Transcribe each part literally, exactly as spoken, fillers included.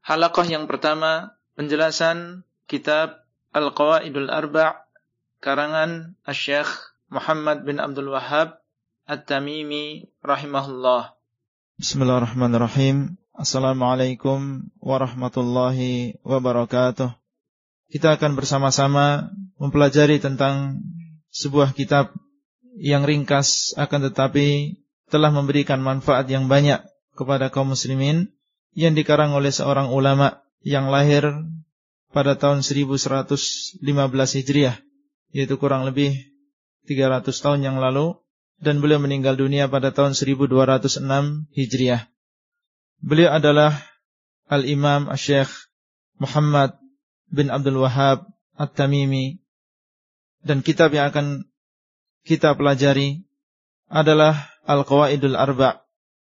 Halaqah yang pertama, penjelasan kitab Al-Qawaidul Arba' karangan Asy-Syaikh Muhammad bin Abdul Wahhab At-Tamimi rahimahullah. Bismillahirrahmanirrahim. Assalamualaikum warahmatullahi wabarakatuh. Kita akan bersama-sama mempelajari tentang sebuah kitab yang ringkas akan tetapi telah memberikan manfaat yang banyak kepada kaum muslimin, yang dikarang oleh seorang ulama yang lahir pada tahun seribu seratus lima belas Hijriah, yaitu kurang lebih tiga ratus tahun yang lalu, dan beliau meninggal dunia pada tahun seribu dua ratus enam Hijriah. Beliau adalah Al-Imam Asy-Syaikh Muhammad bin Abdul Wahhab At-Tamimi, dan kitab yang akan kita pelajari adalah Al-Qawaidul Arba',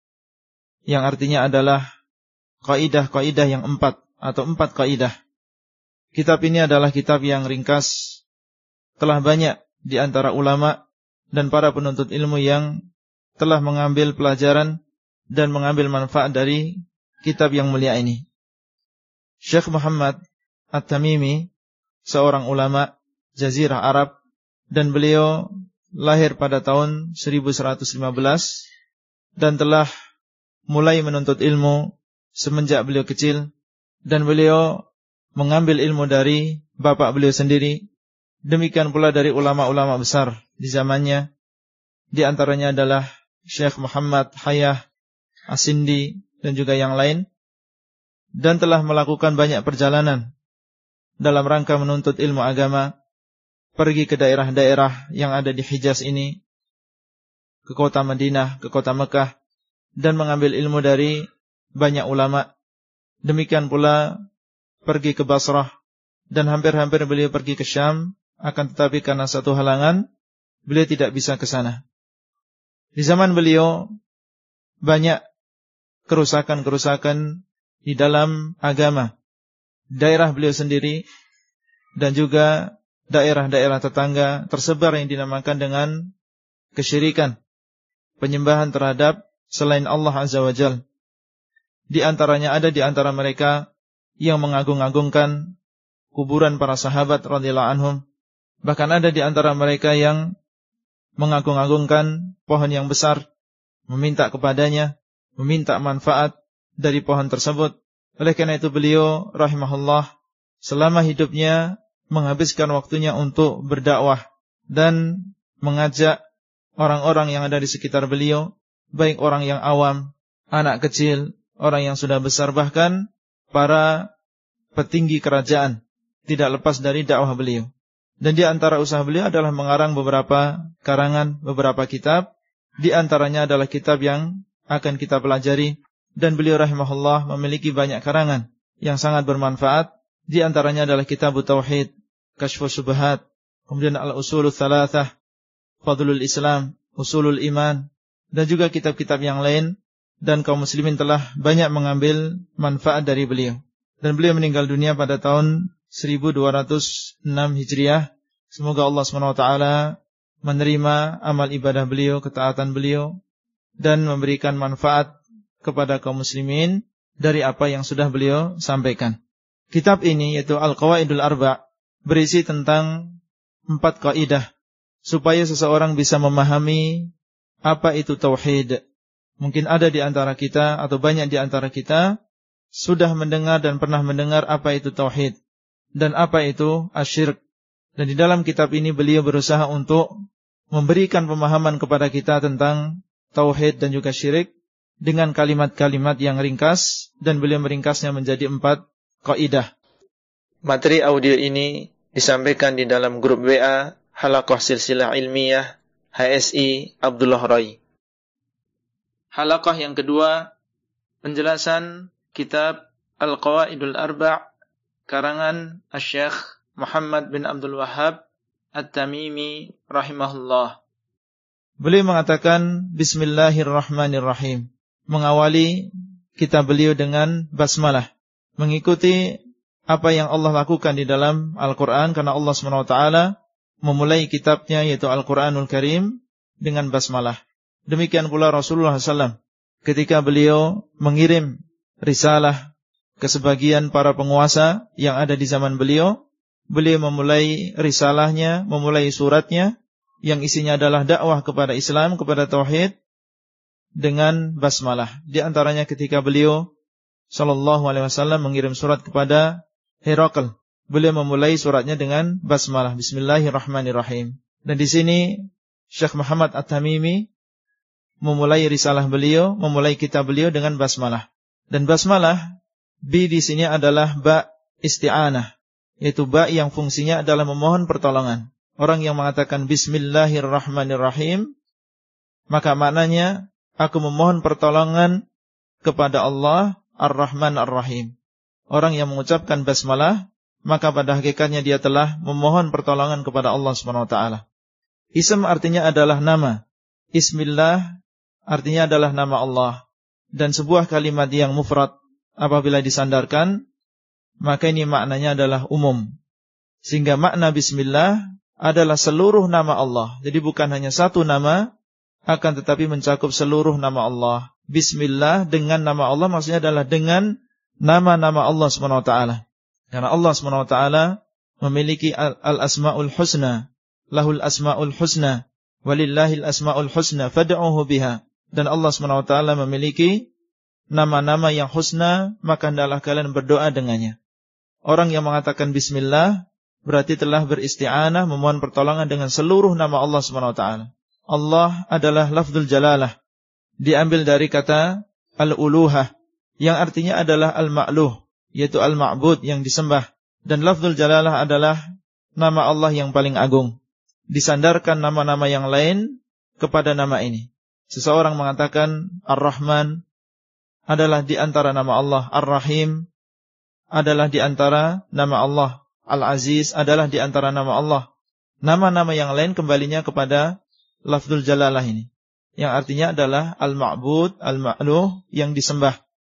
yang artinya adalah kaidah-kaidah yang empat atau empat kaidah. Kitab ini adalah kitab yang ringkas, telah banyak di antara ulama dan para penuntut ilmu yang telah mengambil pelajaran dan mengambil manfaat dari kitab yang mulia ini. Syekh Muhammad At-Tamimi seorang ulama Jazirah Arab, dan beliau lahir pada tahun seribu seratus lima belas dan telah mulai menuntut ilmu semenjak beliau kecil, dan beliau mengambil ilmu dari bapak beliau sendiri. Demikian pula dari ulama-ulama besar di zamannya. Di antaranya adalah Syekh Muhammad Hayyah As-Sindi dan juga yang lain. Dan telah melakukan banyak perjalanan dalam rangka menuntut ilmu agama, pergi ke daerah-daerah yang ada di Hijaz ini, ke kota Madinah, ke kota Mekah, dan mengambil ilmu dari banyak ulama. Demikian pula pergi ke Basrah, dan hampir-hampir beliau pergi ke Syam, akan tetapi karena satu halangan beliau tidak bisa ke sana. Di zaman beliau banyak kerusakan-kerusakan di dalam agama. Daerah beliau sendiri dan juga daerah-daerah tetangga tersebar yang dinamakan dengan kesyirikan, penyembahan terhadap selain Allah Azza wa Jalla. Di antaranya ada di antara mereka yang mengagung-agungkan kuburan para sahabat radhiyallahu anhum. Bahkan ada di antara mereka yang mengagung-agungkan pohon yang besar, meminta kepadanya, meminta manfaat dari pohon tersebut. Oleh karena itu beliau rahimahullah selama hidupnya menghabiskan waktunya untuk berdakwah dan mengajak orang-orang yang ada di sekitar beliau, baik orang yang awam, anak kecil, orang yang sudah besar, bahkan para petinggi kerajaan, tidak lepas dari dakwah beliau. Dan di antara usaha beliau adalah mengarang beberapa karangan, beberapa kitab. Di antaranya adalah kitab yang akan kita pelajari. Dan beliau rahimahullah memiliki banyak karangan yang sangat bermanfaat. Di antaranya adalah kitab Tauhid, Kashfus Syubhat, kemudian Al-Usulul Thalathah, Fadlul Islam, Usulul Iman, dan juga kitab-kitab yang lain. Dan kaum muslimin telah banyak mengambil manfaat dari beliau. Dan beliau meninggal dunia pada tahun seribu dua ratus enam Hijriah. Semoga Allah subhanahu wa taala menerima amal ibadah beliau, ketaatan beliau, dan memberikan manfaat kepada kaum muslimin dari apa yang sudah beliau sampaikan. Kitab ini yaitu Al-Qawaidul Arba' berisi tentang empat kaidah supaya seseorang bisa memahami apa itu tauhid. Mungkin ada di antara kita atau banyak di antara kita sudah mendengar dan pernah mendengar apa itu tauhid dan apa itu asyirk. Dan di dalam kitab ini beliau berusaha untuk memberikan pemahaman kepada kita tentang tauhid dan juga syirik dengan kalimat-kalimat yang ringkas, dan beliau meringkasnya menjadi empat kaidah. Materi audio ini disampaikan di dalam grup W A Halaqah Silsilah Ilmiah H S I Abdullah Rai. Halaqah yang kedua, penjelasan kitab Al-Qawaidul Arba' karangan Asy-Syaikh Muhammad bin Abdul Wahhab At-Tamimi rahimahullah. Beliau mengatakan Bismillahirrahmanirrahim, mengawali kitab beliau dengan basmalah, mengikuti apa yang Allah lakukan di dalam Al-Quran, karena Allah subhanahu wa taala memulai kitabnya yaitu Al-Quranul Karim dengan basmalah. Demikian pula Rasulullah sallallahu alaihi wasallam ketika beliau mengirim risalah ke sebagian para penguasa yang ada di zaman beliau. Beliau memulai risalahnya, memulai suratnya yang isinya adalah dakwah kepada Islam, kepada tauhid dengan basmalah. Di antaranya ketika beliau sallallahu alaihi wasallam mengirim surat kepada Herakl, beliau memulai suratnya dengan basmalah, Bismillahirrahmanirrahim. Dan di sini Syekh Muhammad At-Tamimi memulai risalah beliau, memulai kitab beliau dengan basmalah. Dan basmalah bi di sini adalah ba isti'anah, yaitu ba yang fungsinya adalah memohon pertolongan. Orang yang mengatakan Bismillahirrahmanirrahim, maka maknanya aku memohon pertolongan kepada Allah Ar-Rahman Ar-Rahim. Orang yang mengucapkan basmalah, maka pada hakikatnya dia telah memohon pertolongan kepada Allah subhanahu wa taala. Ism artinya adalah nama. Ismillah artinya adalah nama Allah. Dan sebuah kalimat yang mufrad apabila disandarkan, maka ini maknanya adalah umum. Sehingga makna bismillah adalah seluruh nama Allah. Jadi bukan hanya satu nama, akan tetapi mencakup seluruh nama Allah. Bismillah dengan nama Allah maksudnya adalah dengan nama-nama Allah subhanahu wa taala. Karena Allah subhanahu wa taala memiliki al-asma'ul husna, lahul asma'ul husna, walillahil asma'ul husna fad'uhu biha. Dan Allah subhanahu wa taala memiliki nama-nama yang husna, maka hendaklah kalian berdoa dengannya. Orang yang mengatakan bismillah berarti telah beristi'anah, memohon pertolongan dengan seluruh nama Allah subhanahu wa taala. Allah adalah lafzul jalalah, diambil dari kata al-uluhah, yang artinya adalah al-ma'luh, yaitu al-ma'bud, yang disembah. Dan lafzul jalalah adalah nama Allah yang paling agung. Disandarkan nama-nama yang lain kepada nama ini. Seseorang mengatakan Ar-Rahman adalah di antara nama Allah, Ar-Rahim adalah di antara nama Allah, Al-Aziz adalah di antara nama Allah. Nama-nama yang lain kembalinya kepada lafzul jalalah ini, yang artinya adalah al-ma'bud, al-ma'luh, yang disembah.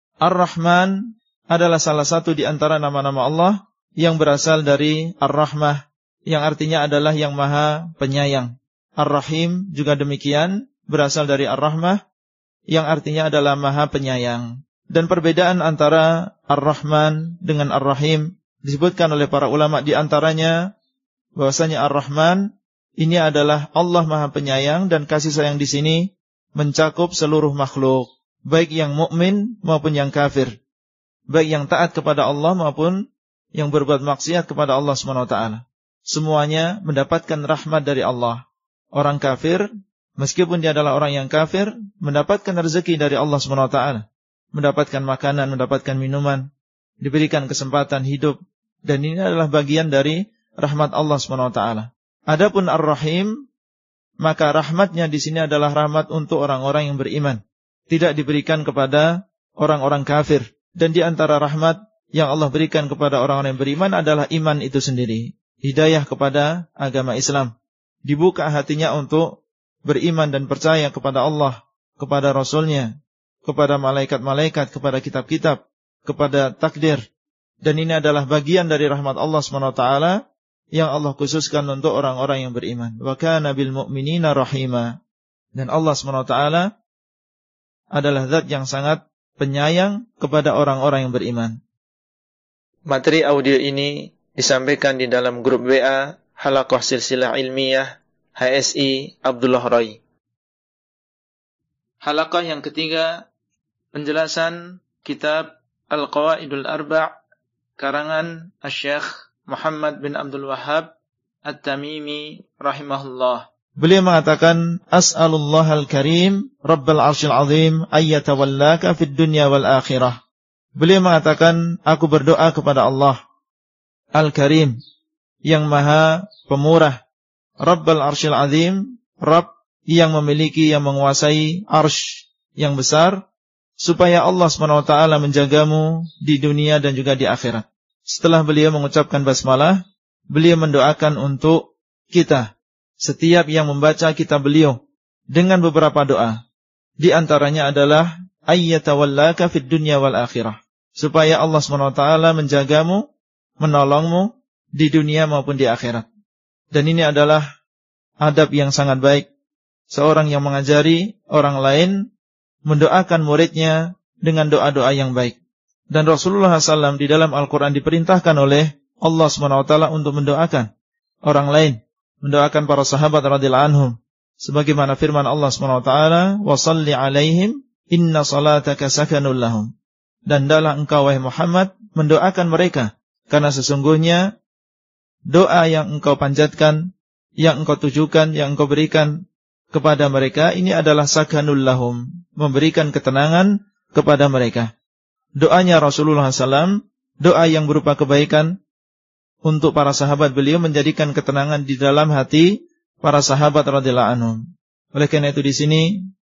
Ar-Rahman adalah salah satu di antara nama-nama Allah yang berasal dari Ar-Rahmah, yang artinya adalah yang maha penyayang. Ar-Rahim juga demikian, berasal dari Ar-Rahmah, yang artinya adalah maha penyayang. Dan perbedaan antara Ar-Rahman dengan Ar-Rahim disebutkan oleh para ulama, di antaranya bahwasanya Ar-Rahman ini adalah Allah maha penyayang, dan kasih sayang di sini mencakup seluruh makhluk, baik yang mukmin maupun yang kafir, baik yang taat kepada Allah maupun yang berbuat maksiat kepada Allah subhanahu wa taala. Semuanya mendapatkan rahmat dari Allah. Orang kafir, meskipun dia adalah orang yang kafir, mendapatkan rezeki dari Allah subhanahu wa taala, mendapatkan makanan, mendapatkan minuman, diberikan kesempatan hidup, dan ini adalah bagian dari rahmat Allah subhanahu wa taala. Adapun Ar-Rahim, maka rahmatnya di sini adalah rahmat untuk orang-orang yang beriman, tidak diberikan kepada orang-orang kafir. Dan di antara rahmat yang Allah berikan kepada orang-orang yang beriman adalah iman itu sendiri, hidayah kepada agama Islam, dibuka hatinya untuk beriman dan percaya kepada Allah, kepada Rasulnya, kepada malaikat-malaikat, kepada kitab-kitab, kepada takdir. Dan ini adalah bagian dari rahmat Allah subhanahu wa taala yang Allah khususkan untuk orang-orang yang beriman. Wa kana bil mu'minina rahima. Dan Allah subhanahu wa taala adalah zat yang sangat penyayang kepada orang-orang yang beriman. Materi audio ini disampaikan di dalam grup W A Halaqah Silsilah Ilmiyah H S I Abdullah Roy. Halaqah yang ketiga, penjelasan kitab Al-Qawaidul Arba' karangan Asy-Syaikh Muhammad bin Abdul Wahhab At-Tamimi rahimahullah. Beliau mengatakan, As'alullahal karim Rabbal arsyil azim ayyatawallaka fid dunya wal akhirah. Beliau mengatakan, aku berdoa kepada Allah Al-Karim, yang maha pemurah, Rabbal arsyil azim, Rabb yang memiliki, yang menguasai arsy yang besar, supaya Allah subhanahu wa taala menjagamu di dunia dan juga di akhirat. Setelah beliau mengucapkan basmalah, beliau mendoakan untuk kita, setiap yang membaca kitab beliau, dengan beberapa doa. Di antaranya adalah ayyatawallaka fid dunya wal akhirah, supaya Allah subhanahu wa taala menjagamu, menolongmu di dunia maupun di akhirat. Dan ini adalah adab yang sangat baik, seorang yang mengajari orang lain mendoakan muridnya dengan doa-doa yang baik. Dan Rasulullah shallallahu alaihi wasallam di dalam Al-Quran diperintahkan oleh Allah subhanahu wa taala untuk mendoakan orang lain, mendoakan para sahabat radhiyallahu anhum, sebagaimana firman Allah subhanahu wa taala, "Wa shalli 'alaihim inna salataka sakanul lahum." Dan hendaklah engkau wahai Muhammad mendoakan mereka, karena sesungguhnya doa yang engkau panjatkan, yang engkau tujukan, yang engkau berikan kepada mereka ini adalah sakanul lahum, memberikan ketenangan kepada mereka. Doanya Rasulullah shallallahu alaihi wasallam, doa yang berupa kebaikan untuk para sahabat beliau, menjadikan ketenangan di dalam hati para sahabat radhiyallahu anhum. Oleh karena itu di sini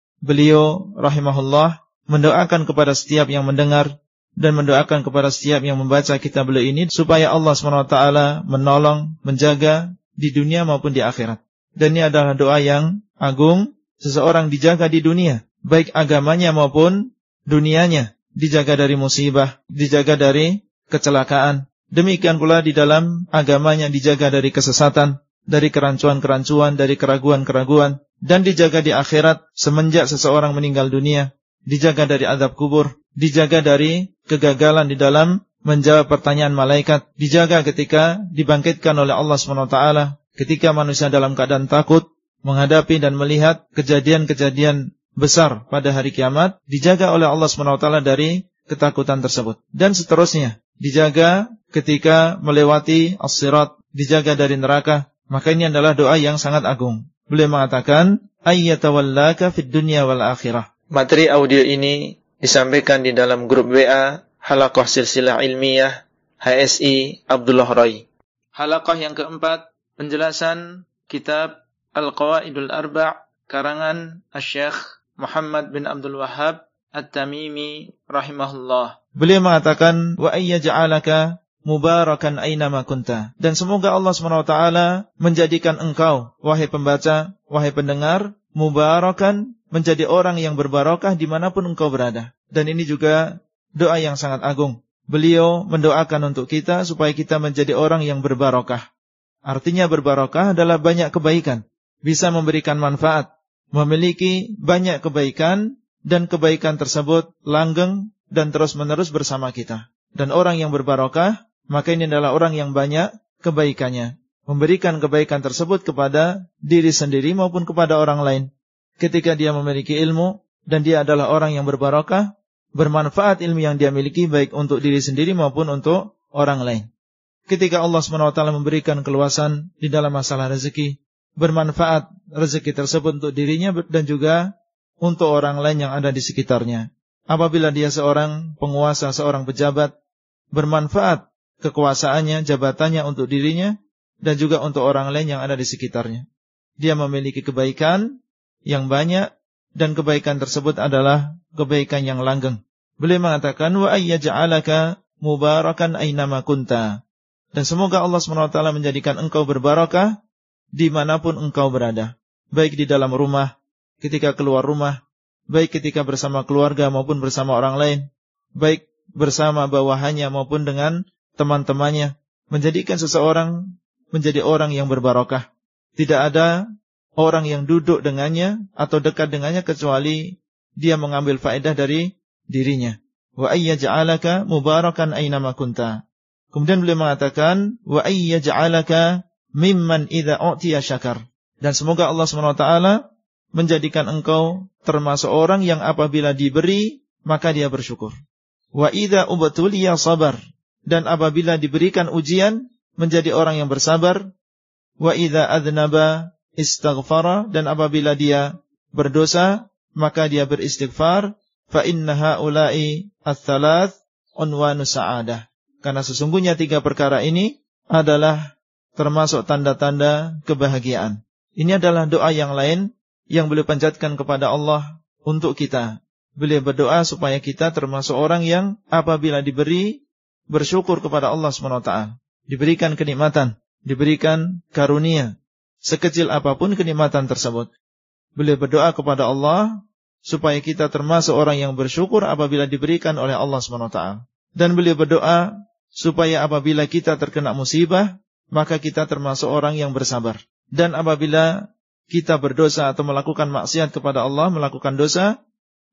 beliau rahimahullah mendoakan kepada setiap yang mendengar dan mendoakan kepada setiap yang membaca kitab beliau ini supaya Allah subhanahu wa taala menolong, menjaga di dunia maupun di akhirat. Dan ini adalah doa yang agung, seseorang dijaga di dunia, baik agamanya maupun dunianya, dijaga dari musibah, dijaga dari kecelakaan. Demikian pula di dalam agamanya dijaga dari kesesatan, dari kerancuan-kerancuan, dari keraguan-keraguan, dan dijaga di akhirat semenjak seseorang meninggal dunia, dijaga dari azab kubur, dijaga dari kegagalan di dalam menjawab pertanyaan malaikat, dijaga ketika dibangkitkan oleh Allah subhanahu wa taala, ketika manusia dalam keadaan takut menghadapi dan melihat kejadian-kejadian besar pada hari kiamat, dijaga oleh Allah subhanahu wa taala dari ketakutan tersebut. Dan seterusnya, dijaga ketika melewati as-sirat, dijaga dari neraka. Maka ini adalah doa yang sangat agung. Beliau mengatakan, ayyatawallaka fid dunya wal akhirah. Materi audio ini disampaikan di dalam grup W A Halaqah Silsilah Ilmiyah H S I Abdullah Rai. Halaqah yang keempat, penjelasan kitab Al-Qawaidul Arba' karangan Asy-Syaikh Muhammad bin Abdul Wahhab At-Tamimi rahimahullah. Beliau mengatakan, wa ayyaj'alaka mubarakan aynama kunta. Dan semoga Allah subhanahu wa taala menjadikan engkau, wahai pembaca, wahai pendengar, mubarakan, menjadi orang yang berbarokah dimanapun engkau berada. Dan ini juga doa yang sangat agung. Beliau mendoakan untuk kita supaya kita menjadi orang yang berbarokah. Artinya berbarokah adalah banyak kebaikan, bisa memberikan manfaat, memiliki banyak kebaikan, dan kebaikan tersebut langgeng dan terus-menerus bersama kita. Dan orang yang berbarokah, maka ini adalah orang yang banyak kebaikannya, memberikan kebaikan tersebut kepada diri sendiri maupun kepada orang lain. Ketika dia memiliki ilmu dan dia adalah orang yang berbarokah, bermanfaat ilmu yang dia miliki baik untuk diri sendiri maupun untuk orang lain. Ketika Allah subhanahu wa taala memberikan keluasan di dalam masalah rezeki, bermanfaat rezeki tersebut untuk dirinya dan juga untuk orang lain yang ada di sekitarnya. Apabila dia seorang penguasa, seorang pejabat, bermanfaat kekuasaannya, jabatannya untuk dirinya dan juga untuk orang lain yang ada di sekitarnya. Dia memiliki kebaikan yang banyak dan kebaikan tersebut adalah kebaikan yang langgeng. Beliau mengatakan, wa ayyaj'alaka mubarakan aynama kunta. Dan semoga Allah subhanahu wa taala menjadikan engkau berbarakah dimanapun engkau berada, baik di dalam rumah, ketika keluar rumah, baik ketika bersama keluarga maupun bersama orang lain, baik bersama bawahannya maupun dengan teman-temannya, menjadikan seseorang menjadi orang yang berbarokah. Tidak ada orang yang duduk dengannya atau dekat dengannya kecuali dia mengambil faedah dari dirinya. Wa ayyaj'alaka mubarakan aynama kunta. Kemudian beliau mengatakan, wa ayyaj'alaka mimman idza u'tiya syakar. Dan semoga Allah subhanahu wa taala menjadikan engkau termasuk orang yang apabila diberi maka dia bersyukur. Wa idza ubtuliya sabar. Dan apabila diberikan ujian menjadi orang yang bersabar. Wa idza adznaba istaghfara. Dan apabila dia berdosa maka dia beristighfar. Fa inna haula'i ats-tsalaats unwanu sa'adah. Karena sesungguhnya tiga perkara ini adalah termasuk tanda-tanda kebahagiaan. Ini adalah doa yang lain yang beliau panjatkan kepada Allah untuk kita. Beliau berdoa supaya kita termasuk orang yang apabila diberi bersyukur kepada Allah subhanahu wa taala. Diberikan kenikmatan, diberikan karunia, sekecil apapun kenikmatan tersebut. Beliau berdoa kepada Allah supaya kita termasuk orang yang bersyukur apabila diberikan oleh Allah subhanahu wa taala. Dan beliau berdoa supaya apabila kita terkena musibah, maka kita termasuk orang yang bersabar. Dan apabila kita berdosa atau melakukan maksiat kepada Allah, melakukan dosa,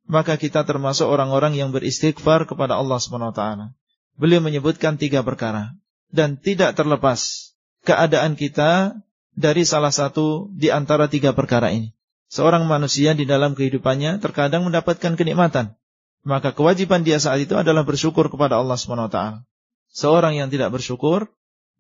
maka kita termasuk orang-orang yang beristighfar kepada Allah subhanahu wa taala. Beliau menyebutkan tiga perkara, dan tidak terlepas keadaan kita dari salah satu di antara tiga perkara ini. Seorang manusia di dalam kehidupannya terkadang mendapatkan kenikmatan, maka kewajiban dia saat itu adalah bersyukur kepada Allah subhanahu wa taala. Seorang yang tidak bersyukur,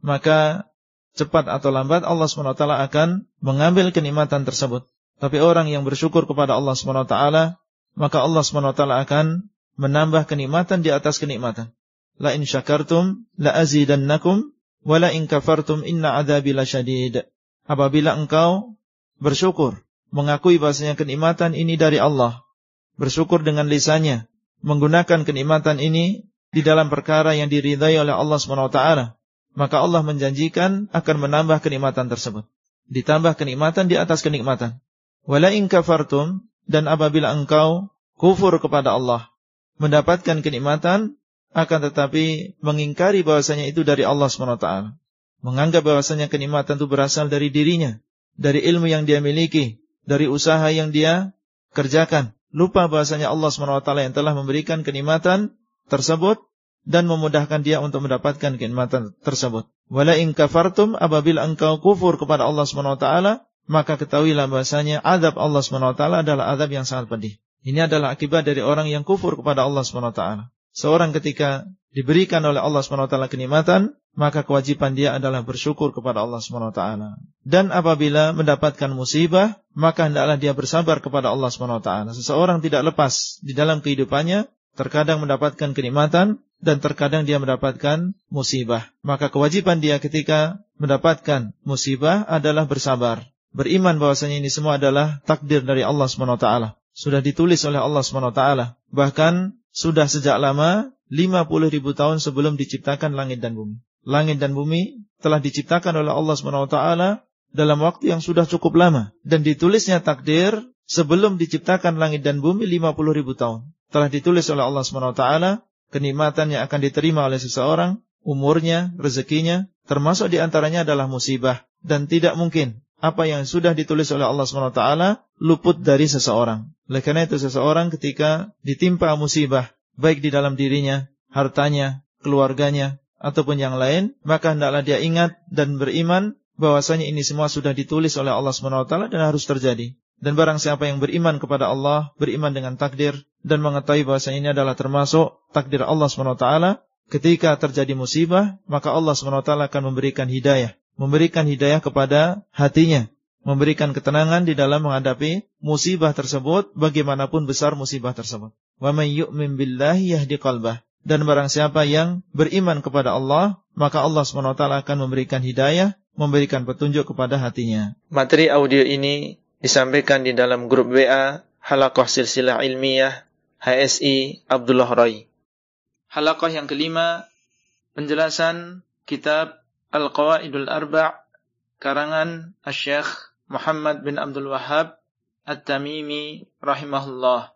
maka cepat atau lambat Allah subhanahu wa taala akan mengambil kenikmatan tersebut. Tapi orang yang bersyukur kepada Allah subhanahu wa taala, maka Allah subhanahu wa taala akan menambah kenikmatan di atas kenikmatan. La in syakartum la azidannakum wa la in kafartum inna adzabi lasyadid. Apabila engkau bersyukur, mengakui bahasanya kenikmatan ini dari Allah, bersyukur dengan lisannya, menggunakan kenikmatan ini di dalam perkara yang diridhai oleh Allah subhanahu wa taala, maka Allah menjanjikan akan menambah kenikmatan tersebut. Ditambah kenikmatan di atas kenikmatan. Wala in kafartum, dan apabila engkau kufur kepada Allah, mendapatkan kenikmatan, akan tetapi mengingkari bahwasanya itu dari Allah subhanahu wa taala. Menganggap bahwasanya kenikmatan itu berasal dari dirinya, dari ilmu yang dia miliki, dari usaha yang dia kerjakan. Lupa bahwasanya Allah subhanahu wa taala yang telah memberikan kenikmatan tersebut dan memudahkan dia untuk mendapatkan kenikmatan tersebut. Wala in kafartum, apabila engkau kufur kepada Allah subhanahu wa taala, maka ketahuilah bahwasanya azab Allah subhanahu wa taala adalah azab yang sangat pedih. Ini adalah akibat dari orang yang kufur kepada Allah subhanahu wa taala. Seorang ketika diberikan oleh Allah subhanahu wa taala kenikmatan, maka kewajiban dia adalah bersyukur kepada Allah subhanahu wa taala. Dan apabila mendapatkan musibah, maka hendaklah dia bersabar kepada Allah subhanahu wa taala. Seseorang tidak lepas di dalam kehidupannya, terkadang mendapatkan kenikmatan dan terkadang dia mendapatkan musibah. Maka kewajiban dia ketika mendapatkan musibah adalah bersabar, beriman bahwasanya ini semua adalah takdir dari Allah subhanahu wa taala. Sudah ditulis oleh Allah subhanahu wa taala. Bahkan sudah sejak lama, lima puluh ribu tahun sebelum diciptakan langit dan bumi. Langit dan bumi telah diciptakan oleh Allah subhanahu wa taala dalam waktu yang sudah cukup lama. Dan ditulisnya takdir sebelum diciptakan langit dan bumi lima puluh ribu tahun. Telah ditulis oleh Allah subhanahu wa taala kenikmatan yang akan diterima oleh seseorang, umurnya, rezekinya, termasuk di antaranya adalah musibah. Dan tidak mungkin apa yang sudah ditulis oleh Allah subhanahu wa taala luput dari seseorang. Oleh karena itu seseorang ketika ditimpa musibah, baik di dalam dirinya, hartanya, keluarganya, ataupun yang lain, maka hendaklah dia ingat dan beriman bahwasanya ini semua sudah ditulis oleh Allah subhanahu wa taala dan harus terjadi. Dan barang siapa yang beriman kepada Allah, beriman dengan takdir, dan mengetahui bahwasanya ini adalah termasuk takdir Allah subhanahu wa taala, ketika terjadi musibah, maka Allah subhanahu wa taala akan memberikan hidayah. Memberikan hidayah kepada hatinya, memberikan ketenangan di dalam menghadapi musibah tersebut, bagaimanapun besar musibah tersebut. Wa may yu'min billahi yahdi qalbah. Dan barang siapa yang beriman kepada Allah, maka Allah subhanahu wa taala akan memberikan hidayah, memberikan petunjuk kepada hatinya. Materi audio ini disampaikan di dalam grup W A Halaqah Silsilah Ilmiah H S I Abdullah Rai. Halaqah yang kelima, penjelasan kitab Al-Qawaidul Arba' karangan Asy-Syaikh Muhammad bin Abdul Wahhab At-Tamimi rahimahullah.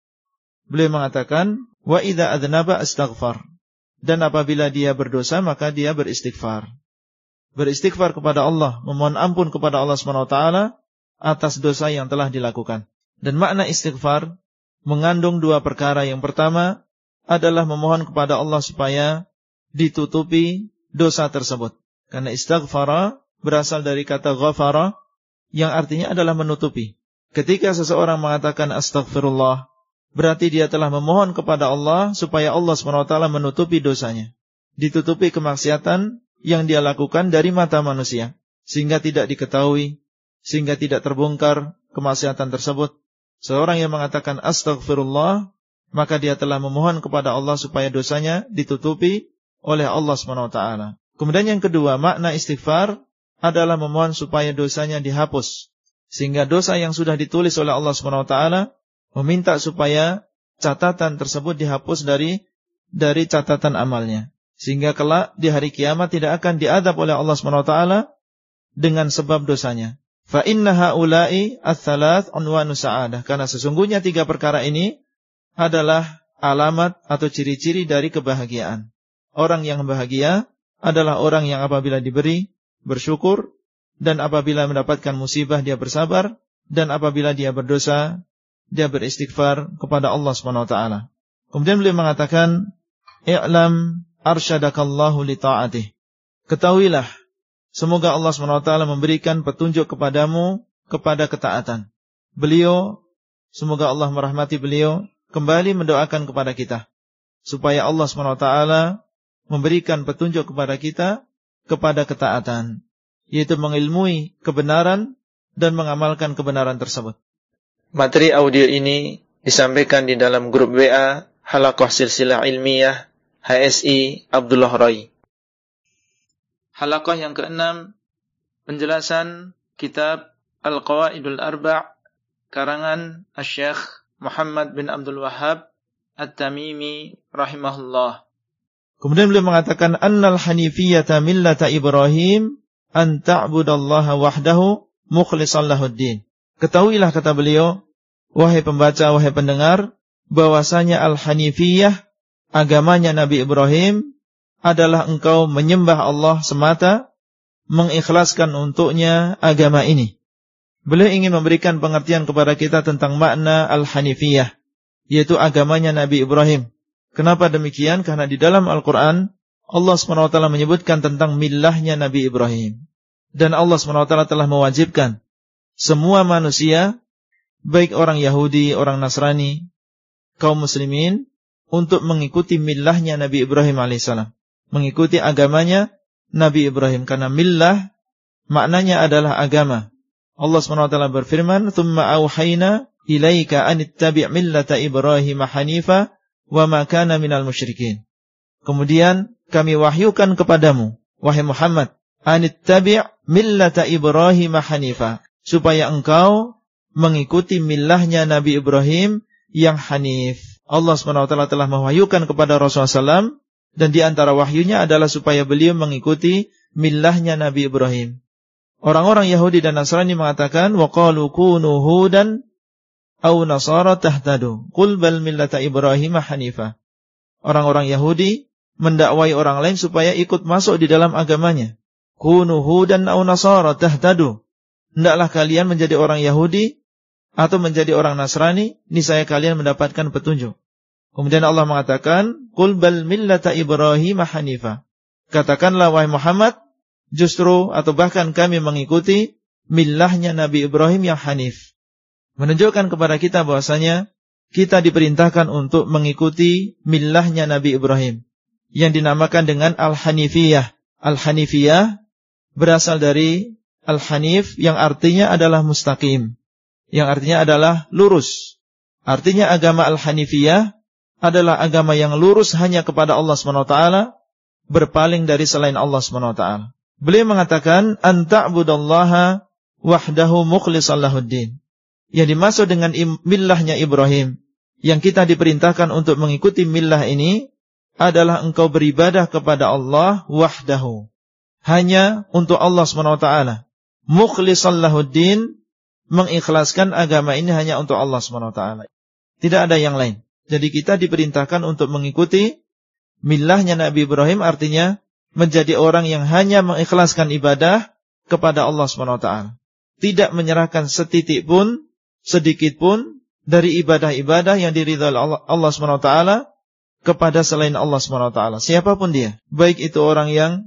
Beliau mengatakan, wa idza adznaba astaghfar. Dan apabila dia berdosa maka dia beristighfar. Beristighfar kepada Allah, memohon ampun kepada Allah Subhanahu wa taala atas dosa yang telah dilakukan. Dan makna istighfar mengandung dua perkara. Yang pertama adalah memohon kepada Allah supaya ditutupi dosa tersebut. Karena istighfara berasal dari kata ghafara yang artinya adalah menutupi. Ketika seseorang mengatakan astaghfirullah, berarti dia telah memohon kepada Allah supaya Allah subhanahu wa taala menutupi dosanya. Ditutupi kemaksiatan yang dia lakukan dari mata manusia, sehingga tidak diketahui, sehingga tidak terbongkar kemaksiatan tersebut. Seorang yang mengatakan astaghfirullah, maka dia telah memohon kepada Allah supaya dosanya ditutupi oleh Allah subhanahu wa taala. Kemudian yang kedua, makna istighfar adalah memohon supaya dosanya dihapus, sehingga dosa yang sudah ditulis oleh Allah subhanahu wa taala meminta supaya catatan tersebut dihapus dari dari catatan amalnya, sehingga kelak di hari kiamat tidak akan diadab oleh Allah subhanahu wa taala dengan sebab dosanya. Fa inna haula'i ats-tsalaats unwanu sa'adah, karena sesungguhnya tiga perkara ini adalah alamat atau ciri-ciri dari kebahagiaan. Orang yang bahagia adalah orang yang apabila diberi bersyukur, dan apabila mendapatkan musibah dia bersabar, dan apabila dia berdosa dia beristighfar kepada Allah Subhanahu wa taala. Kemudian beliau mengatakan, "I'lam arsyadakallahu li ta'atih." Ketahuilah, semoga Allah Subhanahu wa taala memberikan petunjuk kepadamu kepada ketaatan. Beliau, semoga Allah merahmati beliau, kembali mendoakan kepada kita supaya Allah Subhanahu wa taala memberikan petunjuk kepada kita kepada ketaatan, yaitu mengilmui kebenaran dan mengamalkan kebenaran tersebut. Materi audio ini disampaikan di dalam grup W A Halaqah Silsilah Ilmiyah H S I Abdullah Rai. Halaqah yang keenam, penjelasan kitab Al-Qawaidul Arba' karangan Asy-Syaikh Muhammad bin Abdul Wahhab At-Tamimi rahimahullah. Kemudian beliau mengatakan, annal hanifiyyata millata Ibrahim an ta'budallaha wahdahu mukhlishan lahuddin. Ketahuilah, kata beliau, wahai pembaca, wahai pendengar, bahwasanya al-hanifiyah, agamanya Nabi Ibrahim, adalah engkau menyembah Allah semata, mengikhlaskan untuknya agama ini. Beliau ingin memberikan pengertian kepada kita tentang makna al-hanifiyah, yaitu agamanya Nabi Ibrahim. Kenapa demikian? Karena di dalam Al-Quran, Allah subhanahu wa taala menyebutkan tentang millahnya Nabi Ibrahim. Dan Allah subhanahu wa taala telah mewajibkan semua manusia, baik orang Yahudi, orang Nasrani, kaum muslimin, untuk mengikuti millahnya Nabi Ibrahim alaihissalam. Mengikuti agamanya Nabi Ibrahim. Karena millah maknanya adalah agama. Allah subhanahu wa taala berfirman, "Tsumma auhayna ilaika an ittabi' millata Ibrahim hanifa wa ma kana minal musyrikin." Kemudian kami wahyukan kepadamu, wahai Muhammad, an ittabi' millata Ibrahim hanifa, supaya engkau mengikuti millahnya Nabi Ibrahim yang hanif. Allah subhanahu wa taala telah mewahyukan kepada Rasulullah shallallahu alaihi wasallam, dan di antara wahyunya adalah supaya beliau mengikuti millahnya Nabi Ibrahim. Orang-orang Yahudi dan Nasrani mengatakan, wa qalu kunu hudan aw nasara tahtadu qul bal millata Ibrahim hanifa. Orang-orang Yahudi mendakwai orang lain supaya ikut masuk di dalam agamanya. Kunu hudan aw nasara tahtadu. Hendaklah kalian menjadi orang Yahudi atau menjadi orang Nasrani, niscaya kalian mendapatkan petunjuk. Kemudian Allah mengatakan, qul bal millata Ibrahim hanifa. Katakanlah, wahai Muhammad, justru atau bahkan kami mengikuti millahnya Nabi Ibrahim yang hanif. Menunjukkan kepada kita bahwasanya kita diperintahkan untuk mengikuti millahnya Nabi Ibrahim yang dinamakan dengan Al-Hanifiyah. Al-Hanifiyah berasal dari Al-Hanif yang artinya adalah mustaqim, yang artinya adalah lurus. Artinya agama Al-Hanifiyah adalah agama yang lurus hanya kepada Allah subhanahu wa taala, berpaling dari selain Allah subhanahu wa taala. Beliau mengatakan, an ta'budallaha wahdahu mukhlishan lahuddin. Yang dimaksud dengan millahnya Ibrahim, yang kita diperintahkan untuk mengikuti millah ini, adalah engkau beribadah kepada Allah wahdahu, hanya untuk Allah subhanahu wa taala. Mukhlishan lahuddin, mengikhlaskan agama ini hanya untuk Allah subhanahu wa taala. Tidak ada yang lain. Jadi kita diperintahkan untuk mengikuti millahnya Nabi Ibrahim, artinya menjadi orang yang hanya mengikhlaskan ibadah kepada Allah subhanahu wa taala. Tidak menyerahkan setitik pun, sedikit pun dari ibadah-ibadah yang diridhai Allah subhanahu wa taala kepada selain Allah subhanahu wa taala. Siapapun dia, baik itu orang yang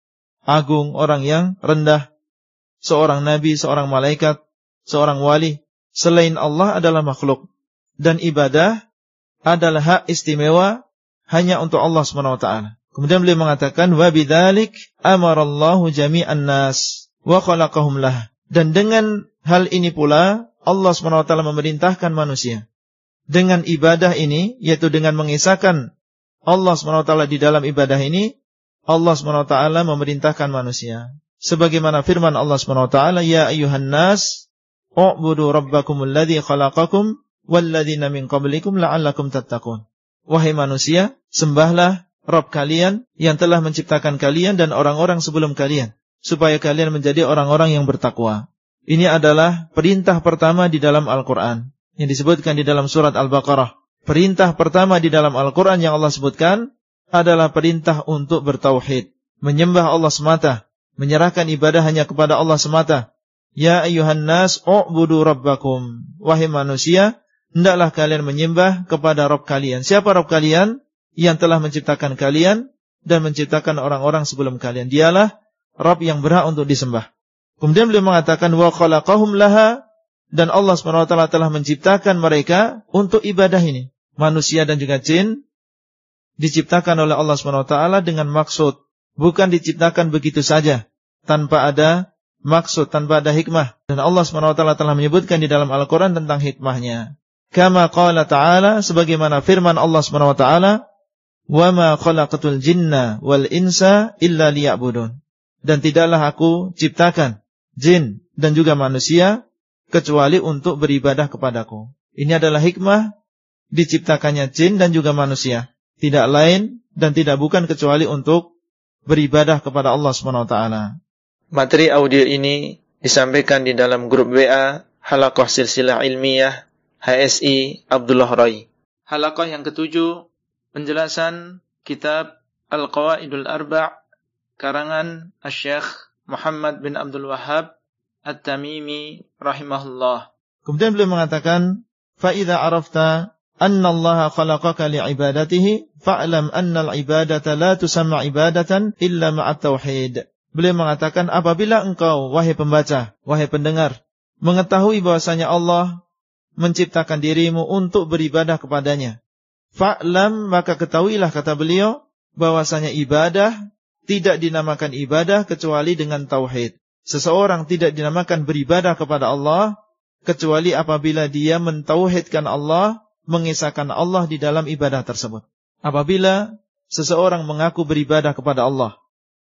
agung, orang yang rendah, seorang nabi, seorang malaikat, seorang wali, selain Allah adalah makhluk. Dan ibadah adalah hak istimewa hanya untuk Allah subhanahu wa taala. Kemudian beliau mengatakan, wa bidzalik amarallahu jami'an nas wa khalaqahum lah. Dan dengan hal ini pula Allah subhanahu wa taala memerintahkan manusia dengan ibadah ini, yaitu dengan mengisahkan Allah subhanahu wa taala di dalam ibadah ini. Allah subhanahu wa taala memerintahkan manusia sebagaimana firman Allah subhanahu wa taala, ya ayyuhan nas u'budu rabbakumul ladzi khalaqakum walladzina min qablikum la'allakum tattaqun. Wahai manusia, sembahlah Rabb kalian yang telah menciptakan kalian dan orang-orang sebelum kalian, supaya kalian menjadi orang-orang yang bertakwa. Ini adalah perintah pertama di dalam Al-Quran yang disebutkan di dalam surat Al-Baqarah. Perintah pertama di dalam Al-Quran yang Allah sebutkan adalah perintah untuk bertauhid, menyembah Allah semata, menyerahkan ibadah hanya kepada Allah semata. Ya ayyuhan nas u'budu rabbakum. Wahai manusia, hendaklah kalian menyembah kepada Rabb kalian. Siapa Rabb kalian? Yang telah menciptakan kalian dan menciptakan orang-orang sebelum kalian. Dialah Rabb yang berhak untuk disembah. Kemudian beliau mengatakan wa khalaqahum laha, dan Allah subhanahu wa taala telah menciptakan mereka untuk ibadah ini. Manusia dan juga jin diciptakan oleh Allah subhanahu wa taala dengan maksud, bukan diciptakan begitu saja tanpa ada maksud, tanpa ada hikmah. Dan Allah subhanahu wa taala telah menyebutkan di dalam Al-Qur'an tentang hikmahnya. Kama qala ta'ala, sebagaimana firman Allah subhanahu wa taala, wa ma khalaqatul jinna wal insa illa liya'budun. Dan tidaklah aku ciptakan jin dan juga manusia kecuali untuk beribadah kepadaku. Ini adalah hikmah diciptakannya jin dan juga manusia. Tidak lain dan tidak bukan kecuali untuk beribadah kepada Allah subhanahu wa taala. Materi audio ini disampaikan di dalam grup W A Halaqah Silsilah Ilmiyah H S I Abdullah Rai. Halaqah yang ketujuh, penjelasan kitab Al-Qawaidul Arba' karangan Asy-Syaikh Muhammad bin Abdul Wahhab At-Tamimi rahimahullah. Kemudian beliau mengatakan, fa idza arafta anna Allah khalaqaka li'ibadatihi fa'lam anna al-ibadata la tusamma ibadatan illa ma'at tauhid. Beliau mengatakan, apabila engkau wahai pembaca, wahai pendengar, mengetahui bahwasanya Allah menciptakan dirimu untuk beribadah kepadanya, fa'lam, maka ketahuilah, kata beliau, bahwasanya ibadah tidak dinamakan ibadah kecuali dengan tauhid. Seseorang tidak dinamakan beribadah kepada Allah kecuali apabila dia mentauhidkan Allah, mengesahkan Allah di dalam ibadah tersebut. Apabila seseorang mengaku beribadah kepada Allah,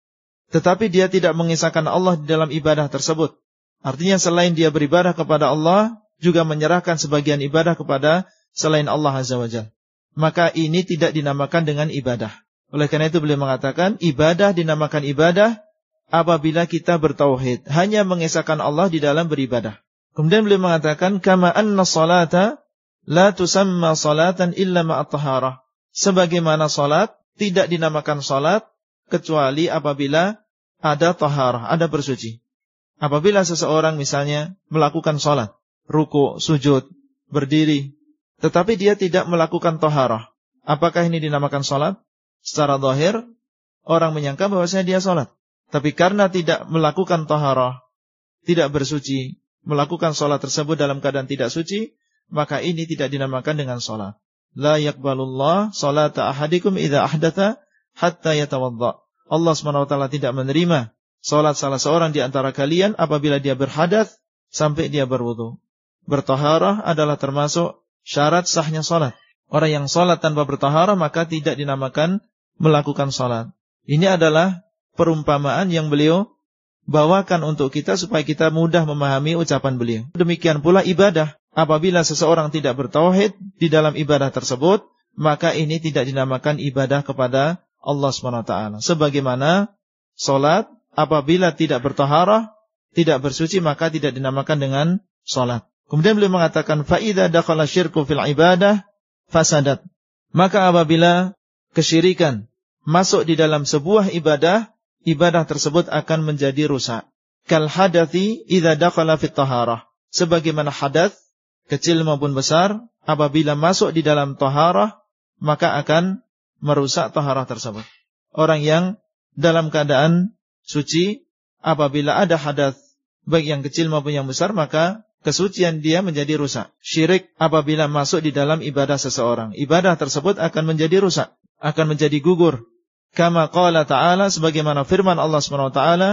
tetapi dia tidak mengesahkan Allah di dalam ibadah tersebut, artinya selain dia beribadah kepada Allah, juga menyerahkan sebagian ibadah kepada selain Allah Azza wa Jalla, maka ini tidak dinamakan dengan ibadah. Oleh karena itu beliau mengatakan, ibadah dinamakan ibadah apabila kita bertauhid, hanya mengesahkan Allah di dalam beribadah. Kemudian beliau mengatakan, kama anna salata la tusamma salatan illa ma'at taharah. Sebagaimana salat tidak dinamakan salat kecuali apabila ada taharah, ada bersuci. Apabila seseorang misalnya melakukan salat, ruku, sujud, berdiri, tetapi dia tidak melakukan taharah, apakah ini dinamakan salat? Secara zahir orang menyangka bahwasanya dia salat. Tapi karena tidak melakukan taharah, tidak bersuci, melakukan salat tersebut dalam keadaan tidak suci, maka ini tidak dinamakan dengan salat. La yaqbalullah salata ahadikum idza ahdatha hatta yatawadda. Allah subhanahu wa taala tidak menerima salat salah seorang di antara kalian apabila dia berhadath sampai dia berwudu. Bertaharah adalah termasuk syarat sahnya salat. Orang yang salat tanpa bertaharah maka tidak dinamakan melakukan salat. Ini adalah perumpamaan yang beliau bawakan untuk kita supaya kita mudah memahami ucapan beliau. Demikian pula ibadah. Apabila seseorang tidak bertauhid di dalam ibadah tersebut, maka ini tidak dinamakan ibadah kepada Allah subhanahu wa taala. Sebagaimana salat apabila tidak bertaharah, tidak bersuci, maka tidak dinamakan dengan salat. Kemudian beliau mengatakan, fa idza dakhala syirku fil ibadah fasadat. Maka apabila kesyirikan masuk di dalam sebuah ibadah, ibadah tersebut akan menjadi rusak. Kal hadathi idza dakhala fit taharah. Sebagaimana hadath kecil maupun besar, apabila masuk di dalam taharah, maka akan merusak taharah tersebut. Orang yang dalam keadaan suci, apabila ada hadath, baik yang kecil maupun yang besar, maka kesucian dia menjadi rusak. Syirik apabila masuk di dalam ibadah seseorang, ibadah tersebut akan menjadi rusak, akan menjadi gugur. Kama qala ta'ala, sebagaimana firman Allah subhanahu wa ta'ala,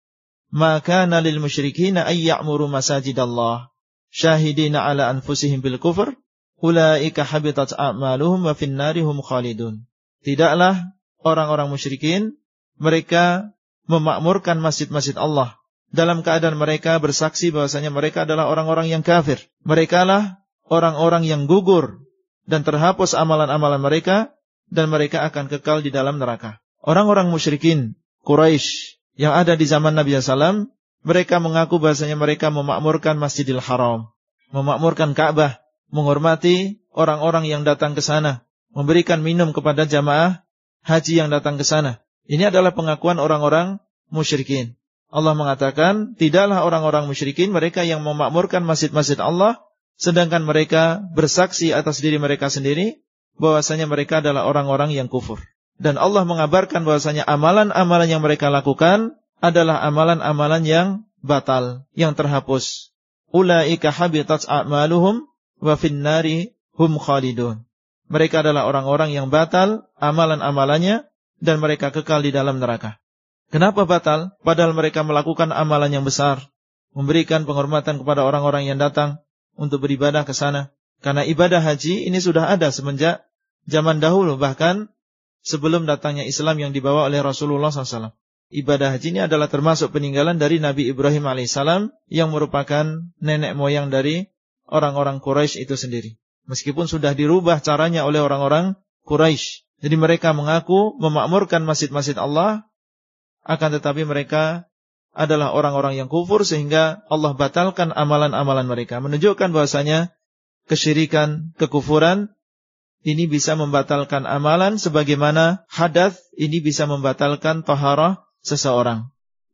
ma kana lil musyrikina ay ya'muru masajidallah syahidina ala anfusihim bil kufr ulaika habitat a'maluhum wa fin nari hum khalidun. Tidaklah orang-orang musyrikin mereka memakmurkan masjid-masjid Allah dalam keadaan mereka bersaksi bahwasanya mereka adalah orang-orang yang kafir. Merekalah orang-orang yang gugur dan terhapus amalan-amalan mereka, dan mereka akan kekal di dalam neraka. Orang-orang musyrikin Quraisy yang ada di zaman Nabi sallallahu alaihi wasallam, mereka mengaku bahasanya mereka memakmurkan Masjidil Haram, memakmurkan Ka'bah, menghormati orang-orang yang datang ke sana, memberikan minum kepada jamaah haji yang datang ke sana. Ini adalah pengakuan orang-orang musyrikin. Allah mengatakan, tidaklah orang-orang musyrikin, mereka yang memakmurkan masjid-masjid Allah, sedangkan mereka bersaksi atas diri mereka sendiri bahwasanya mereka adalah orang-orang yang kufur. Dan Allah mengabarkan bahwasanya amalan-amalan yang mereka lakukan adalah amalan-amalan yang batal, yang terhapus. Ulaika habitat a'maluhum wa finnari hum khalidun. Mereka adalah orang-orang yang batal amalan-amalannya dan mereka kekal di dalam neraka. Kenapa batal? Padahal mereka melakukan amalan yang besar, memberikan penghormatan kepada orang-orang yang datang untuk beribadah ke sana. Karena ibadah haji ini sudah ada semenjak zaman dahulu, bahkan sebelum datangnya Islam yang dibawa oleh Rasulullah shallallahu alaihi wasallam. Ibadah haji ini adalah termasuk peninggalan dari Nabi Ibrahim alaihissalam yang merupakan nenek moyang dari orang-orang Quraisy itu sendiri. Meskipun sudah dirubah caranya oleh orang-orang Quraisy. Jadi mereka mengaku memakmurkan masjid-masjid Allah, akan tetapi mereka adalah orang-orang yang kufur sehingga Allah batalkan amalan-amalan mereka. Menunjukkan bahwasanya kesyirikan, kekufuran ini bisa membatalkan amalan sebagaimana hadath ini bisa membatalkan taharah seseorang.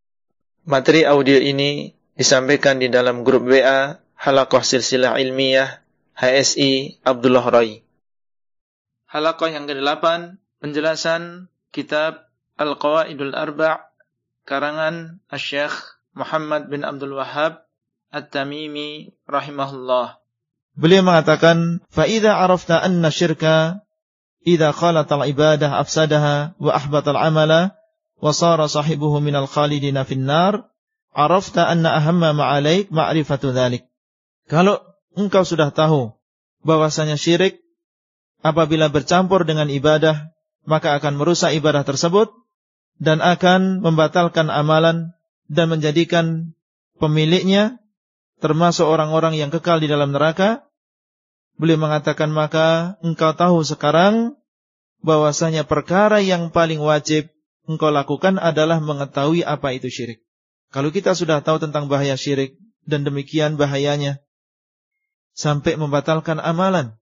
Materi audio ini disampaikan di dalam grup W A Halaqah Silsilah Ilmiyah H S I Abdullah Rai. Halaqah yang kedelapan, penjelasan kitab Al-Qawaidul Arba' karangan Asy-Syaikh Muhammad bin Abdul Wahhab At-Tamimi rahimahullah. Beliau mengatakan, fa idza arafta anna syirka idza khalata al-ibadah afsadaha wa ahbata al-amala wa sara sahibuhu minal khalidina fin-nar, arafta anna ahamma ma'alaik ma'rifatu dzalik. Kalau engkau sudah tahu bahwasanya syirik apabila bercampur dengan ibadah maka akan merusak ibadah tersebut dan akan membatalkan amalan dan menjadikan pemiliknya termasuk orang-orang yang kekal di dalam neraka. Beliau mengatakan, maka engkau tahu sekarang bahwasanya perkara yang paling wajib engkau lakukan adalah mengetahui apa itu syirik. Kalau kita sudah tahu tentang bahaya syirik dan demikian bahayanya sampai membatalkan amalan,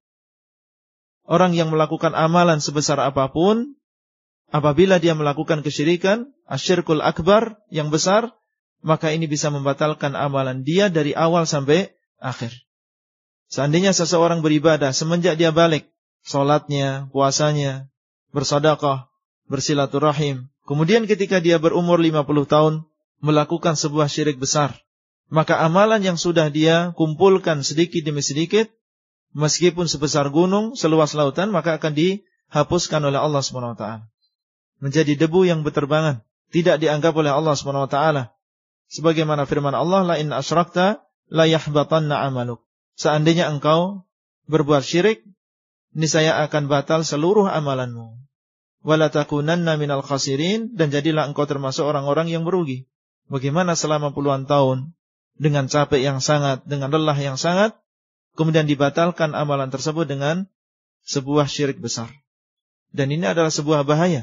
orang yang melakukan amalan sebesar apapun, apabila dia melakukan kesyirikan, asyirkul akbar yang besar, maka ini bisa membatalkan amalan dia dari awal sampai akhir. Seandainya seseorang beribadah semenjak dia balik, salatnya, puasanya, bersedekah, bersilaturahim, kemudian ketika dia berumur lima puluh tahun melakukan sebuah syirik besar, maka amalan yang sudah dia kumpulkan sedikit demi sedikit, meskipun sebesar gunung, seluas lautan, maka akan dihapuskan oleh Allah subhanahu wa taala. Menjadi debu yang berterbangan, tidak dianggap oleh Allah subhanahu wa taala. Sebagaimana firman Allah, la in asyrakta la yahbatanna amaluk. Seandainya engkau berbuat syirik, niscaya akan batal seluruh amalanmu. Wala takunanna minal khasirin, dan jadilah engkau termasuk orang-orang yang merugi. Bagaimana selama puluhan tahun dengan capek yang sangat, dengan lelah yang sangat, kemudian dibatalkan amalan tersebut dengan sebuah syirik besar. Dan ini adalah sebuah bahaya.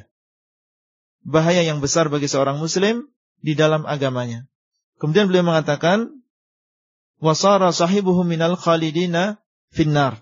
Bahaya yang besar bagi seorang muslim di dalam agamanya. Kemudian beliau mengatakan, wasara sahibuhu minal khalidina finnar.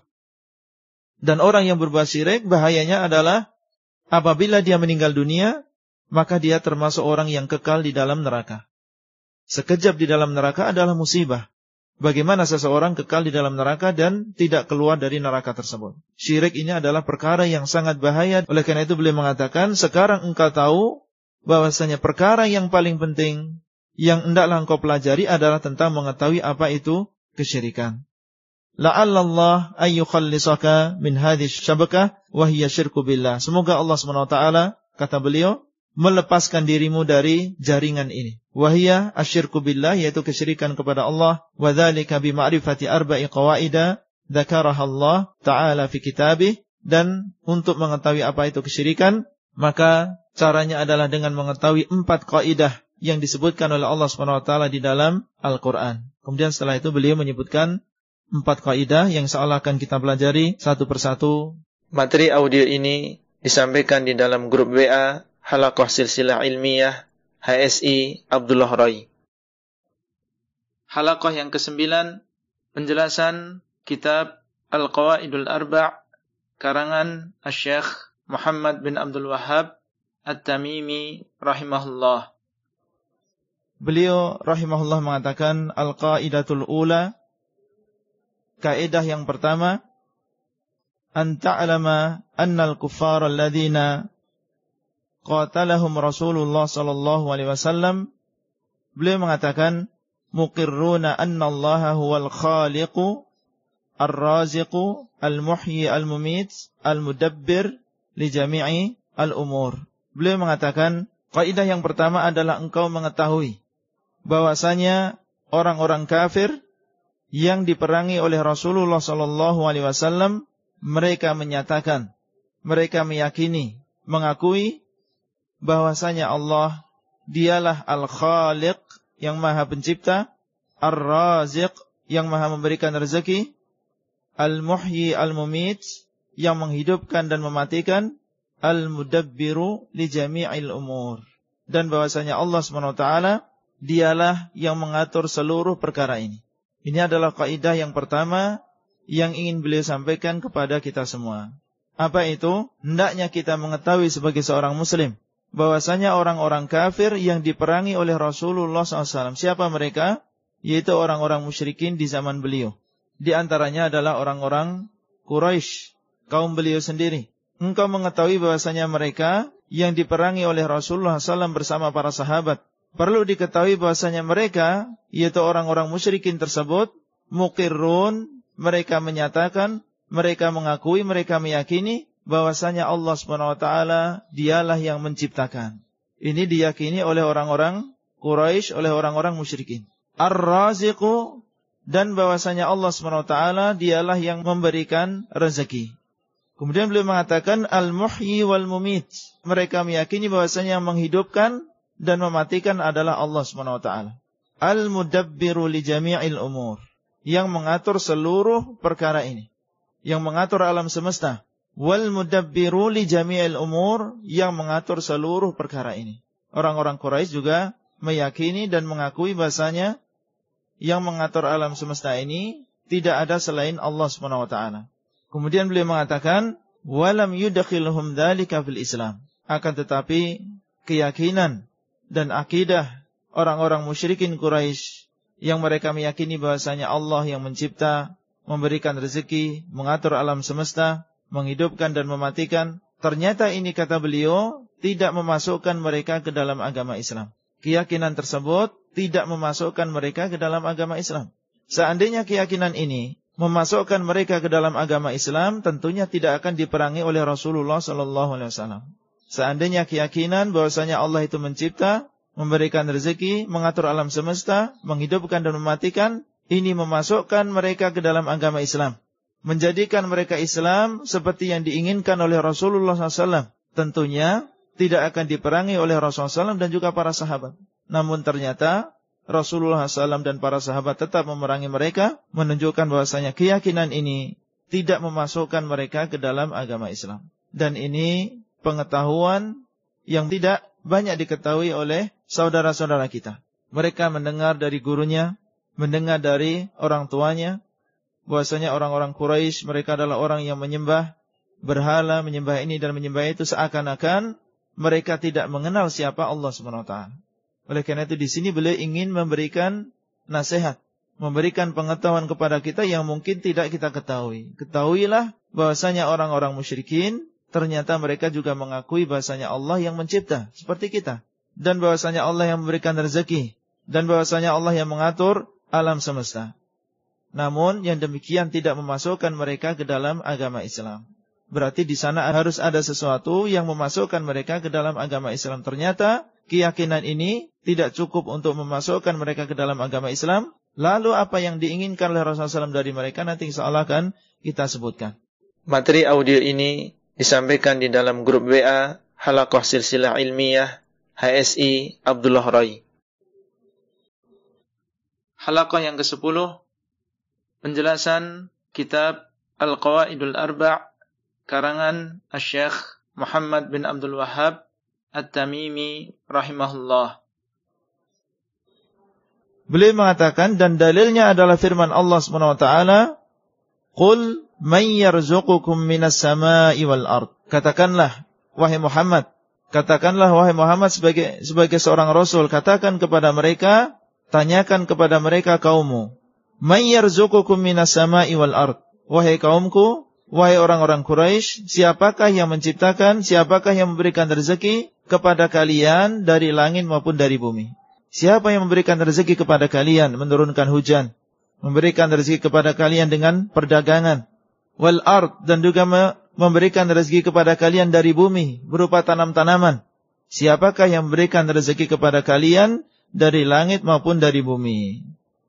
Dan orang yang berbuat syirik, bahayanya adalah apabila dia meninggal dunia, maka dia termasuk orang yang kekal di dalam neraka. Sekejap di dalam neraka adalah musibah. Bagaimana seseorang kekal di dalam neraka dan tidak keluar dari neraka tersebut. Syirik ini adalah perkara yang sangat bahaya. Oleh karena itu beliau mengatakan, sekarang engkau tahu bahwasanya perkara yang paling penting yang hendaklah engkau pelajari adalah tentang mengetahui apa itu kesyirikan. La'allallah ayyukhallisaka min hadhihi syabakah wa hiya syirku billah. Semoga Allah subhanahu wa taala, kata beliau, melepaskan dirimu dari jaringan ini. Wahia asyirku billah, yaitu kesyirikan kepada Allah. Wa dzalika bi ma'rifati arba'i qawaida dzakaraha Allah taala fi kitabih. Dan untuk mengetahui apa itu kesyirikan, maka caranya adalah dengan mengetahui empat kaidah yang disebutkan oleh Allah subhanahu wa taala di dalam Al-Qur'an. Kemudian setelah itu beliau menyebutkan empat kaidah yang seolah akan kita pelajari satu persatu. Materi audio ini disampaikan di dalam grup W A Halaqah Silsilah Ilmiyah H S I Abdullah Rai. Halaqah yang kesembilan, penjelasan kitab Al-Qawaidul Arba' karangan Asy-Syaikh Muhammad bin Abdul Wahhab At-Tamimi rahimahullah. Beliau rahimahullah mengatakan, Al-Qaidatul Ula, kaidah yang pertama, an ta'lama annal kuffara alladhina qatalahum Rasulullah sallallahu alaihi wasallam. Beliau mengatakan muqirruna anna Allah huwal khaliqu ar-raziqu al-muhyi al-mumit al-mudabbir li jami'i al-umur. Beliau mengatakan kaidah yang pertama adalah engkau mengetahui bahwasanya orang-orang kafir yang diperangi oleh Rasulullah sallallahu alaihi wasallam, mereka menyatakan, mereka meyakini, mengakui bahwasanya Allah dialah Al-Khaliq yang Maha Pencipta, Ar-Raziq yang Maha memberikan rezeki, Al-Muhyi Al-Mumit yang menghidupkan dan mematikan, Al-Mudabbiru li jami'il umur, dan bahwasanya Allah Subhanahu wa taala dialah yang mengatur seluruh perkara ini. Ini adalah kaidah yang pertama yang ingin beliau sampaikan kepada kita semua. Apa itu? Hendaknya kita mengetahui sebagai seorang muslim bahwasanya orang-orang kafir yang diperangi oleh Rasulullah shallallahu alaihi wasallam, siapa mereka? Yaitu orang-orang musyrikin di zaman beliau. Di antaranya adalah orang-orang Quraisy, kaum beliau sendiri. Engkau mengetahui bahwasanya mereka yang diperangi oleh Rasulullah shallallahu alaihi wasallam bersama para sahabat. Perlu diketahui bahwasanya mereka, yaitu orang-orang musyrikin tersebut, muqirrun, mereka menyatakan, mereka mengakui, mereka meyakini bahwasanya Allah Subhanahu wa taala dialah yang menciptakan. Ini diyakini oleh orang-orang Quraisy, oleh orang-orang musyrikin. Ar-Raziqu, dan bahwasanya Allah Subhanahu wa taala dialah yang memberikan rezeki. Kemudian beliau mengatakan Al-Muhyi wal-Mumit. Mereka meyakini bahwasanya yang menghidupkan dan mematikan adalah Allah Subhanahu wa taala. Al-Mudabbiru li jami'il umur, yang mengatur seluruh perkara ini, yang mengatur alam semesta. Wal mudabbiru li jami'il umur, yang mengatur seluruh perkara ini. Orang-orang Quraisy juga meyakini dan mengakui bahasanya yang mengatur alam semesta ini tidak ada selain Allah Subhanahu wa taala. Kemudian beliau mengatakan walam yudkhilhum dzalika fil Islam. Akan tetapi keyakinan dan akidah orang-orang musyrikin Quraisy yang mereka meyakini bahasanya Allah yang mencipta, memberikan rezeki, mengatur alam semesta, menghidupkan dan mematikan, ternyata ini kata beliau tidak memasukkan mereka ke dalam agama Islam. Keyakinan tersebut tidak memasukkan mereka ke dalam agama Islam. Seandainya keyakinan ini memasukkan mereka ke dalam agama Islam, tentunya tidak akan diperangi oleh Rasulullah sallallahu alaihi wasallam. Seandainya keyakinan bahwasanya Allah itu mencipta, memberikan rezeki, mengatur alam semesta, menghidupkan dan mematikan, ini memasukkan mereka ke dalam agama Islam, menjadikan mereka Islam seperti yang diinginkan oleh Rasulullah sallallahu alaihi wasallam. Tentunya tidak akan diperangi oleh Rasulullah sallallahu alaihi wasallam dan juga para sahabat. Namun ternyata Rasulullah sallallahu alaihi wasallam dan para sahabat tetap memerangi mereka, menunjukkan bahwasanya keyakinan ini tidak memasukkan mereka ke dalam agama Islam. Dan ini pengetahuan yang tidak banyak diketahui oleh saudara-saudara kita. Mereka mendengar dari gurunya, mendengar dari orang tuanya, bahwasanya orang-orang Quraisy mereka adalah orang yang menyembah berhala, menyembah ini dan menyembah itu, seakan-akan mereka tidak mengenal siapa Allah Subhanahu wa taala. Oleh karena itu di sini beliau ingin memberikan nasihat, memberikan pengetahuan kepada kita yang mungkin tidak kita ketahui. Ketahuilah bahwasanya orang-orang musyrikin ternyata mereka juga mengakui bahwasanya Allah yang mencipta seperti kita, dan bahwasanya Allah yang memberikan rezeki, dan bahwasanya Allah yang mengatur alam semesta. Namun yang demikian tidak memasukkan mereka ke dalam agama Islam. Berarti di sana harus ada sesuatu yang memasukkan mereka ke dalam agama Islam. Ternyata keyakinan ini tidak cukup untuk memasukkan mereka ke dalam agama Islam. Lalu apa yang diinginkan oleh Rasulullah shallallahu alaihi wasallam dari mereka nanti insyaallah akan kita sebutkan. Materi audio ini disampaikan di dalam grup W A Halaqah Silsilah Ilmiyah H S I Abdullah Rai. Halaqah yang kesepuluh, penjelasan kitab Al-Qawaidul Arba' karangan Asy-Syaikh Muhammad bin Abdul Wahhab At-Tamimi rahimahullah. Beliau mengatakan, dan dalilnya adalah firman Allah Subhanahu wa taala, "Qul man yarzuqukum minas samai wal ard." Katakanlah wahai Muhammad, katakanlah wahai Muhammad sebagai sebagai seorang rasul, katakan kepada mereka, tanyakan kepada mereka kaummu, "May yarzuqukum minas sama'i wal ard." Wahai kaumku, wahai orang-orang Quraisy, siapakah yang menciptakan, siapakah yang memberikan rezeki kepada kalian dari langit maupun dari bumi? Siapa yang memberikan rezeki kepada kalian, menurunkan hujan, memberikan rezeki kepada kalian dengan perdagangan, wal ard, dan juga memberikan rezeki kepada kalian dari bumi berupa tanam-tanaman? Siapakah yang memberikan rezeki kepada kalian dari langit maupun dari bumi?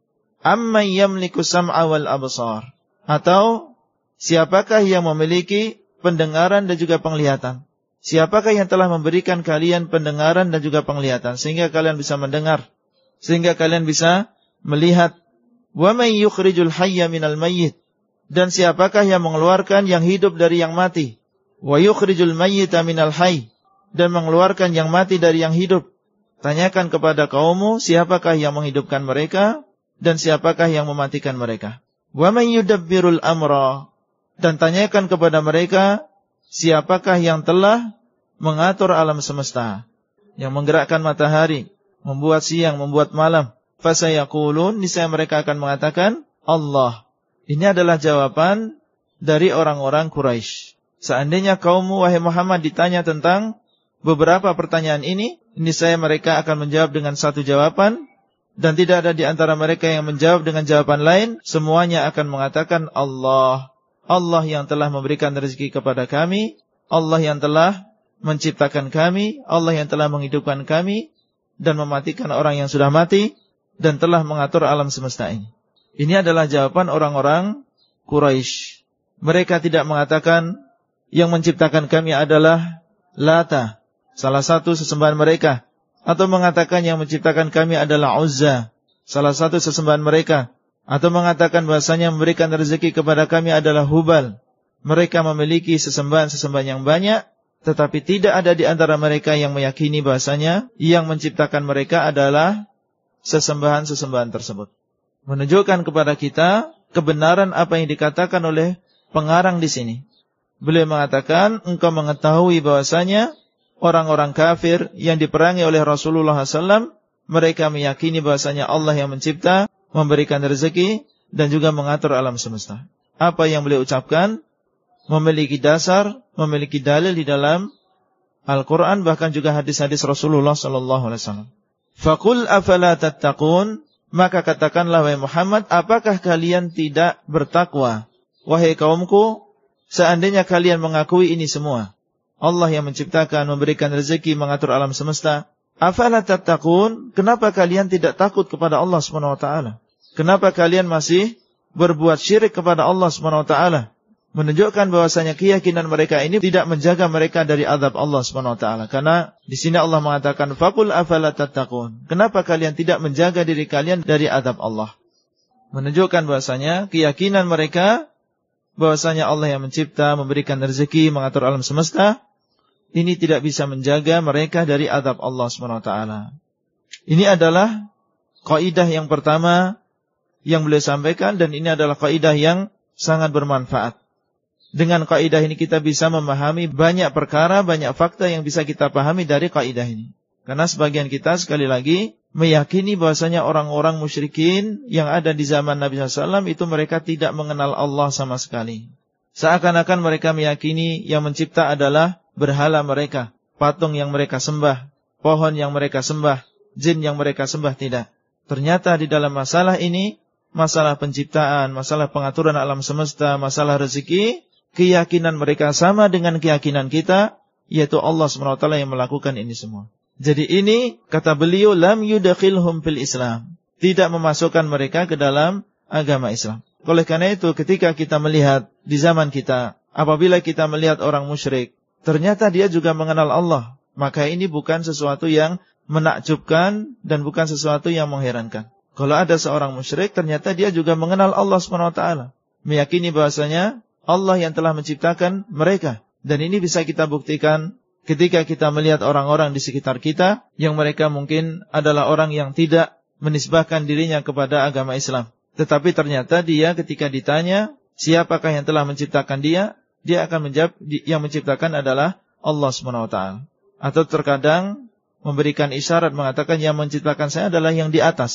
Amma yamliku sam'a wal absar. Atau siapakah yang memiliki pendengaran dan juga penglihatan? Siapakah yang telah memberikan kalian pendengaran dan juga penglihatan sehingga kalian bisa mendengar, sehingga kalian bisa melihat? Wa may yukhrijul hayya minal mayyit. Dan siapakah yang mengeluarkan yang hidup dari yang mati? Wa yukhrijul mayyita minal hayy. Dan mengeluarkan yang mati dari yang hidup. Tanyakan kepada kaummu, siapakah yang menghidupkan mereka dan siapakah yang mematikan mereka? Wa may yudabbirul amra. Dan tanyakan kepada mereka, siapakah yang telah mengatur alam semesta, yang menggerakkan matahari, membuat siang, membuat malam? Fasayaqulun, niscaya mereka akan mengatakan, Allah. Ini adalah jawaban dari orang-orang Quraisy. Seandainya kaummu, wahai Muhammad, ditanya tentang beberapa pertanyaan ini, niscaya mereka akan menjawab dengan satu jawaban, dan tidak ada di antara mereka yang menjawab dengan jawaban lain. Semuanya akan mengatakan Allah. Allah yang telah memberikan rezeki kepada kami, Allah yang telah menciptakan kami, Allah yang telah menghidupkan kami dan mematikan orang yang sudah mati, dan telah mengatur alam semesta ini. Ini adalah jawaban orang-orang Quraisy. Mereka tidak mengatakan yang menciptakan kami adalah Lata, salah satu sesembahan mereka, atau mengatakan yang menciptakan kami adalah Uzza, salah satu sesembahan mereka, atau mengatakan bahasanya memberikan rezeki kepada kami adalah Hubal. Mereka memiliki sesembahan-sesembahan yang banyak, tetapi tidak ada di antara mereka yang meyakini bahasanya yang menciptakan mereka adalah sesembahan-sesembahan tersebut. Menunjukkan kepada kita kebenaran apa yang dikatakan oleh pengarang di sini. Beliau mengatakan, engkau mengetahui bahasanya orang-orang kafir yang diperangi oleh Rasulullah shallallahu alaihi wasallam, mereka meyakini bahasanya Allah yang mencipta, memberikan rezeki, dan juga mengatur alam semesta. Apa yang beliau ucapkan memiliki dasar, memiliki dalil di dalam Al-Quran, bahkan juga hadis-hadis Rasulullah shallallahu alaihi wasallam. Faqul afala tattaqun, maka katakanlah wahai Muhammad, apakah kalian tidak bertakwa? Wahai kaumku, seandainya kalian mengakui ini semua, Allah yang menciptakan, memberikan rezeki, mengatur alam semesta, afala tattaqun, kenapa kalian tidak takut kepada Allah subhanahu wa taala? Kenapa kalian masih berbuat syirik kepada Allah subhanahu wa taala? Menunjukkan bahwasanya keyakinan mereka ini tidak menjaga mereka dari azab Allah subhanahu wa taala. Karena di sini Allah mengatakan faqul afala tattaqun. Kenapa kalian tidak menjaga diri kalian dari azab Allah? Menunjukkan bahwasanya keyakinan mereka bahwasanya Allah yang mencipta, memberikan rezeki, mengatur alam semesta, ini tidak bisa menjaga mereka dari azab Allah subhanahu wa taala. Ini adalah kaidah yang pertama yang beliau sampaikan, dan ini adalah kaidah yang sangat bermanfaat. Dengan kaidah ini kita bisa memahami banyak perkara, banyak fakta yang bisa kita pahami dari kaidah ini. Karena sebagian kita sekali lagi meyakini bahwasanya orang-orang musyrikin yang ada di zaman Nabi shallallahu alaihi wasallam itu mereka tidak mengenal Allah sama sekali. Seakan-akan mereka meyakini yang mencipta adalah berhala mereka, patung yang mereka sembah, pohon yang mereka sembah, jin yang mereka sembah. Tidak. Ternyata di dalam masalah ini, masalah penciptaan, masalah pengaturan alam semesta, masalah rezeki, keyakinan mereka sama dengan keyakinan kita, yaitu Allah subhanahu wa taala yang melakukan ini semua. Jadi ini, kata beliau, lam yudakhilhum fil Islam, tidak memasukkan mereka ke dalam agama Islam. Oleh karena itu, ketika kita melihat di zaman kita, apabila kita melihat orang musyrik, ternyata dia juga mengenal Allah, maka ini bukan sesuatu yang menakjubkan dan bukan sesuatu yang mengherankan. Kalau ada seorang musyrik, ternyata dia juga mengenal Allah subhanahu wa taala, meyakini bahasanya Allah yang telah menciptakan mereka. Dan ini bisa kita buktikan ketika kita melihat orang-orang di sekitar kita yang mereka mungkin adalah orang yang tidak menisbahkan dirinya kepada agama Islam. Tetapi ternyata dia ketika ditanya siapakah yang telah menciptakan dia, dia akan menjawab yang menciptakan adalah Allah subhanahu wa taala. Atau terkadang memberikan isyarat mengatakan yang menciptakan saya adalah yang di atas.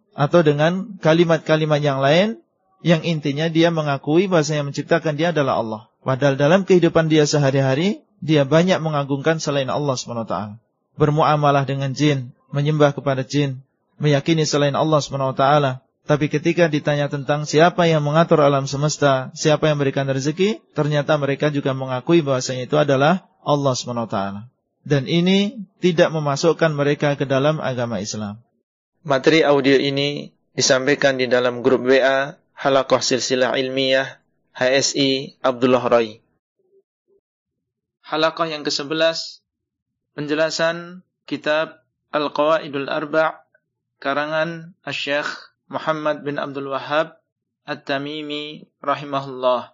atau dengan kalimat-kalimat yang lain yang intinya dia mengakui bahwa yang menciptakan dia adalah Allah. Padahal dalam kehidupan dia sehari-hari, dia banyak mengagungkan selain Allah subhanahu wa taala. Bermuamalah dengan jin, menyembah kepada jin, meyakini selain Allah subhanahu wa taala. Tapi ketika ditanya tentang siapa yang mengatur alam semesta, siapa yang memberikan rezeki, ternyata mereka juga mengakui bahwasanya itu adalah Allah subhanahu wa taala. Dan ini tidak memasukkan mereka ke dalam agama Islam. Materi audio ini disampaikan di dalam grup W A Halaqah Silsilah Ilmiah H S I Abdullah Rai. Halaqah yang kesebelas, penjelasan kitab Al-Qawaidul Arba' karangan Asy-Syaikh Muhammad bin Abdul Wahhab At-Tamimi rahimahullah.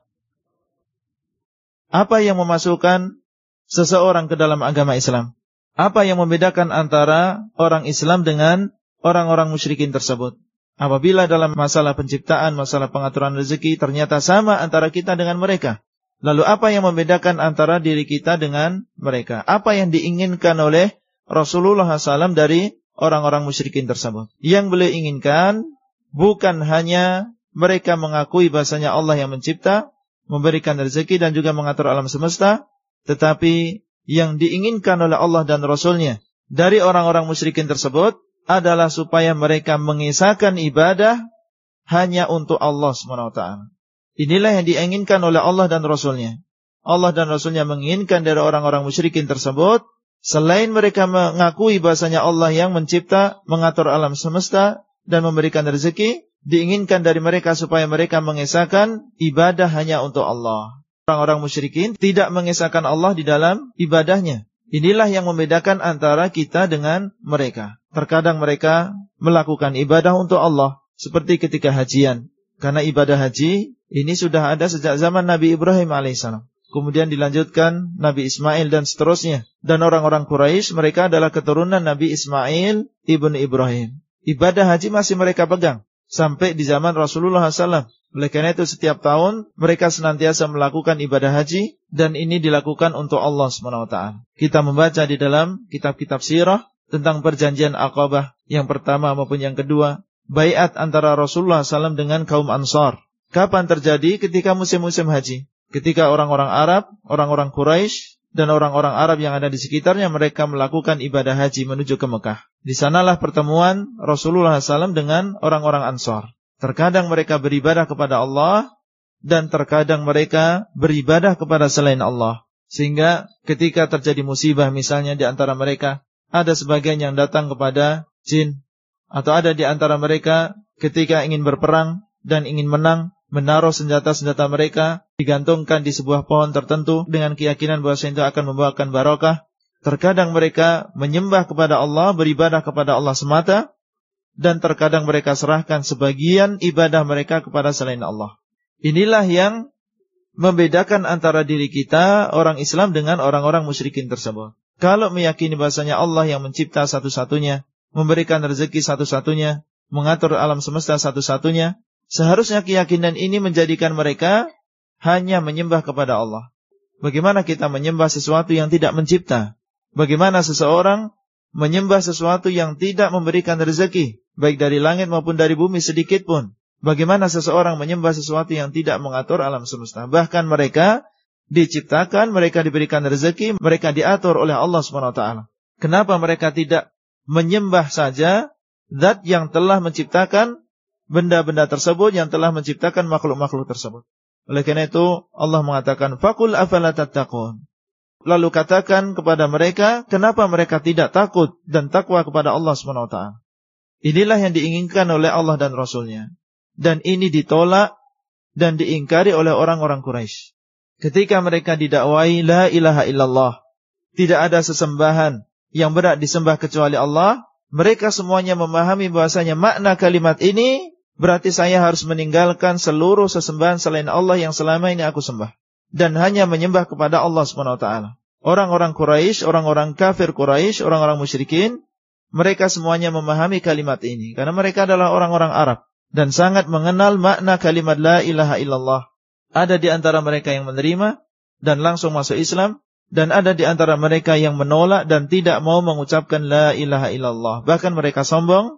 Apa yang memasukkan seseorang ke dalam agama Islam? Apa yang membedakan antara orang Islam dengan orang-orang musyrikin tersebut? Apabila dalam masalah penciptaan, masalah pengaturan rezeki, ternyata sama antara kita dengan mereka. Lalu apa yang membedakan antara diri kita dengan mereka? Apa yang diinginkan oleh Rasulullah shallallahu alaihi wasallam dari orang-orang musyrikin tersebut? Yang beliau inginkan bukan hanya mereka mengakui bahasanya Allah yang mencipta, memberikan rezeki dan juga mengatur alam semesta, tetapi yang diinginkan oleh Allah dan Rasulnya dari orang-orang musyrikin tersebut adalah supaya mereka mengisahkan ibadah hanya untuk Allah subhanahu wa taala. Inilah yang diinginkan oleh Allah dan Rasulnya. Allah dan Rasulnya menginginkan dari orang-orang musyrikin tersebut, selain mereka mengakui bahasanya Allah yang mencipta, mengatur alam semesta, dan memberikan rezeki, diinginkan dari mereka supaya mereka mengisahkan ibadah hanya untuk Allah. Orang-orang musyrikin tidak mengisahkan Allah di dalam ibadahnya. Inilah yang membedakan antara kita dengan mereka. Terkadang mereka melakukan ibadah untuk Allah, seperti ketika hajian. Karena ibadah haji ini sudah ada sejak zaman Nabi Ibrahim alaihissalam. Kemudian dilanjutkan Nabi Ismail dan seterusnya. Dan orang-orang Quraisy, mereka adalah keturunan Nabi Ismail ibn Ibrahim. Ibadah haji masih mereka pegang sampai di zaman Rasulullah shallallahu alaihi wasallam. Oleh karena itu setiap tahun mereka senantiasa melakukan ibadah haji, dan ini dilakukan untuk Allah subhanahu wa taala. Kita membaca di dalam kitab-kitab sirah tentang perjanjian Aqabah yang pertama maupun yang kedua, baiat antara Rasulullah shallallahu alaihi wasallam dengan kaum Ansar. Kapan terjadi? Ketika musim-musim haji. Ketika orang-orang Arab, orang-orang Quraisy dan orang-orang Arab yang ada di sekitarnya, mereka melakukan ibadah haji menuju ke Mekah. Di sanalah pertemuan Rasulullah shallallahu alaihi wasallam dengan orang-orang Ansar. Terkadang mereka beribadah kepada Allah, dan terkadang mereka beribadah kepada selain Allah. Sehingga ketika terjadi musibah misalnya di antara mereka, ada sebagian yang datang kepada jin, atau ada di antara mereka ketika ingin berperang dan ingin menang, menaruh senjata-senjata mereka digantungkan di sebuah pohon tertentu dengan keyakinan bahwa itu akan membawakan barokah. Terkadang mereka menyembah kepada Allah, beribadah kepada Allah semata, dan terkadang mereka serahkan sebagian ibadah mereka kepada selain Allah. Inilah yang membedakan antara diri kita, orang Islam, dengan orang-orang musyrikin tersebut. Kalau meyakini bahasanya Allah yang mencipta satu-satunya, memberikan rezeki satu-satunya, mengatur alam semesta satu-satunya, seharusnya keyakinan ini menjadikan mereka hanya menyembah kepada Allah. Bagaimana kita menyembah sesuatu yang tidak mencipta? Bagaimana seseorang menyembah sesuatu yang tidak memberikan rezeki, baik dari langit maupun dari bumi sedikit pun? Bagaimana seseorang menyembah sesuatu yang tidak mengatur alam semesta? Bahkan mereka diciptakan, mereka diberikan rezeki, mereka diatur oleh Allah subhanahu wa taala. Kenapa mereka tidak menyembah saja zat yang telah menciptakan benda-benda tersebut, yang telah menciptakan makhluk-makhluk tersebut? Oleh karena itu Allah mengatakan, faqul afala tattaqun. Lalu katakan kepada mereka, kenapa mereka tidak takut dan takwa kepada Allah subhanahu wa taala? Inilah yang diinginkan oleh Allah dan Rasulnya. Dan ini ditolak dan diingkari oleh orang-orang Quraisy. Ketika mereka didakwai la ilaha illallah, tidak ada sesembahan yang berhak disembah kecuali Allah, mereka semuanya memahami bahasanya makna kalimat ini berarti saya harus meninggalkan seluruh sesembahan selain Allah yang selama ini aku sembah, dan hanya menyembah kepada Allah subhanahu wa taala. Orang-orang Quraisy, orang-orang kafir Quraisy, orang-orang musyrikin, mereka semuanya memahami kalimat ini karena mereka adalah orang-orang Arab dan sangat mengenal makna kalimat la ilaha illallah. Ada di antara mereka yang menerima dan langsung masuk Islam, dan ada di antara mereka yang menolak dan tidak mau mengucapkan la ilaha illallah. Bahkan mereka sombong,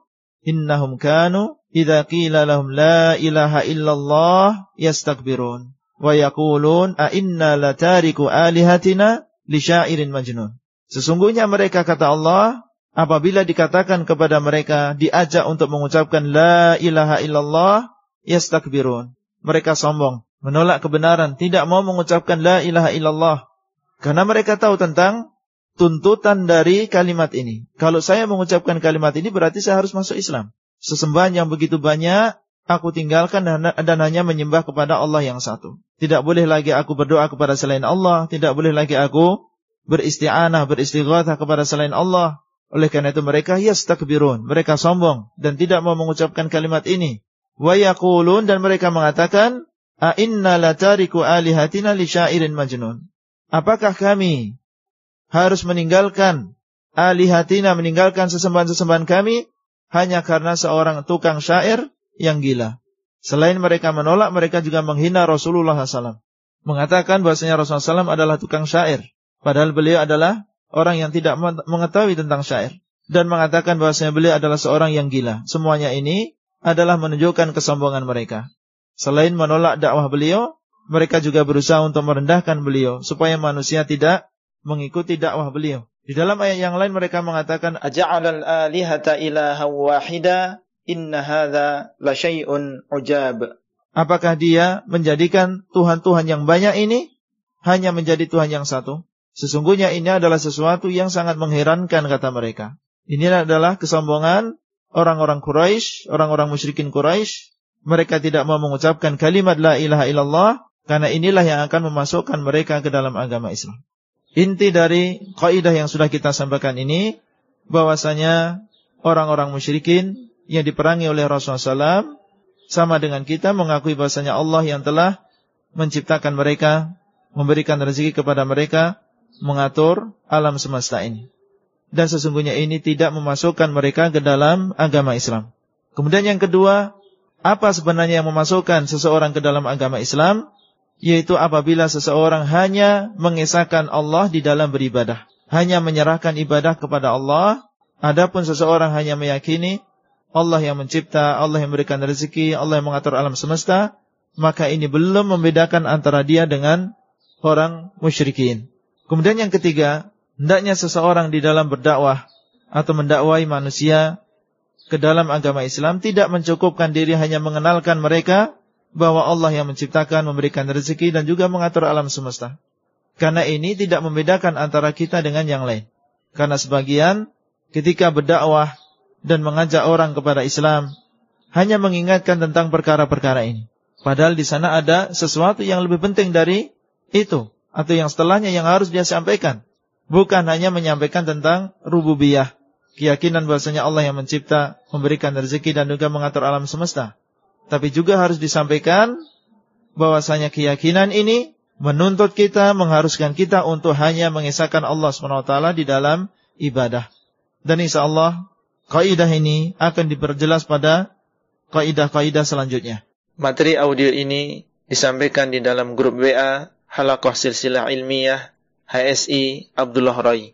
innahum kanu idza qila lahum la ilaha illallah yastakbirun wa yaqulun a inna latariku alihatina li syairin majnun. Sesungguhnya mereka, kata Allah, apabila dikatakan kepada mereka, diajak untuk mengucapkan la ilaha illallah, yastakbirun. Mereka sombong, menolak kebenaran, tidak mau mengucapkan la ilaha illallah. Karena mereka tahu tentang tuntutan dari kalimat ini. Kalau saya mengucapkan kalimat ini berarti saya harus masuk Islam. Sesembahan yang begitu banyak aku tinggalkan dan, dan hanya menyembah kepada Allah yang satu. Tidak boleh lagi aku berdoa kepada selain Allah. Tidak boleh lagi aku beristi'anah, beristighatsah kepada selain Allah. Oleh karena itu mereka yastakbirun, mereka sombong dan tidak mau mengucapkan kalimat ini. Wa yaqulun, dan mereka mengatakan, a inna latariku alihatina li syairin majnun. Apakah kami harus meninggalkan alihatina, meninggalkan sesembahan-sesembahan kami hanya karena seorang tukang syair yang gila? Selain mereka menolak, mereka juga menghina Rasulullah shallallahu alaihi wasallam, mengatakan bahwasanya Rasulullah shallallahu alaihi wasallam adalah tukang syair, padahal beliau adalah orang yang tidak mengetahui tentang syair, dan mengatakan bahwasanya beliau adalah seorang yang gila. Semuanya ini adalah menunjukkan kesombongan mereka. Selain menolak dakwah beliau, mereka juga berusaha untuk merendahkan beliau supaya manusia tidak mengikuti dakwah beliau. Di dalam ayat yang lain mereka mengatakan, aja'alal alihata ilaha wahida inna hadza la syai'un ujab. Apakah dia menjadikan tuhan-tuhan yang banyak ini hanya menjadi Tuhan yang satu? Sesungguhnya ini adalah sesuatu yang sangat mengherankan, kata mereka. Ini adalah kesombongan orang-orang Quraisy, orang-orang musyrikin Quraisy. Mereka tidak mau mengucapkan kalimat la ilaha illallah, karena inilah yang akan memasukkan mereka ke dalam agama Islam. Inti dari kaidah yang sudah kita sampaikan ini, bahwasanya orang-orang musyrikin yang diperangi oleh Rasulullah shallallahu alaihi wasallam sama dengan kita mengakui bahwasanya Allah yang telah menciptakan mereka, memberikan rezeki kepada mereka, mengatur alam semesta ini. Dan sesungguhnya ini tidak memasukkan mereka ke dalam agama Islam. Kemudian yang kedua, apa sebenarnya yang memasukkan seseorang ke dalam agama Islam? Yaitu apabila seseorang hanya mengesahkan Allah di dalam beribadah, hanya menyerahkan ibadah kepada Allah. Adapun seseorang hanya meyakini Allah yang mencipta, Allah yang memberikan rezeki, Allah yang mengatur alam semesta, maka ini belum membedakan antara dia dengan orang musyrikin. Kemudian yang ketiga, hendaknya seseorang di dalam berdakwah atau mendakwai manusia ke dalam agama Islam tidak mencukupkan diri hanya mengenalkan mereka bahwa Allah yang menciptakan, memberikan rezeki dan juga mengatur alam semesta. Karena ini tidak membedakan antara kita dengan yang lain. Karena sebagian ketika berdakwah dan mengajak orang kepada Islam hanya mengingatkan tentang perkara-perkara ini, padahal di sana ada sesuatu yang lebih penting dari itu, atau yang setelahnya yang harus dia sampaikan. Bukan hanya menyampaikan tentang rububiyah, keyakinan bahwasanya Allah yang mencipta, memberikan rezeki dan juga mengatur alam semesta, tapi juga harus disampaikan bahwasanya keyakinan ini menuntut kita, mengharuskan kita untuk hanya mengesahkan Allah subhanahu wa taala di dalam ibadah. Dan insyaallah kaidah ini akan diperjelas pada kaidah-kaidah selanjutnya. Materi audio ini disampaikan di dalam grup W A Halaqah Silsilah Ilmiyah H S I Abdullah Rai.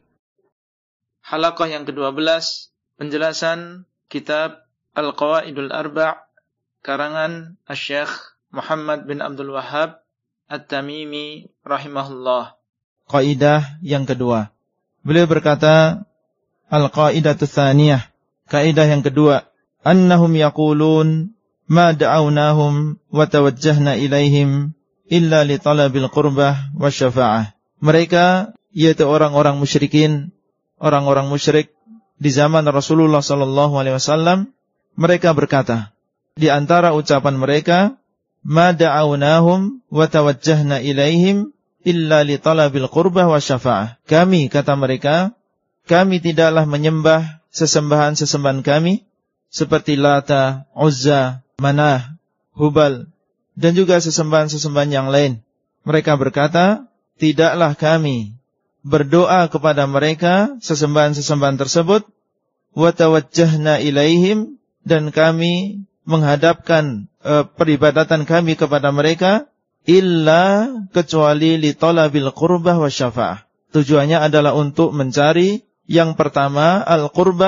Halaqah yang kedua belas, penjelasan kitab Al-Qawaidul Arba' karangan Asy-Syaikh Muhammad bin Abdul Wahhab At-Tamimi rahimahullah. Kaidah yang kedua, beliau berkata, Al-Qaidatu Tsaniyah, kaidah yang kedua, annahum yaqulun ma da'awnahum wa tawajjahna ilaihim illa li talabil qurbah wa syafa'ah. Mereka yaitu orang-orang musyrikin, orang-orang musyrik di zaman Rasulullah sallallahu alaihi wasallam, mereka berkata di antara ucapan mereka, ma da'awnahum wa tawajjahna ilaihim illa li talabil qurbah wa syafa'ah. Kami, kata mereka, kami tidaklah menyembah sesembahan-sesembahan kami seperti Lata, Uzza, Manah, Hubal dan juga sesembahan-sesembahan yang lain. Mereka berkata, tidaklah kami berdoa kepada mereka sesembahan-sesembahan tersebut, wa tawajjahna ilaihim, dan kami menghadapkan e, peribadatan kami kepada mereka, illa kecuali li talabil qurbah wa syafa'ah. Tujuannya adalah untuk mencari yang pertama al-qurbah,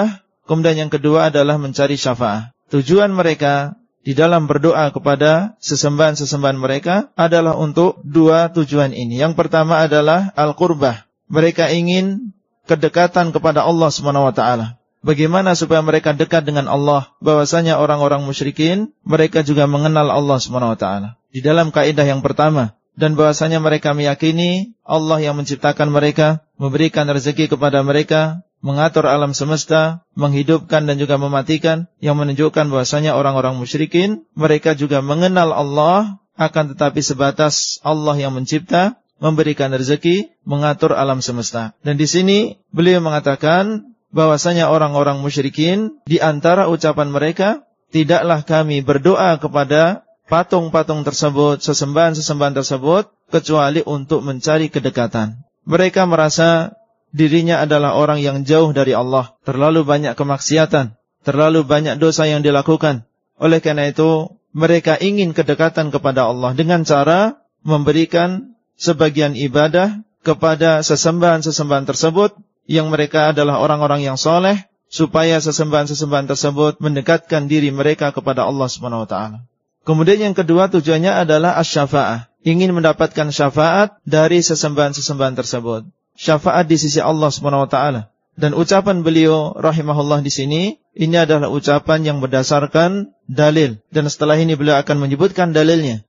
Kemudian yang kedua adalah mencari syafaat. Tujuan mereka di dalam berdoa kepada sesembahan-sesembahan mereka adalah untuk dua tujuan ini. Yang pertama adalah al-qurbah. Mereka ingin kedekatan kepada Allah subhanahu wa taala. Bagaimana supaya mereka dekat dengan Allah? Bahwasanya orang-orang musyrikin mereka juga mengenal Allah subhanahu wa taala. Di dalam kaidah yang pertama, dan bahwasanya mereka meyakini Allah yang menciptakan mereka, memberikan rezeki kepada mereka, mengatur alam semesta, menghidupkan dan juga mematikan, yang menunjukkan bahwasanya orang-orang musyrikin mereka juga mengenal Allah, akan tetapi sebatas Allah yang mencipta, memberikan rezeki, mengatur alam semesta. Dan di sini beliau mengatakan bahwasanya orang-orang musyrikin di antara ucapan mereka, tidaklah kami berdoa kepada patung-patung tersebut, sesembahan-sesembahan tersebut, kecuali untuk mencari kedekatan. Mereka merasa dirinya adalah orang yang jauh dari Allah, terlalu banyak kemaksiatan, terlalu banyak dosa yang dilakukan. Oleh karena itu, mereka ingin kedekatan kepada Allah dengan cara memberikan sebagian ibadah kepada sesembahan-sesembahan tersebut, yang mereka adalah orang-orang yang soleh, supaya sesembahan-sesembahan tersebut mendekatkan diri mereka kepada Allah subhanahu wa taala. Kemudian yang kedua tujuannya adalah asy-syafa'ah, ingin mendapatkan syafaat dari sesembahan-sesembahan tersebut. Syafaat di sisi Allah subhanahu wa taala. Dan ucapan beliau rahimahullah di sini, ini adalah ucapan yang berdasarkan dalil. Dan setelah ini beliau akan menyebutkan dalilnya.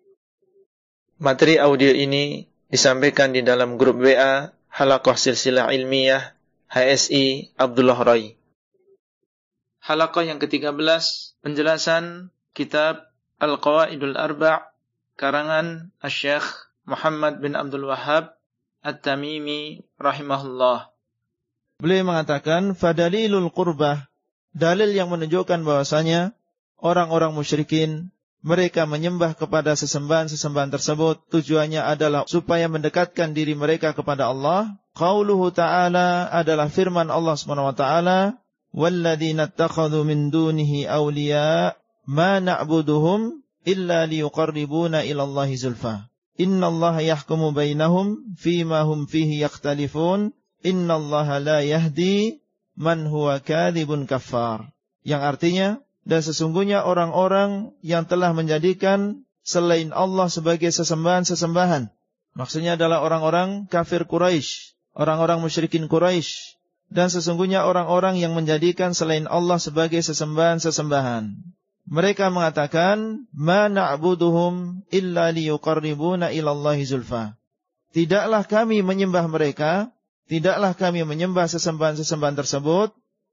Materi audio ini disampaikan di dalam grup W A Halaqah Silsilah Ilmiyah H S I Abdullah Rai. Halaqah yang ketiga belas, penjelasan kitab Al-Qawaidul Arba' karangan Asy-Syaikh Muhammad bin Abdul Wahhab At-Tamimi rahimahullah. Beliau mengatakan fadalilul qurbah, dalil yang menunjukkan bahwasanya orang-orang musyrikin mereka menyembah kepada sesembahan-sesembahan tersebut tujuannya adalah supaya mendekatkan diri mereka kepada Allah. Qauluhu ta'ala adalah firman Allah Subhanahu wa taala, walladzina ittakhadhu min dunihi awliya ma na'buduhum illa liyuqarribuna ila Allahi zulfa. Innallaha yahkumu bainahum fima hum fihi yakhtalifun. Innallaha la yahdi man huwa kadhibun kaffar. Yang artinya, dan sesungguhnya orang-orang yang telah menjadikan selain Allah sebagai sesembahan-sesembahan. Maksudnya adalah orang-orang kafir Quraisy, orang-orang musyrikin Quraisy. Dan sesungguhnya orang-orang yang menjadikan selain Allah sebagai sesembahan-sesembahan. Mereka mengatakan, ma na'buduhum illa liyuqarribuna ilallahi zulfa. Tidaklah kami menyembah mereka, tidaklah kami menyembah sesembahan-sesembahan tersebut,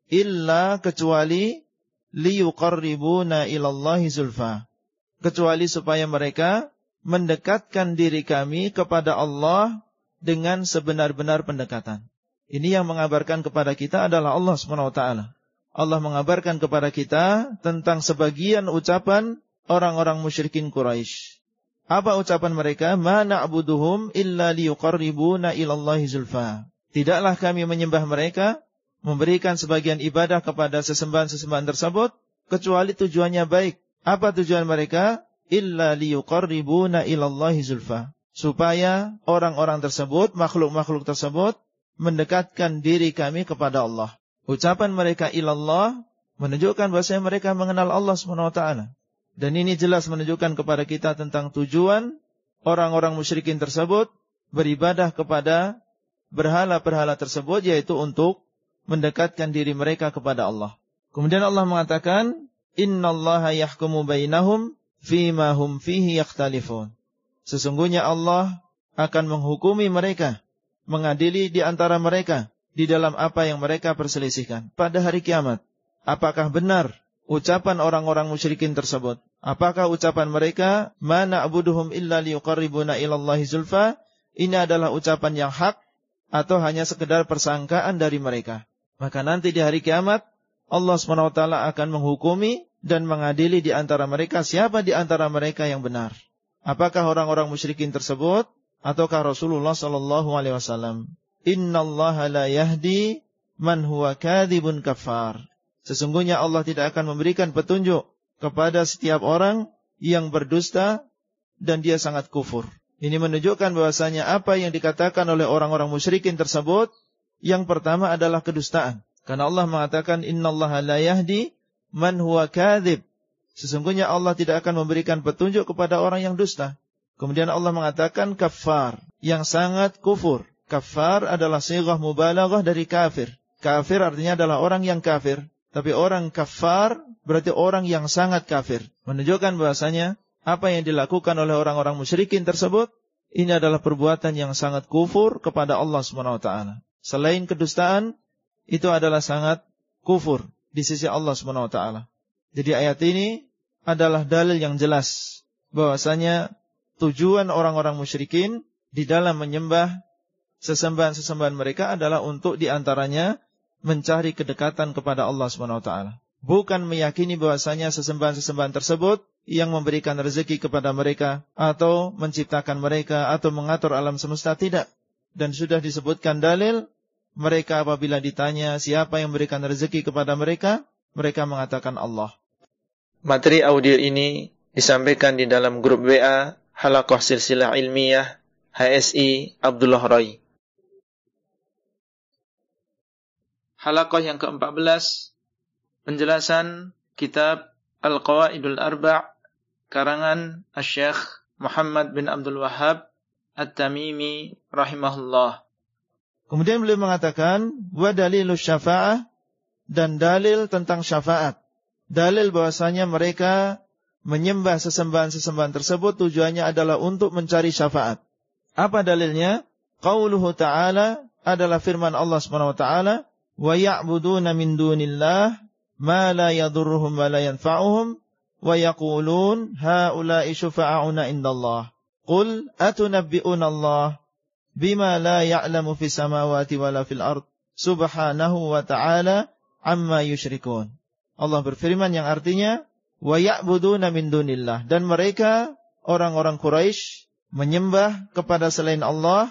illa kecuali liyuqarribuna ilallahi zulfa. Kecuali supaya mereka mendekatkan diri kami kepada Allah dengan sebenar-benar pendekatan. Ini yang mengabarkan kepada kita adalah Allah subhanahu wa taala. Allah mengabarkan kepada kita tentang sebagian ucapan orang-orang musyrikin Quraisy. Apa ucapan mereka? Ma na'buduhum illa liyuqarribuna ilallahi zulfa. Tidaklah kami menyembah mereka, memberikan sebagian ibadah kepada sesembahan-sesembahan tersebut, kecuali tujuannya baik. Apa tujuan mereka? Illa liyuqarribuna ilallahi zulfa. Supaya orang-orang tersebut, makhluk-makhluk tersebut, mendekatkan diri kami kepada Allah. Ucapan mereka ilallah menunjukkan bahwasanya mereka mengenal Allah subhanahu wa taala. Dan ini jelas menunjukkan kepada kita tentang tujuan orang-orang musyrikin tersebut beribadah kepada berhala-berhala tersebut, yaitu untuk mendekatkan diri mereka kepada Allah. Kemudian Allah mengatakan, innallaha yahkumu bainahum fima hum fihi yakhtalifun. Sesungguhnya Allah akan menghukumi mereka, mengadili di antara mereka di dalam apa yang mereka perselisihkan pada hari kiamat. Apakah benar ucapan orang-orang musyrikin tersebut? Apakah ucapan mereka ma na'buduhum illa liyuqarribuna ilallahi zulfa ini adalah ucapan yang hak atau hanya sekedar persangkaan dari mereka? Maka nanti di hari kiamat Allah subhanahu wa taala akan menghukumi dan mengadili di antara mereka siapa di antara mereka yang benar. Apakah orang-orang musyrikin tersebut ataukah Rasulullah sallallahu alaihi wasallam? Innallaha la yahdi man huwa kadhibun kafar. Sesungguhnya Allah tidak akan memberikan petunjuk kepada setiap orang yang berdusta dan dia sangat kufur. Ini menunjukkan bahwasanya apa yang dikatakan oleh orang-orang musyrikin tersebut, yang pertama adalah kedustaan. Karena Allah mengatakan innallaha la yahdi man huwa kadzib. Sesungguhnya Allah tidak akan memberikan petunjuk kepada orang yang dusta. Kemudian Allah mengatakan kafar, yang sangat kufur. Kafar adalah sighah mubalaghah dari kafir. Kafir artinya adalah orang yang kafir. Tapi orang kafar berarti orang yang sangat kafir. Menunjukkan bahasanya apa yang dilakukan oleh orang-orang musyrikin tersebut, ini adalah perbuatan yang sangat kufur kepada Allah subhanahu wa taala. Selain kedustaan, itu adalah sangat kufur di sisi Allah subhanahu wa taala. Jadi ayat ini adalah dalil yang jelas bahwasanya tujuan orang-orang musyrikin di dalam menyembah sesembahan-sesembahan mereka adalah untuk diantaranya mencari kedekatan kepada Allah subhanahu wa taala. Bukan meyakini bahwasanya sesembahan-sesembahan tersebut yang memberikan rezeki kepada mereka atau menciptakan mereka atau mengatur alam semesta, tidak. Dan sudah disebutkan dalil, mereka apabila ditanya siapa yang memberikan rezeki kepada mereka, mereka mengatakan Allah. Materi audio ini disampaikan di dalam grup W A Halaqah Silsilah Ilmiyah H S I Abdullah Rai. Halaqah yang keempat belas, penjelasan kitab Al-Qawaidul Arba' karangan Asy-Syaikh Muhammad bin Abdul Wahhab At-Tamimi rahimahullah. Kemudian beliau mengatakan wa dalilus syafa'ah, dan dalil tentang syafaat. Dalil bahwasanya mereka menyembah sesembahan-sesembahan tersebut tujuannya adalah untuk mencari syafaat. Apa dalilnya? Qauluhu ta'ala adalah firman Allah Subhanahu wa taala, wa ya'buduna min dunillah ma la yadurruhum wa la yanfa'uhum wa yaqulun haula'i syufa'auna indallah. Qul atunabbi'una Allah bima la ya'lamu fis samawati wa la fil ard subhanahu wa ta'ala amma yusyrikun. Allah berfirman yang artinya wa ya'buduna min dunillah, dan mereka orang-orang Quraisy menyembah kepada selain Allah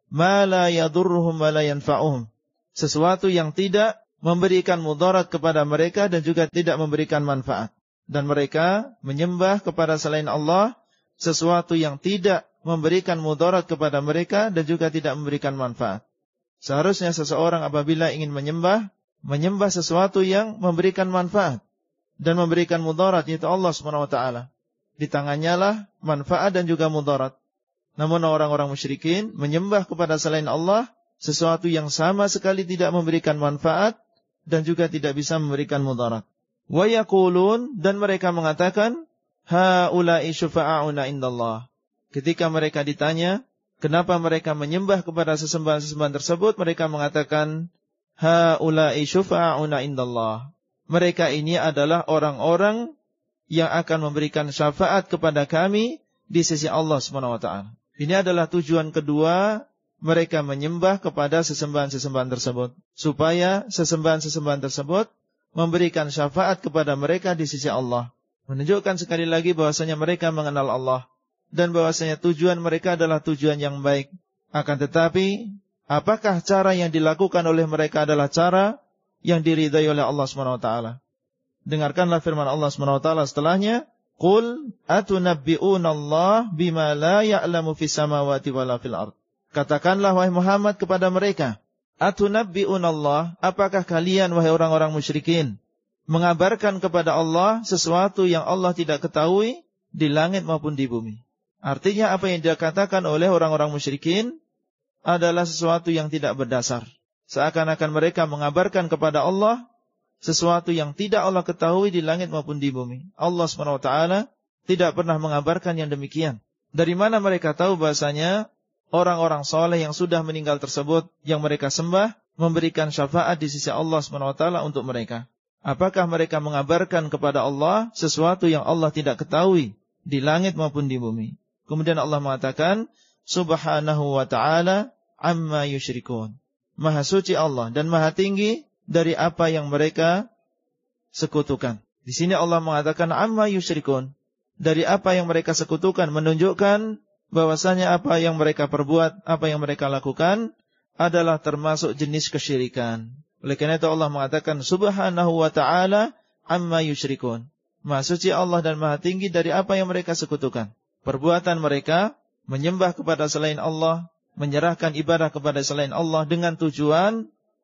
ma la yadurruhum wa la yanfa'uhum, sesuatu yang tidak memberikan mudarat kepada mereka dan juga tidak memberikan manfaat. Dan mereka menyembah kepada selain Allah sesuatu yang tidak memberikan mudarat kepada mereka dan juga tidak memberikan manfaat. Seharusnya seseorang apabila ingin menyembah, menyembah sesuatu yang memberikan manfaat dan memberikan mudarat, yaitu Allah subhanahu wa taala. Di tangannya lah manfaat dan juga mudarat. Namun orang-orang musyrikin menyembah kepada selain Allah sesuatu yang sama sekali tidak memberikan manfaat dan juga tidak bisa memberikan mudarat. Wa yaqulun, dan mereka mengatakan haula'i syufa'auna indallah. Ketika mereka ditanya kenapa mereka menyembah kepada sesembahan-sesembahan tersebut, mereka mengatakan haula'i syufa'auna indallah. Mereka ini adalah orang-orang yang akan memberikan syafaat kepada kami di sisi Allah Subhanahu wa taala. Ini adalah tujuan kedua mereka menyembah kepada sesembahan-sesembahan tersebut, supaya sesembahan-sesembahan tersebut memberikan syafaat kepada mereka di sisi Allah. Menunjukkan sekali lagi bahwasanya mereka mengenal Allah dan bahwasanya tujuan mereka adalah tujuan yang baik. Akan tetapi, apakah cara yang dilakukan oleh mereka adalah cara yang diridai oleh Allah subhanahu wa taala? Dengarkanlah firman Allah subhanahu wa taala setelahnya, Qul atunabbi'una Allah bima la ya'lamu fis samawati wala fil ard. Katakanlah wahai Muhammad kepada mereka, atunabbi'una Allah, apakah kalian wahai orang-orang musyrikin mengabarkan kepada Allah sesuatu yang Allah tidak ketahui di langit maupun di bumi? Artinya apa yang dikatakan oleh orang-orang musyrikin adalah sesuatu yang tidak berdasar. Seakan-akan mereka mengabarkan kepada Allah sesuatu yang tidak Allah ketahui di langit maupun di bumi. Allah subhanahu wa taala tidak pernah mengabarkan yang demikian. Dari mana mereka tahu bahasanya orang-orang soleh yang sudah meninggal tersebut yang mereka sembah memberikan syafaat di sisi Allah subhanahu wa taala untuk mereka? Apakah mereka mengabarkan kepada Allah sesuatu yang Allah tidak ketahui di langit maupun di bumi? Kemudian Allah mengatakan, Subhanahu wa ta'ala amma yusyrikun. Maha suci Allah dan maha tinggi dari apa yang mereka sekutukan. Di sini Allah mengatakan amma yusyrikun, dari apa yang mereka sekutukan, menunjukkan bahwasanya apa yang mereka perbuat, apa yang mereka lakukan adalah termasuk jenis kesyirikan. Oleh karena itu Allah mengatakan Subhanahu wa ta'ala amma yusyrikun. Maha suci Allah dan maha tinggi dari apa yang mereka sekutukan. Perbuatan mereka menyembah kepada selain Allah, menyerahkan ibadah kepada selain Allah dengan tujuan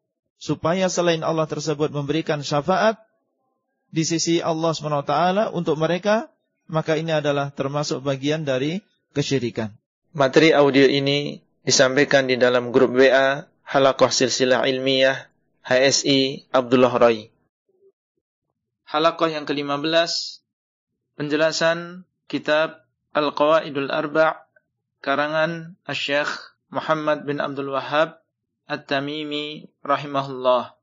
supaya selain Allah tersebut memberikan syafaat di sisi Allah subhanahu wa taala untuk mereka, maka ini adalah termasuk bagian dari kesyirikan. Materi audio ini disampaikan di dalam grup W A Halaqah Silsilah Ilmiah H S I Abdullah Rai. Halaqah yang kelima belas, penjelasan kitab Al-Qawaidul Arba' karangan Asy-Syaikh Muhammad bin Abdul Wahhab At-Tamimi rahimahullah.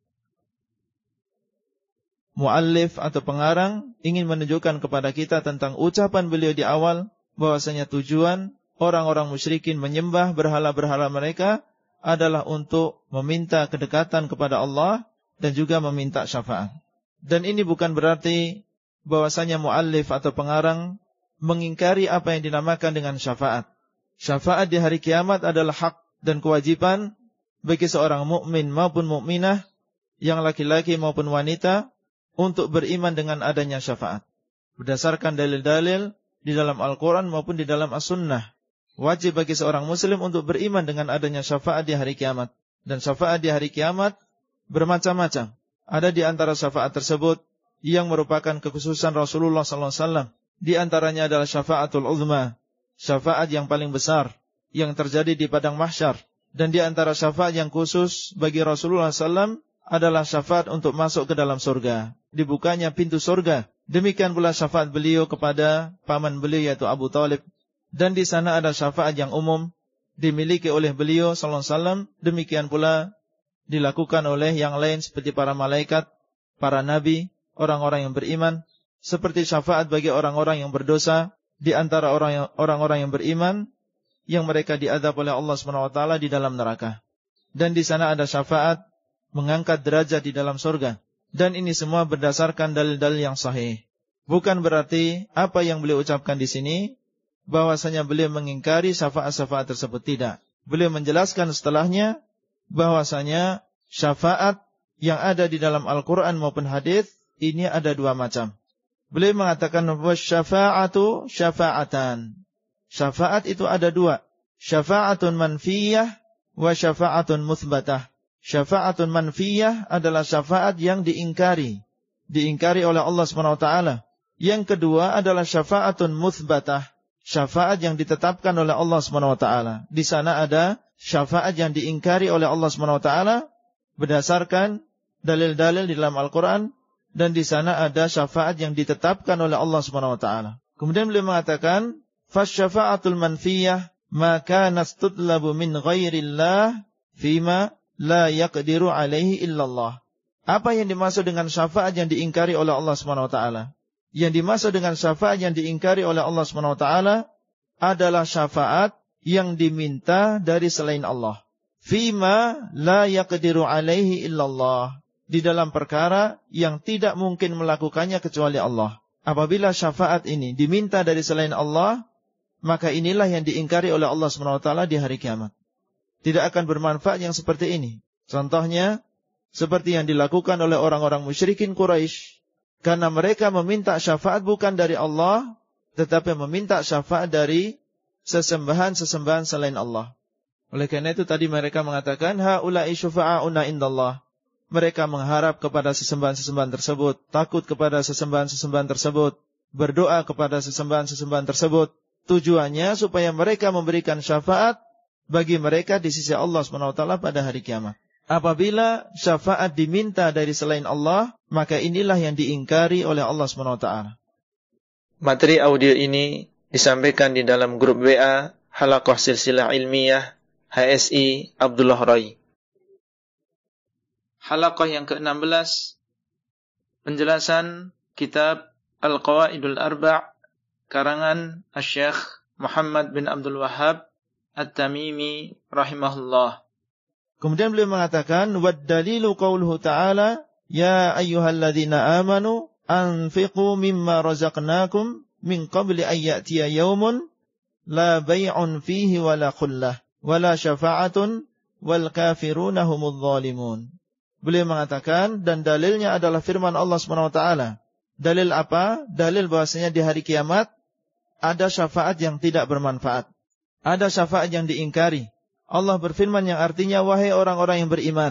Muallif atau pengarang ingin menunjukkan kepada kita tentang ucapan beliau di awal bahwasanya tujuan orang-orang musyrikin menyembah berhala-berhala mereka adalah untuk meminta kedekatan kepada Allah dan juga meminta syafaat. Dan ini bukan berarti bahwasanya muallif atau pengarang mengingkari apa yang dinamakan dengan syafaat. Syafaat di hari kiamat adalah hak dan kewajiban bagi seorang mukmin maupun mukminah, yang laki-laki maupun wanita, untuk beriman dengan adanya syafaat. Berdasarkan dalil-dalil di dalam Al-Quran maupun di dalam As-Sunnah, wajib bagi seorang muslim untuk beriman dengan adanya syafaat di hari kiamat. Dan syafaat di hari kiamat bermacam-macam. Ada di antara syafaat tersebut yang merupakan kekhususan Rasulullah sallallahu alaihi wasallam. Di antaranya adalah syafaatul uzma, syafaat yang paling besar yang terjadi di padang mahsyar. Dan di antara syafaat yang khusus bagi Rasulullah sallallahu alaihi wasallam adalah syafaat untuk masuk ke dalam surga, dibukanya pintu surga. Demikian pula syafaat beliau kepada paman beliau yaitu Abu Thalib. Dan di sana ada syafaat yang umum dimiliki oleh beliau sallallahu alaihi wasallam. Demikian pula dilakukan oleh yang lain seperti para malaikat, para nabi, orang-orang yang beriman. Seperti syafaat bagi orang-orang yang berdosa di antara orang-orang yang beriman, yang mereka diazab oleh Allah subhanahu wa taala di dalam neraka. Dan di sana ada syafaat mengangkat derajat di dalam surga. Dan ini semua berdasarkan dalil-dalil yang sahih. Bukan berarti apa yang beliau ucapkan di sini bahwasanya beliau mengingkari syafaat-syafaat tersebut, tidak. Beliau menjelaskan setelahnya bahwasanya syafaat yang ada di dalam Al-Quran maupun hadis ini ada dua macam. Beliau mengatakan wasyafa'atu syafa'atan. Syafaat itu ada dua. Syafa'atun manfiyah wa syafa'atun muthbatah. Syafa'atun manfiyah adalah syafaat yang diingkari, diingkari oleh Allah subhanahu wa taala. Yang kedua adalah syafa'atun muthbatah, syafaat yang ditetapkan oleh Allah subhanahu wa taala. Di sana ada syafaat yang diingkari oleh Allah subhanahu wa taala berdasarkan dalil-dalil di dalam Al-Quran, dan di sana ada syafaat yang ditetapkan oleh Allah subhanahu wa taala. Kemudian beliau mengatakan fasyafa'atul manfiyah ma kana studlabu min ghairillah fima la yaqdiru alaihi illallah. Apa yang dimaksud dengan syafaat yang diingkari oleh Allah subhanahu wa taala? Yang dimaksud dengan syafaat yang diingkari oleh Allah subhanahu wa taala adalah syafaat yang diminta dari selain Allah. Fima la yaqdiru alaihi illallah. Di dalam perkara yang tidak mungkin melakukannya kecuali Allah. Apabila syafaat ini diminta dari selain Allah, maka inilah yang diingkari oleh Allah subhanahu wa taala di hari kiamat. Tidak akan bermanfaat yang seperti ini. Contohnya, seperti yang dilakukan oleh orang-orang musyrikin Quraisy. Karena mereka meminta syafaat bukan dari Allah, tetapi meminta syafaat dari sesembahan-sesembahan selain Allah. Oleh karena itu tadi mereka mengatakan, haula'i syufa'auna indallah. Mereka mengharap kepada sesembahan-sesembahan tersebut, takut kepada sesembahan-sesembahan tersebut, berdoa kepada sesembahan-sesembahan tersebut. Tujuannya supaya mereka memberikan syafaat bagi mereka di sisi Allah subhanahu wa taala pada hari kiamat. Apabila syafaat diminta dari selain Allah, maka inilah yang diingkari oleh Allah subhanahu wa taala. Materi audio ini disampaikan di dalam grup W A Halaqah Silsilah Ilmiah H S I Abdullah Rai. Halaqah yang keenam belas, penjelasan kitab Al-Qawaidul Arba' karangan Asy-Syaikh Muhammad bin Abdul Wahhab At-Tamimi rahimahullah. Kemudian beliau mengatakan, wad-dalilu qauluhu ta'ala, ya ayyuhalladzina amanu anfiqu mimma razaqnakum min qabli an ya'tiya yaumun la bay'un fihi wala khullah wala syafa'atun wal kafiruna humudz zalimun. Beliau mengatakan, dan dalilnya adalah firman Allah subhanahu wa taala. Dalil apa? Dalil bahwasanya di hari kiamat ada syafaat yang tidak bermanfaat. Ada syafaat yang diingkari. Allah berfirman yang artinya, wahai orang-orang yang beriman,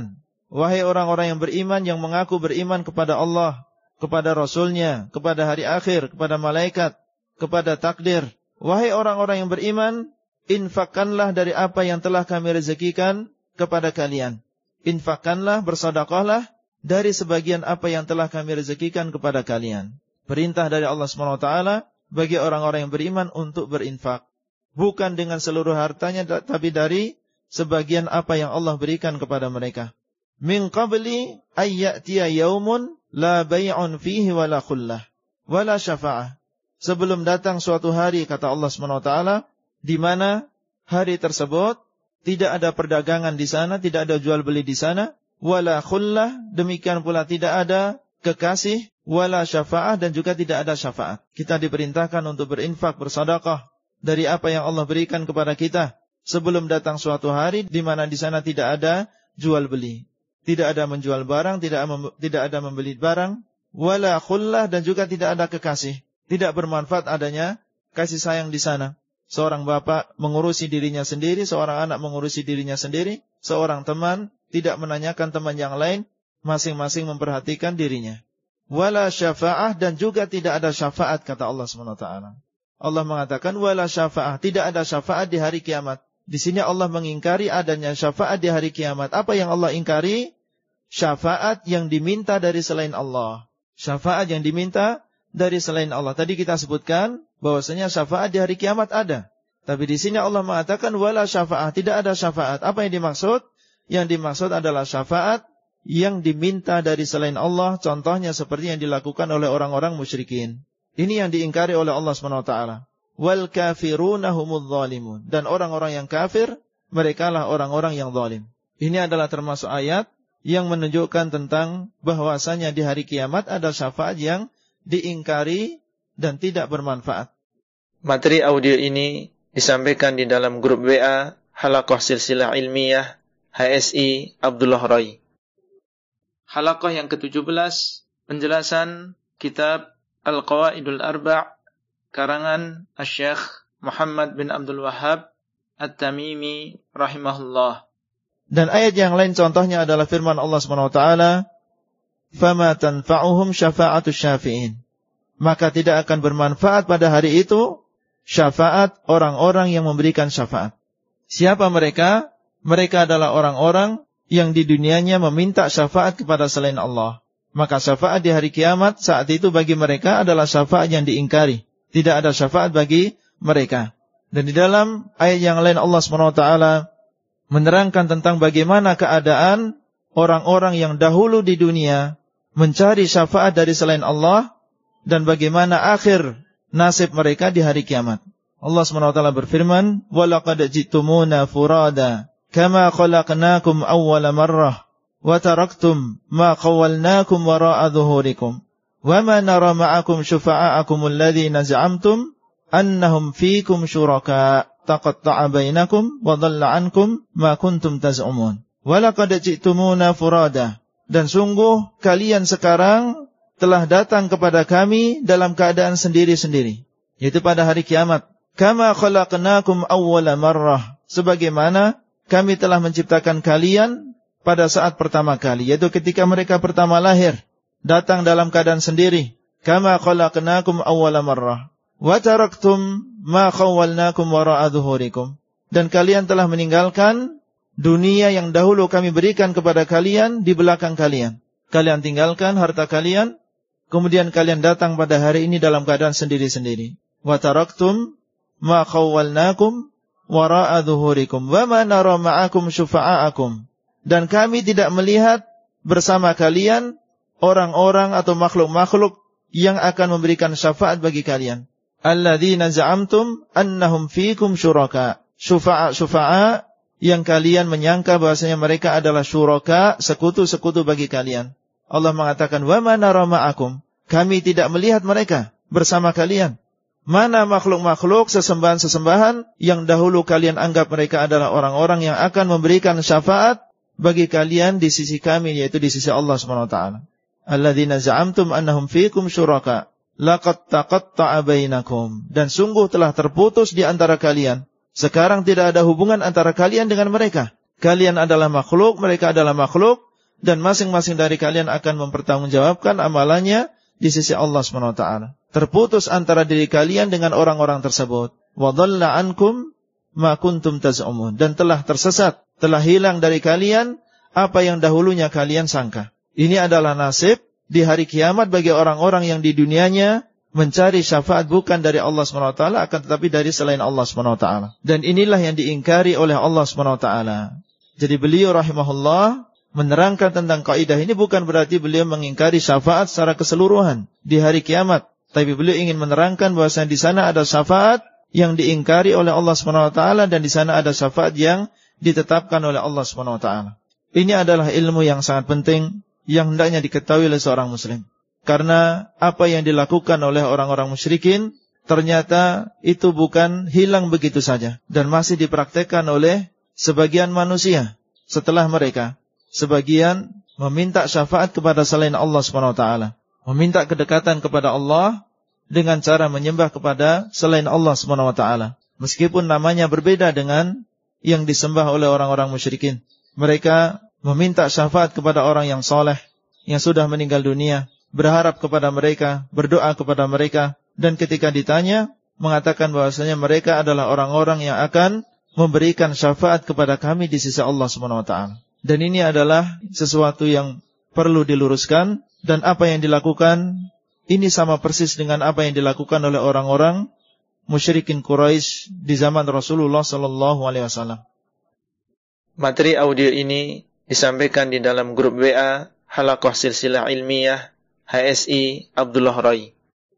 Wahai orang-orang yang beriman, yang mengaku beriman kepada Allah, kepada Rasul-Nya, kepada hari akhir, kepada malaikat, kepada takdir. Wahai orang-orang yang beriman, infakkanlah dari apa yang telah kami rezekikan kepada kalian. Infakkanlah, bersedekahlah dari sebagian apa yang telah kami rezekikan kepada kalian. Perintah dari Allah subhanahu wa taala bagi orang-orang yang beriman untuk berinfak. Bukan dengan seluruh hartanya, tapi dari sebagian apa yang Allah berikan kepada mereka. Min qabli ayyatiya yaumun la bay'un fihi wala khullah wala syafa'ah. Sebelum datang suatu hari, kata Allah subhanahu wa taala, di mana hari tersebut tidak ada perdagangan di sana, tidak ada jual beli di sana, wala khullah, demikian pula tidak ada kekasih, wala syafa'ah, dan juga tidak ada syafaat. Kita diperintahkan untuk berinfak, bersedekah dari apa yang Allah berikan kepada kita sebelum datang suatu hari di mana di sana tidak ada jual beli. Tidak ada menjual barang, tidak mem- tidak ada membeli barang, wala khullah, dan juga tidak ada kekasih. Tidak bermanfaat adanya kasih sayang di sana. Seorang bapak mengurusi dirinya sendiri, seorang anak mengurusi dirinya sendiri, seorang teman tidak menanyakan teman yang lain, masing-masing memperhatikan dirinya. Wala syafa'ah, dan juga tidak ada syafaat, kata Allah subhanahu wa taala. Allah mengatakan wala syafa'ah, tidak ada syafaat di hari kiamat. Di sini Allah mengingkari adanya syafaat di hari kiamat. Apa yang Allah ingkari? Syafaat yang diminta dari selain Allah. Syafaat yang diminta dari selain Allah. Tadi kita sebutkan bahwasanya syafaat di hari kiamat ada. Tapi di sini Allah mengatakan wala syafaat, tidak ada syafaat. Apa yang dimaksud? Yang dimaksud adalah syafaat yang diminta dari selain Allah. Contohnya seperti yang dilakukan oleh orang-orang musyrikin. Ini yang diingkari oleh Allah subhanahu wa taala. Wal kafiruna humudz zalimun. Dan orang-orang yang kafir, merekalah orang-orang yang zalim. Ini adalah termasuk ayat yang menunjukkan tentang bahwasanya di hari kiamat ada syafaat yang diingkari dan tidak bermanfaat. Materi audio ini disampaikan di dalam grup W A Halaqah Silsilah Ilmiah H S I Abdullah Rai. Halaqah yang ketujuh belas, penjelasan kitab Al-Qawaidul Arba' karangan Asy-Syaikh Muhammad bin Abdul Wahhab At-Tamimi rahimahullah. Dan ayat yang lain contohnya adalah firman Allah subhanahu wa taala, "Fama tanfa'uhum syafa'atus syafi'in." Maka tidak akan bermanfaat pada hari itu syafaat orang-orang yang memberikan syafaat. Siapa mereka? Mereka adalah orang-orang yang di dunianya meminta syafaat kepada selain Allah. Maka syafaat di hari kiamat saat itu bagi mereka adalah syafaat yang diingkari. Tidak ada syafaat bagi mereka. Dan di dalam ayat yang lain Allah subhanahu wa taala menerangkan tentang bagaimana keadaan orang-orang yang dahulu di dunia mencari syafaat dari selain Allah dan bagaimana akhir nasib mereka di hari kiamat. Allah subhanahu wa taala berfirman, "Wa laqad ji'tumuna furada kama khalaqnakum awwala marrah wa taraktum ma khawwalnakum wara'a dhuhurikum wa ma nara ma'akum syufa'akum alladhina za'amtum annahum fiikum syuraka taqatta'a bainakum wa dhalla 'ankum ma kuntum taz'umun wa laqad ji'tumuna furada." Dan sungguh kalian sekarang telah datang kepada kami dalam keadaan sendiri-sendiri, yaitu pada hari kiamat. Kama khalaqnakum awwala marrah, sebagaimana kami telah menciptakan kalian pada saat pertama kali, yaitu ketika mereka pertama lahir, datang dalam keadaan sendiri. Kama khalaqnakum awwala marrah wa taraktum ma khawwalnakum wara'a dhuhurikum. Dan kalian telah meninggalkan dunia yang dahulu kami berikan kepada kalian di belakang kalian. Kalian tinggalkan harta kalian, kemudian kalian datang pada hari ini dalam keadaan sendiri-sendiri. Wa taraktum ma khawwalnakum wara'a dhuhurikum wa ma nara ma'akum syufa'akum. Dan kami tidak melihat bersama kalian orang-orang atau makhluk-makhluk yang akan memberikan syafaat bagi kalian. Alladzina za'amtum annahum fiikum syuraka. Syufa'a syufa'a yang kalian menyangka bahasanya mereka adalah syuraka, sekutu-sekutu bagi kalian. Allah mengatakan, "Wa ma nara ma'akum." Kami tidak melihat mereka bersama kalian. Mana makhluk-makhluk sesembahan-sesembahan yang dahulu kalian anggap mereka adalah orang-orang yang akan memberikan syafaat bagi kalian di sisi kami, yaitu di sisi Allah subhanahu wa taala. Alladzina za'amtum annahum fiikum syuraka laqad taqatta'a bainakum. Dan sungguh telah terputus di antara kalian. Sekarang tidak ada hubungan antara kalian dengan mereka. Kalian adalah makhluk, mereka adalah makhluk, dan masing-masing dari kalian akan mempertanggungjawabkan amalannya di sisi Allah Subhanahu wa taala. Terputus antara diri kalian dengan orang-orang tersebut. Wa dhalla ankum ma kuntum taz'umun, dan telah tersesat, telah hilang dari kalian apa yang dahulunya kalian sangka. Ini adalah nasib di hari kiamat bagi orang-orang yang di dunianya mencari syafaat bukan dari Allah Subhanahu wa taala akan tetapi dari selain Allah Subhanahu wa taala. Dan inilah yang diingkari oleh Allah Subhanahu wa taala. Jadi beliau rahimahullah menerangkan tentang kaidah ini bukan berarti beliau mengingkari syafaat secara keseluruhan di hari kiamat, tapi beliau ingin menerangkan bahwasanya di sana ada syafaat yang diingkari oleh Allah Subhanahu wa taala dan di sana ada syafaat yang ditetapkan oleh Allah Subhanahu wa taala. Ini adalah ilmu yang sangat penting yang hendaknya diketahui oleh seorang muslim. Karena apa yang dilakukan oleh orang-orang musyrikin ternyata itu bukan hilang begitu saja dan masih dipraktekkan oleh sebagian manusia setelah mereka. Sebagian meminta syafaat kepada selain Allah Subhanahu wa taala, meminta kedekatan kepada Allah dengan cara menyembah kepada selain Allah Subhanahu wa taala, meskipun namanya berbeda dengan yang disembah oleh orang-orang musyrikin. Mereka meminta syafaat kepada orang yang soleh yang sudah meninggal dunia, berharap kepada mereka, berdoa kepada mereka, dan ketika ditanya mengatakan bahwasanya mereka adalah orang-orang yang akan memberikan syafaat kepada kami di sisi Allah Subhanahu wa taala. Dan ini adalah sesuatu yang perlu diluruskan, dan apa yang dilakukan ini sama persis dengan apa yang dilakukan oleh orang-orang musyrikin Quraisy di zaman Rasulullah sallallahu alaihi wasallam. Materi audio ini disampaikan di dalam grup W A Halaqah Silsilah Ilmiyah H S I Abdullah Rai.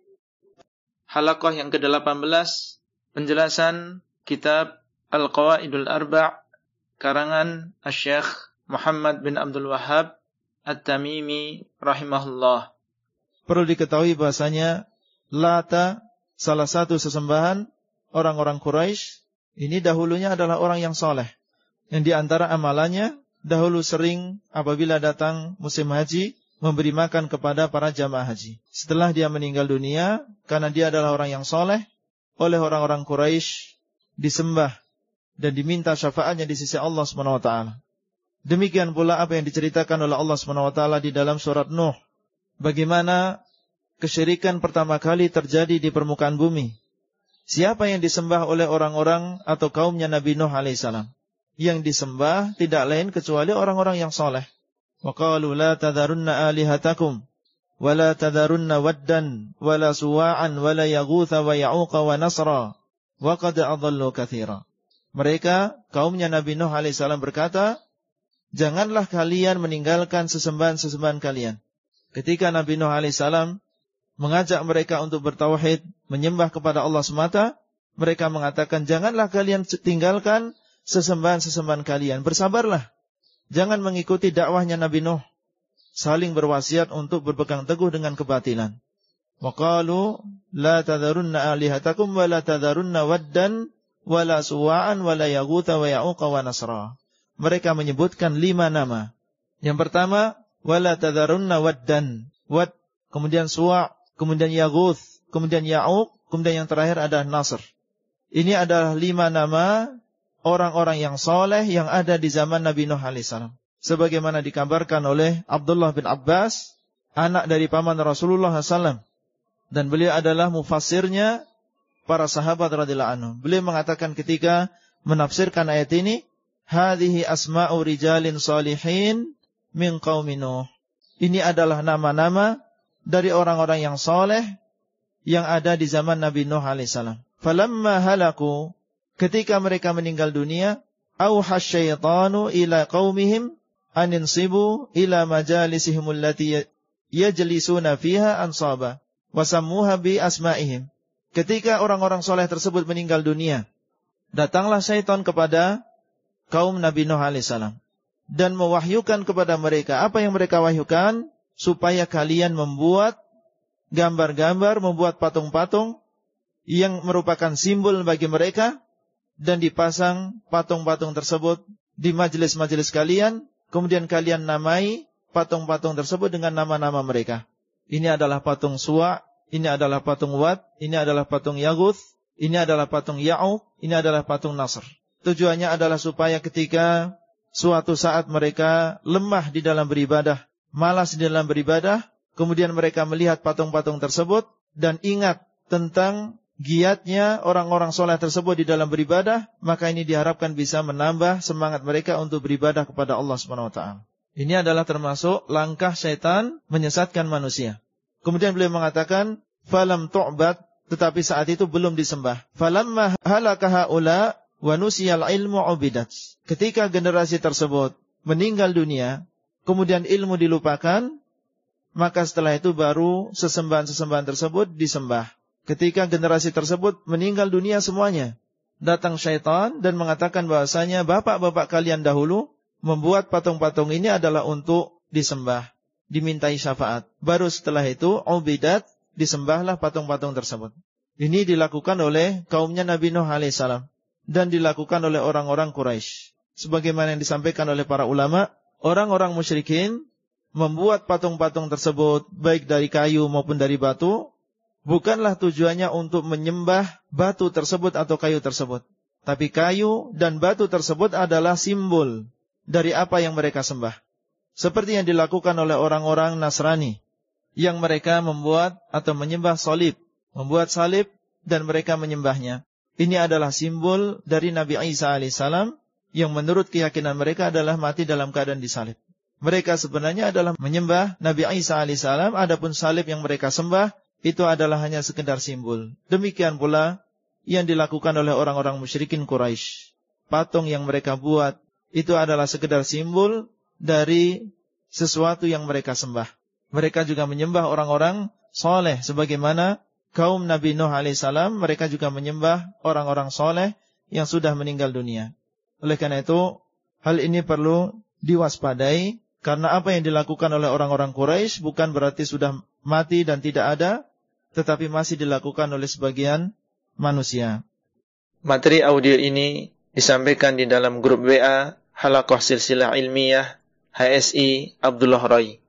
Halaqah yang kedelapan belas, penjelasan kitab Al-Qawaidul Arba' karangan Asy-Syaikh Muhammad bin Abdul Wahhab At-Tamimi rahimahullah. Perlu diketahui bahasanya Lata, salah satu sesembahan orang-orang Quraisy, ini dahulunya adalah orang yang soleh, yang diantara amalannya dahulu sering apabila datang musim haji memberi makan kepada para jamaah haji. Setelah dia meninggal dunia, karena dia adalah orang yang soleh, oleh orang-orang Quraisy disembah dan diminta syafaatnya di sisi Allah Subhanahu wa taala. Demikian pula apa yang diceritakan oleh Allah Subhanahu wa taala di dalam surat Nuh, bagaimana kesyirikan pertama kali terjadi di permukaan bumi. Siapa yang disembah oleh orang-orang atau kaumnya Nabi Nuh alaihissalam? Yang disembah tidak lain kecuali orang-orang yang soleh. Wa qalu la tadharunna alihatakum wa la tadharunna waddan wa la suwa'an wa la yaghutha wa ya'uqa wa nasra wa qad adallu katsira. Mereka kaumnya Nabi Nuh alaihissalam berkata, janganlah kalian meninggalkan sesembahan-sesembahan kalian. Ketika Nabi Nuh alaihissalam mengajak mereka untuk bertauhid, menyembah kepada Allah semata, mereka mengatakan, janganlah kalian tinggalkan sesembahan-sesembahan kalian. Bersabarlah. Jangan mengikuti dakwahnya Nabi Nuh. Saling berwasiat untuk berpegang teguh dengan kebatilan. Wa qalu la tadharunna alihatakum wa la tadharunna waddan wa la suwa'an wa la yaghutha wa ya'uqa wa nasra. Mereka menyebutkan lima nama. Yang pertama, wala tadharunna waddan. Wad, kemudian suwa', kemudian yaghuth, kemudian ya'uq, kemudian yang terakhir adalah nasr. Ini adalah lima nama orang-orang yang soleh yang ada di zaman Nabi Nuh alaihissalam. Sebagaimana dikabarkan oleh Abdullah bin Abbas, anak dari paman Rasulullah sallallahu alaihi wasallam. Dan beliau adalah mufassirnya para sahabat radhiyallahu anhum. Beliau mengatakan ketika menafsirkan ayat ini, hadhihi asma'u rijalin salihin min qaumi Nuh. Ini adalah nama-nama dari orang-orang yang soleh yang ada di zaman Nabi Nuh alaihissalam. Falamma halaku, ketika mereka meninggal dunia, auha syaitanu ila qaumihim aninsibu ila majalisihim allati yajlisuna fiha ansaba wasammuha bi asma'ihim. Ketika orang-orang soleh tersebut meninggal dunia, datanglah syaitan kepada kaum Nabi Nuh alaihissalam dan mewahyukan kepada mereka. Apa yang mereka wahyukan? Supaya kalian membuat gambar-gambar, membuat patung-patung yang merupakan simbol bagi mereka, dan dipasang patung-patung tersebut di majelis-majelis kalian. Kemudian kalian namai patung-patung tersebut dengan nama-nama mereka. Ini adalah patung Suwa', ini adalah patung Wad, ini adalah patung Yaghuth, ini adalah patung Ya'uq, ini adalah patung Nasr. Tujuannya adalah supaya ketika suatu saat mereka lemah di dalam beribadah, malas di dalam beribadah, kemudian mereka melihat patung-patung tersebut dan ingat tentang giatnya orang-orang soleh tersebut di dalam beribadah, maka ini diharapkan bisa menambah semangat mereka untuk beribadah kepada Allah subhanahu wa taala. Ini adalah termasuk langkah syaitan menyesatkan manusia. Kemudian beliau mengatakan, falam tu'bad, tetapi saat itu belum disembah. Falamma halaka haula wa nusiyal ilmu ubidat. Ketika generasi tersebut meninggal dunia, kemudian ilmu dilupakan, maka setelah itu baru sesembahan-sesembahan tersebut disembah. Ketika generasi tersebut meninggal dunia semuanya, datang syaitan dan mengatakan bahasanya bapak-bapak kalian dahulu membuat patung-patung ini adalah untuk disembah, dimintai syafaat. Baru setelah itu, ubidat, disembahlah patung-patung tersebut. Ini dilakukan oleh kaumnya Nabi Nuh alaihissalam dan dilakukan oleh orang-orang Quraisy. Sebagaimana yang disampaikan oleh para ulama, orang-orang musyrikin membuat patung-patung tersebut baik dari kayu maupun dari batu, bukanlah tujuannya untuk menyembah batu tersebut atau kayu tersebut. Tapi kayu dan batu tersebut adalah simbol dari apa yang mereka sembah. Seperti yang dilakukan oleh orang-orang Nasrani, yang mereka membuat atau menyembah salib, membuat salib dan mereka menyembahnya. Ini adalah simbol dari Nabi Isa alaihissalam, yang menurut keyakinan mereka adalah mati dalam keadaan disalib. Mereka sebenarnya adalah menyembah Nabi Isa alaihissalam, adapun salib yang mereka sembah, itu adalah hanya sekedar simbol. Demikian pula yang dilakukan oleh orang-orang musyrikin Quraisy. Patung yang mereka buat, itu adalah sekedar simbol dari sesuatu yang mereka sembah. Mereka juga menyembah orang-orang soleh, sebagaimana kaum Nabi Nuh alaihissalam, mereka juga menyembah orang-orang soleh yang sudah meninggal dunia. Oleh karena itu, hal ini perlu diwaspadai, karena apa yang dilakukan oleh orang-orang Quraisy bukan berarti sudah mati dan tidak ada, tetapi masih dilakukan oleh sebagian manusia. Materi audio ini disampaikan di dalam grup W A Halaqah Silsilah Ilmiyah H S I Abdullah Rai.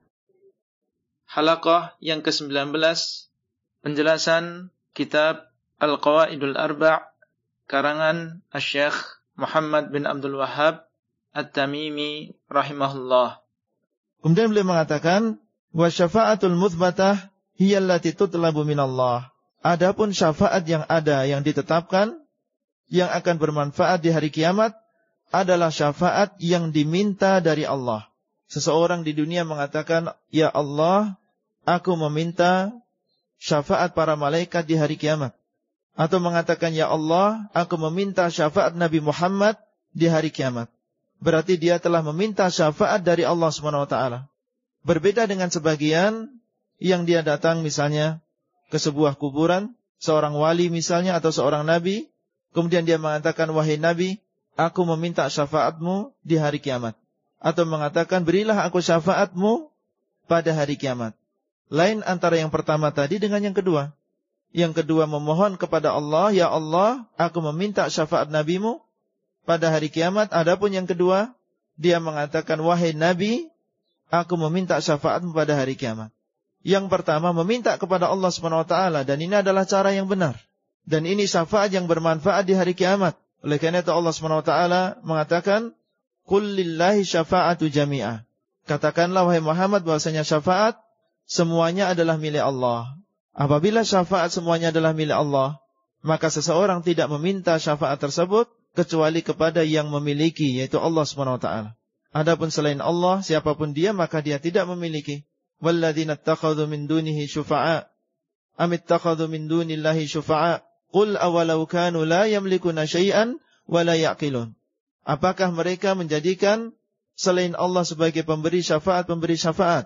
Halaqah yang ke sembilan belas, penjelasan kitab Al-Qawaidul Arba' karangan Asy-Syaikh Muhammad bin Abdul Wahhab At-Tamimi rahimahullah. Kemudian beliau mengatakan, wa syafa'atul muthbatah hiya allati tutlabu minallah. Adapun syafaat yang ada, yang ditetapkan, yang akan bermanfaat di hari kiamat, adalah syafaat yang diminta dari Allah. Seseorang di dunia mengatakan, ya Allah, aku meminta syafaat para malaikat di hari kiamat. Atau mengatakan, ya Allah, aku meminta syafaat Nabi Muhammad di hari kiamat. Berarti dia telah meminta syafaat dari Allah subhanahu wa taala. Berbeda dengan sebagian yang dia datang misalnya ke sebuah kuburan, seorang wali misalnya atau seorang nabi, kemudian dia mengatakan, wahai nabi, aku meminta syafaatmu di hari kiamat. Atau mengatakan, berilah aku syafaatmu pada hari kiamat. Lain antara yang pertama tadi dengan yang kedua. Yang kedua memohon kepada Allah, ya Allah, aku meminta syafaat nabimu pada hari kiamat. Adapun yang kedua, dia mengatakan, wahai nabi, aku meminta syafaatmu pada hari kiamat. Yang pertama meminta kepada Allah subhanahu wa taala, dan ini adalah cara yang benar. Dan ini syafaat yang bermanfaat di hari kiamat. Oleh karena itu Allah subhanahu wa taala mengatakan, qul lillahi syafa'atu jami'ah. Katakanlah wahai Muhammad bahwasanya syafaat semuanya adalah milik Allah. Apabila syafaat semuanya adalah milik Allah, maka seseorang tidak meminta syafaat tersebut kecuali kepada yang memiliki, yaitu Allah subhanahu wa taala. Adapun selain Allah, siapapun dia, maka dia tidak memiliki. Walladzina ittakhadhu min dunihi syufa'a am ittakhadhu min dunillahi syufa'a qul awalau kanu la yamlikuna syai'an wa la ya'qilun. Apakah mereka menjadikan selain Allah sebagai pemberi syafaat, pemberi syafaat?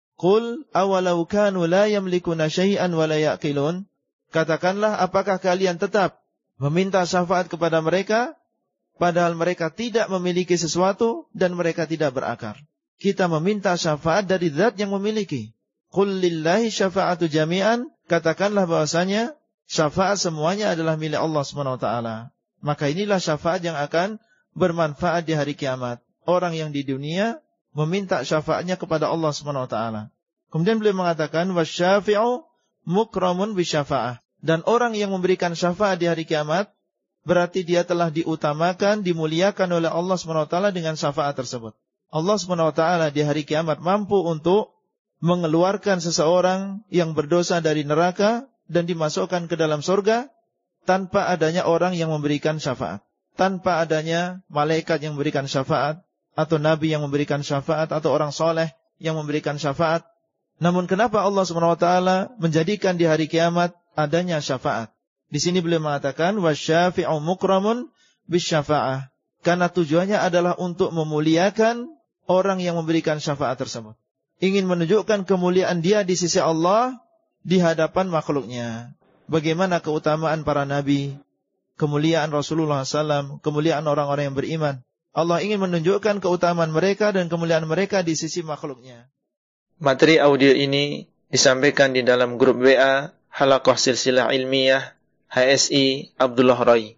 Qul awalau kanu la yamlikuna syai'an wa la ya'qilun. Katakanlah, apakah kalian tetap meminta syafaat kepada mereka padahal mereka tidak memiliki sesuatu dan mereka tidak berakal? Kita meminta syafaat dari zat yang memiliki. Qul lillahi syafa'atu jami'an. Katakanlah bahwasanya syafaat semuanya adalah milik Allah subhanahu wa taala. Maka inilah syafaat yang akan bermanfaat di hari kiamat. Orang yang di dunia meminta syafaatnya kepada Allah subhanahu wa taala. Kemudian beliau mengatakan, wasyafi'u mukramun bisyafa'ah. Dan orang yang memberikan syafaat di hari kiamat berarti dia telah diutamakan, dimuliakan oleh Allah subhanahu wa taala dengan syafaat tersebut. Allah subhanahu wa taala di hari kiamat mampu untuk mengeluarkan seseorang yang berdosa dari neraka dan dimasukkan ke dalam surga tanpa adanya orang yang memberikan syafaat, tanpa adanya malaikat yang memberikan syafaat, atau nabi yang memberikan syafaat, atau orang soleh yang memberikan syafaat. Namun kenapa Allah subhanahu wa taala menjadikan di hari kiamat adanya syafaat? Di sini beliau mengatakan wasyafi'u mukramun bisyafa'ah, karena tujuannya adalah untuk memuliakan orang yang memberikan syafaat tersebut. Ingin menunjukkan kemuliaan dia di sisi Allah di hadapan makhluknya. Bagaimana keutamaan para nabi, kemuliaan Rasulullah sallallahu alaihi wasallam, kemuliaan orang-orang yang beriman. Allah ingin menunjukkan keutamaan mereka dan kemuliaan mereka di sisi makhluknya. Materi audio ini disampaikan di dalam grup W A Halaqah Silsilah Ilmiah H S I Abdullah Rai.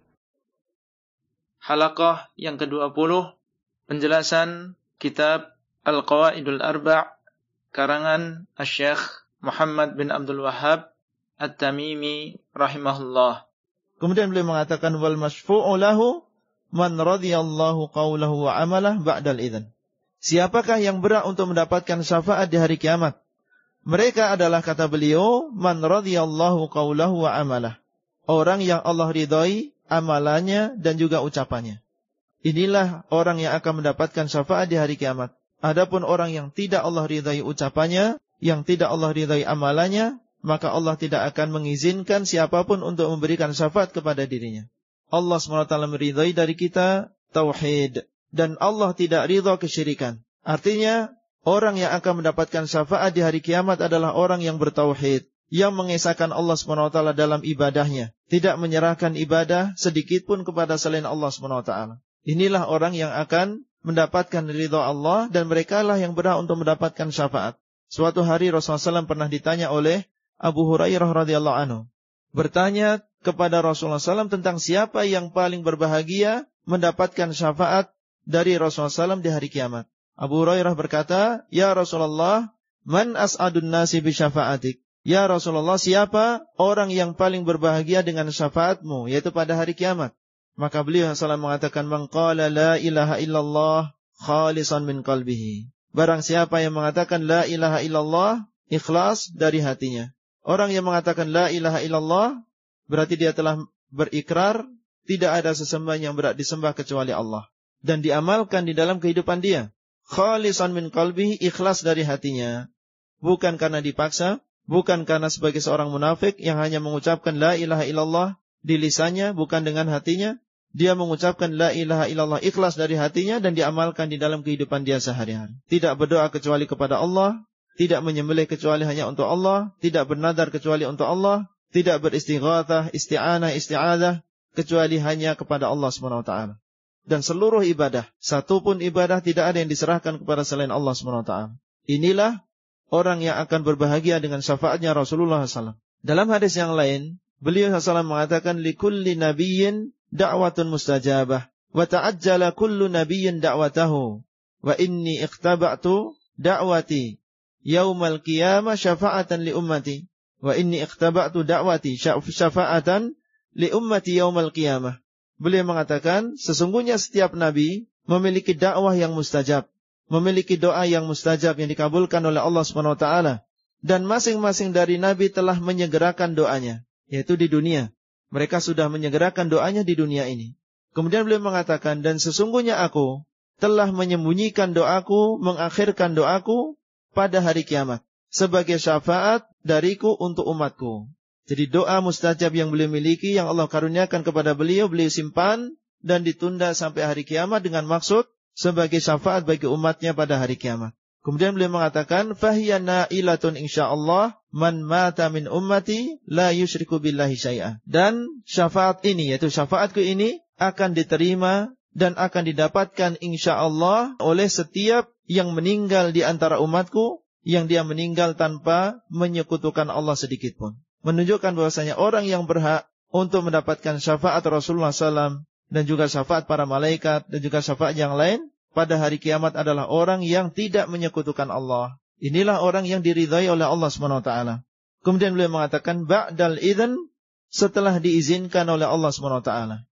Halaqah yang kedua puluh, penjelasan kitab Al-Qawaidul Arba' karangan Asy-Syaikh Muhammad bin Abdul Wahhab At-Tamimi rahimahullah. Kemudian beliau mengatakan wal masyfu'u lahu man radhiyallahu qawlahu wa amalah ba'dal idzan. Siapakah yang berhak untuk mendapatkan syafaat di hari kiamat? Mereka adalah, kata beliau, man radhiyallahu qawlahu wa amalah. Orang yang Allah ridhai amalannya dan juga ucapannya. Inilah orang yang akan mendapatkan syafaat di hari kiamat. Adapun orang yang tidak Allah ridhai ucapannya, yang tidak Allah ridhai amalannya, maka Allah tidak akan mengizinkan siapapun untuk memberikan syafaat kepada dirinya. Allah subhanahu wa taala meridhai dari kita tauhid, dan Allah tidak ridha kesyirikan. Artinya, orang yang akan mendapatkan syafaat di hari kiamat adalah orang yang bertauhid, yang mengesahkan Allah subhanahu wa taala dalam ibadahnya, tidak menyerahkan ibadah sedikit pun kepada selain Allah subhanahu wa taala. Inilah orang yang akan mendapatkan ridha Allah, dan merekalah yang berhak untuk mendapatkan syafaat. Suatu hari Rasulullah shallallahu alaihi wasallam pernah ditanya oleh Abu Hurairah radhiyallahu anhu, bertanya kepada Rasulullah shallallahu alaihi wasallam tentang siapa yang paling berbahagia mendapatkan syafaat dari Rasulullah shallallahu alaihi wasallam di hari kiamat. Abu Hurairah berkata, ya Rasulullah, man as'adun nasi bi syafa'atik? Ya Rasulullah, siapa orang yang paling berbahagia dengan syafaatmu, yaitu pada hari kiamat? Maka beliau sallallahu alaihi wasallam mengatakan, man qala la ilaha illallah khalisan min qalbihi. Barang siapa yang mengatakan la ilaha illallah ikhlas dari hatinya. Orang yang mengatakan la ilaha illallah berarti dia telah berikrar tidak ada sesembahan yang berhak disembah kecuali Allah, dan diamalkan di dalam kehidupan dia. Khalisan min qalbihi, ikhlas dari hatinya, bukan karena dipaksa, bukan karena sebagai seorang munafik yang hanya mengucapkan la ilaha illallah di lisannya, bukan dengan hatinya. Dia mengucapkan la ilaha illallah ikhlas dari hatinya dan diamalkan di dalam kehidupan dia sehari-hari. Tidak berdoa kecuali kepada Allah, tidak menyembelih kecuali hanya untuk Allah, tidak bernadar kecuali untuk Allah, tidak beristighatsah, isti'anah, isti'adzah kecuali hanya kepada Allah subhanahu wa taala. Dan seluruh ibadah, satu pun ibadah tidak ada yang diserahkan kepada selain Allah subhanahu wa taala. Inilah orang yang akan berbahagia dengan syafaatnya Rasulullah sallallahu alaihi wasallam. Dalam hadis yang lain, beliau sallallahu alaihi wasallam mengatakan likulli nabiyyin da'watun mustajabah wa ta'ajjala kullu nabiyyin da'watahu wa inni ikhtaba'tu da'wati yaumal qiyamah syafa'atan li ummati wa inni ikhtaba'tu da'wati syafa'atan li ummati yaumal qiyamah. Beliau mengatakan, sesungguhnya setiap nabi memiliki dakwah yang mustajab, memiliki doa yang mustajab yang dikabulkan oleh Allah subhanahu wa taala, dan masing-masing dari nabi telah menyegerakan doanya, yaitu di dunia. Mereka sudah menyegerakan doanya di dunia ini. Kemudian beliau mengatakan, dan sesungguhnya aku telah menyembunyikan doaku, mengakhirkan doaku pada hari kiamat sebagai syafaat dariku untuk umatku. Jadi doa mustajab yang beliau miliki, yang Allah karuniakan kepada beliau, beliau simpan dan ditunda sampai hari kiamat dengan maksud sebagai syafaat bagi umatnya pada hari kiamat. Kemudian beliau mengatakan, fahiya na'ilatun insyaallah man mata min ummati la yusyriku billahi syai'ah. Dan syafaat ini, yaitu syafaatku ini, akan diterima dan akan didapatkan insyaallah oleh setiap yang meninggal di antara umatku, yang dia meninggal tanpa menyekutukan Allah sedikit pun. Menunjukkan bahwasanya orang yang berhak untuk mendapatkan syafaat Rasulullah sallallahu alaihi wasallam dan juga syafaat para malaikat dan juga syafaat yang lain pada hari kiamat adalah orang yang tidak menyekutukan Allah. Inilah orang yang diridhai oleh Allah subhanahu wa taala. Kemudian beliau mengatakan ba'dal idzan, setelah diizinkan oleh Allah subhanahu wa taala.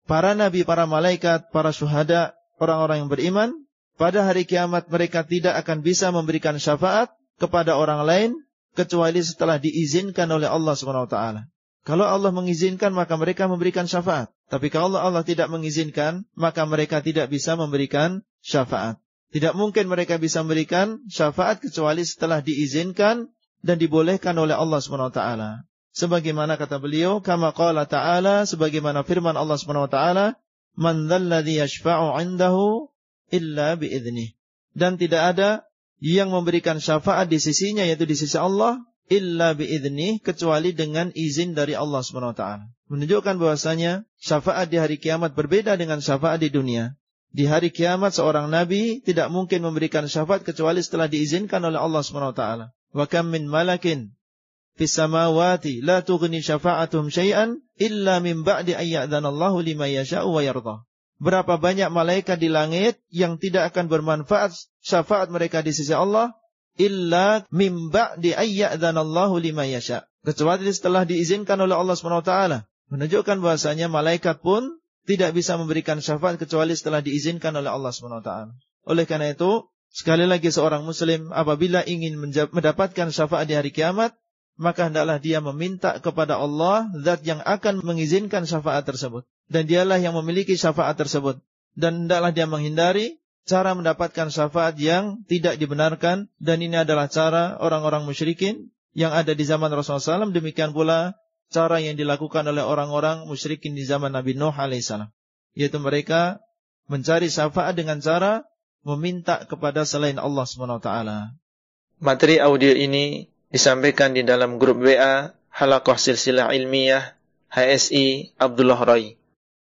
para nabi, para malaikat, para syuhada, orang-orang yang beriman, pada hari kiamat mereka tidak akan bisa memberikan syafaat kepada orang lain kecuali setelah diizinkan oleh Allah subhanahu wa taala. Kalau Allah mengizinkan maka mereka memberikan syafaat. Tapi kalau Allah tidak mengizinkan maka mereka tidak bisa memberikan syafaat. Tidak mungkin mereka bisa memberikan syafaat kecuali setelah diizinkan dan dibolehkan oleh Allah subhanahu wa taala. Sebagaimana kata beliau, kama qala ta'ala, sebagaimana firman Allah subhanahu wa taala, man dzalladzi yashfa'u 'indahu illa bi'idnih. Dan tidak ada yang memberikan syafaat di sisinya, yaitu di sisi Allah, illa bi'idnih, kecuali dengan izin dari Allah subhanahu wa taala. Menunjukkan bahwasanya syafaat di hari kiamat berbeda dengan syafaat di dunia. Di hari kiamat seorang nabi tidak mungkin memberikan syafaat kecuali setelah diizinkan oleh Allah subhanahu wa taala. Wa kam min malakin fis samawati la tughni syafa'atuhum syai'an illa min ba'di ayyadzanallahu liman yasha'u wa yarda. Berapa banyak malaikat di langit yang tidak akan bermanfaat syafaat mereka di sisi Allah illa min ba'di ayyadzanallahu liman yasha', kecuali setelah diizinkan oleh Allah subhanahu wa taala. Menunjukkan bahwasanya malaikat pun tidak bisa memberikan syafaat kecuali setelah diizinkan oleh Allah subhanahu wa taala. Oleh karena itu, sekali lagi seorang muslim apabila ingin mendapatkan syafaat di hari kiamat, maka hendaklah dia meminta kepada Allah zat yang akan mengizinkan syafaat tersebut. Dan dialah yang memiliki syafaat tersebut. Dan hendaklah dia menghindari cara mendapatkan syafaat yang tidak dibenarkan. Dan ini adalah cara orang-orang musyrikin yang ada di zaman Rasulullah shallallahu alaihi wasallam. Demikian pula cara yang dilakukan oleh orang-orang musyrikin di zaman Nabi Nuh alaihissalam. Yaitu mereka mencari syafaat dengan cara meminta kepada selain Allah subhanahu wa taala. Materi audio ini disampaikan di dalam grup W A Halaqah Silsilah Ilmiyah H S I Abdullah Rai.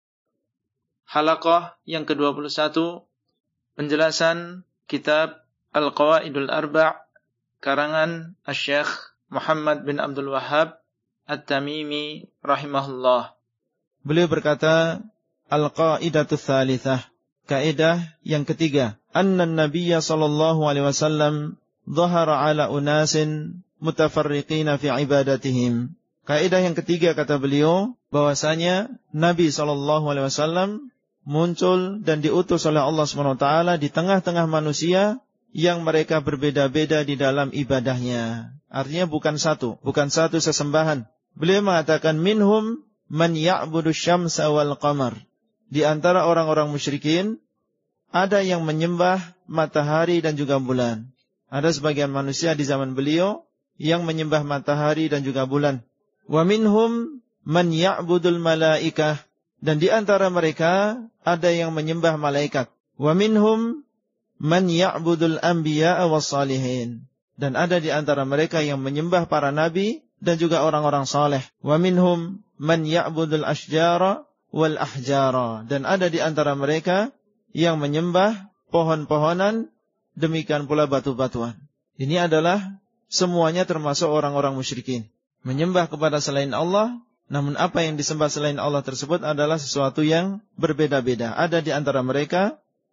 Halaqah yang ke dua puluh satu, penjelasan kitab Al-Qawaidul Arba' karangan Asy-Syaikh Muhammad bin Abdul Wahhab At-Tamimi rahimahullah. Beliau berkata, Al-Qaidatus Tsalitsah, kaidah yang ketiga, anna an-nabiyya sallallahu alaihi wasallam dhahara ala unasin mutafarriqina fi ibadatihim. Kaidah yang ketiga kata beliau, bahwasanya Nabi sallallahu alaihi wasallam muncul dan diutus oleh Allah subhanahu wa taala di tengah-tengah manusia yang mereka berbeda-beda di dalam ibadahnya. Artinya bukan satu, bukan satu sesembahan. Beliau mengatakan minhum man ya'budu syamsa wal qamar. Di antara orang-orang musyrikin ada yang menyembah matahari dan juga bulan. Ada sebagian manusia di zaman beliau yang menyembah matahari dan juga bulan. Wa minhum man ya'budul malaikah, dan di antara mereka ada yang menyembah malaikat. Wa minhum man ya'budul anbiya'a was salihin, dan ada di antara mereka yang menyembah para nabi dan juga orang-orang saleh. Wa minhum man ya'budul asyjara wal ahjara, dan ada di antara mereka yang menyembah pohon-pohonan, demikian pula batu-batuan. Ini adalah semuanya termasuk orang-orang musyrikin, menyembah kepada selain Allah. Namun apa yang disembah selain Allah tersebut adalah sesuatu yang berbeda-beda. Ada di antara mereka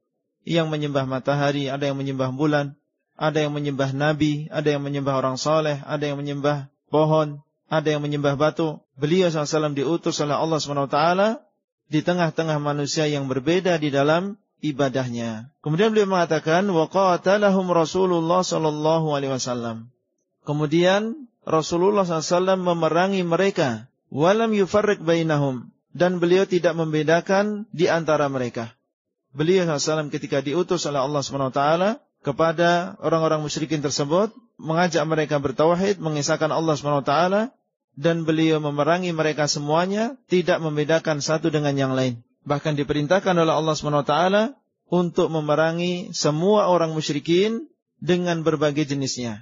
yang menyembah matahari, ada yang menyembah bulan, ada yang menyembah nabi, ada yang menyembah orang saleh, ada yang menyembah pohon, ada yang menyembah batu. Beliau shallallahu alaihi wasallam diutus oleh Allah subhanahu wa taala di tengah-tengah manusia yang berbeda di dalam ibadahnya. Kemudian beliau mengatakan, wa qatalahum Rasulullah sallallahu alaihi wasallam. Kemudian Rasulullah shallallahu alaihi wasallam memerangi mereka, walam yufarriq bainahum, dan beliau tidak membedakan di antara mereka. Beliau shallallahu alaihi wasallam ketika diutus oleh Allah subhanahu wa taala kepada orang-orang musyrikin tersebut, mengajak mereka bertauhid, mengisahkan Allah subhanahu wa taala, dan beliau memerangi mereka semuanya, tidak membedakan satu dengan yang lain. Bahkan diperintahkan oleh Allah subhanahu wa taala untuk memerangi semua orang musyrikin dengan berbagai jenisnya.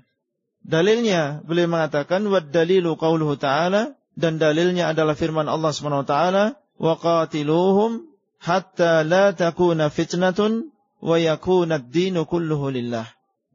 Dalilnya beliau mengatakan, wad dalilu qauluhu ta'ala, dan dalilnya adalah firman Allah subhanahu wa taala, wa qatiluhum hatta la takuna fitnatun wa yakuna ad-dinu kulluhu lillah.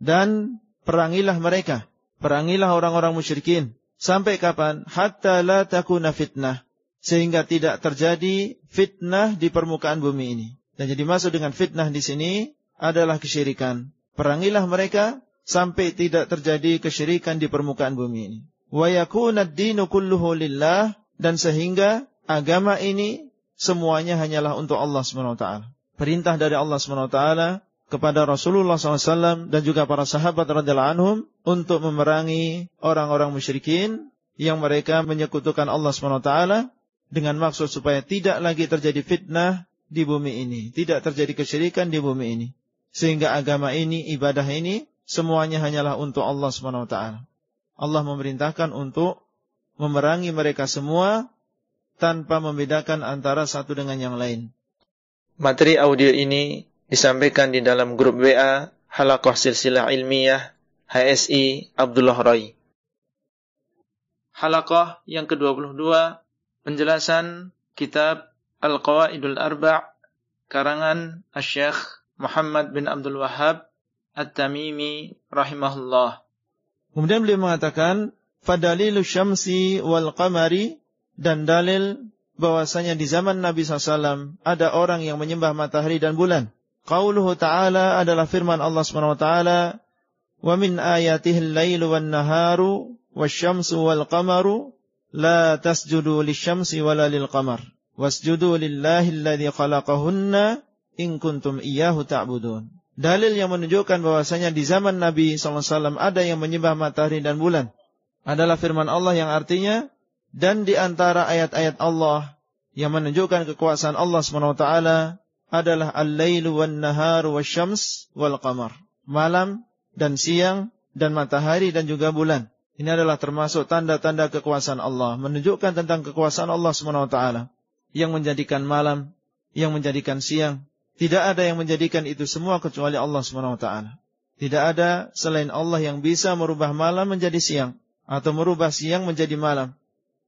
Dan perangilah mereka, perangilah orang-orang musyrikin. Sampai kapan? Hatta la takuna fitnah, sehingga tidak terjadi fitnah di permukaan bumi ini. Dan jadi maksud dengan fitnah di sini adalah kesyirikan. Perangilah mereka sampai tidak terjadi kesyirikan di permukaan bumi ini. Wa yakuna ad-dinu kulluhu lillah, dan sehingga agama ini semuanya hanyalah untuk Allah subhanahu wa taala. Perintah dari Allah subhanahu wa taala kepada Rasulullah shallallahu alaihi wasallam dan juga para sahabat radhiyallahu anhum untuk memerangi orang-orang musyrikin yang mereka menyekutukan Allah subhanahu wa taala dengan maksud supaya tidak lagi terjadi fitnah di bumi ini, tidak terjadi kesyirikan di bumi ini. Sehingga agama ini, ibadah ini semuanya hanyalah untuk Allah subhanahu wa taala. Allah memerintahkan untuk memerangi mereka semua tanpa membedakan antara satu dengan yang lain. Materi audio ini disampaikan di dalam grup W A Halaqah Silsilah Ilmiah H S I Abdullah Rai. Halaqah yang ke dua puluh dua, penjelasan kitab Al-Qawaidul Arba' karangan Asy-Syaikh Muhammad bin Abdul Wahhab At-Tamimi rahimahullah. Kemudian beliau mengatakan, fadalilu syamsi wal qamari, dan dalil bahwasanya di zaman Nabi shallallahu alaihi wasallam ada orang yang menyembah matahari dan bulan. Qauluhu ta'ala adalah firman Allah subhanahu wa ta'ala, wa min ayatihil lailu wan naharu wasyamsu wal qamaru la tasjudu lisyamsi wala lil qamar wasjudu lillahi alladzi khalaqahunna in kuntum iyyahu ta'budun. Dalil yang menunjukkan bahwasanya di zaman Nabi shallallahu alaihi wasallam ada yang menyembah matahari dan bulan adalah firman Allah yang artinya, dan di antara ayat-ayat Allah yang menunjukkan kekuasaan Allah subhanahu wa taala adalah al-lailu wan naharu wasyams wal qamar. Malam dan siang dan matahari dan juga bulan. Ini adalah termasuk tanda-tanda kekuasaan Allah, menunjukkan tentang kekuasaan Allah subhanahu wa taala yang menjadikan malam, yang menjadikan siang. Tidak ada yang menjadikan itu semua kecuali Allah subhanahu wa taala. Tidak ada selain Allah yang bisa merubah malam menjadi siang atau merubah siang menjadi malam.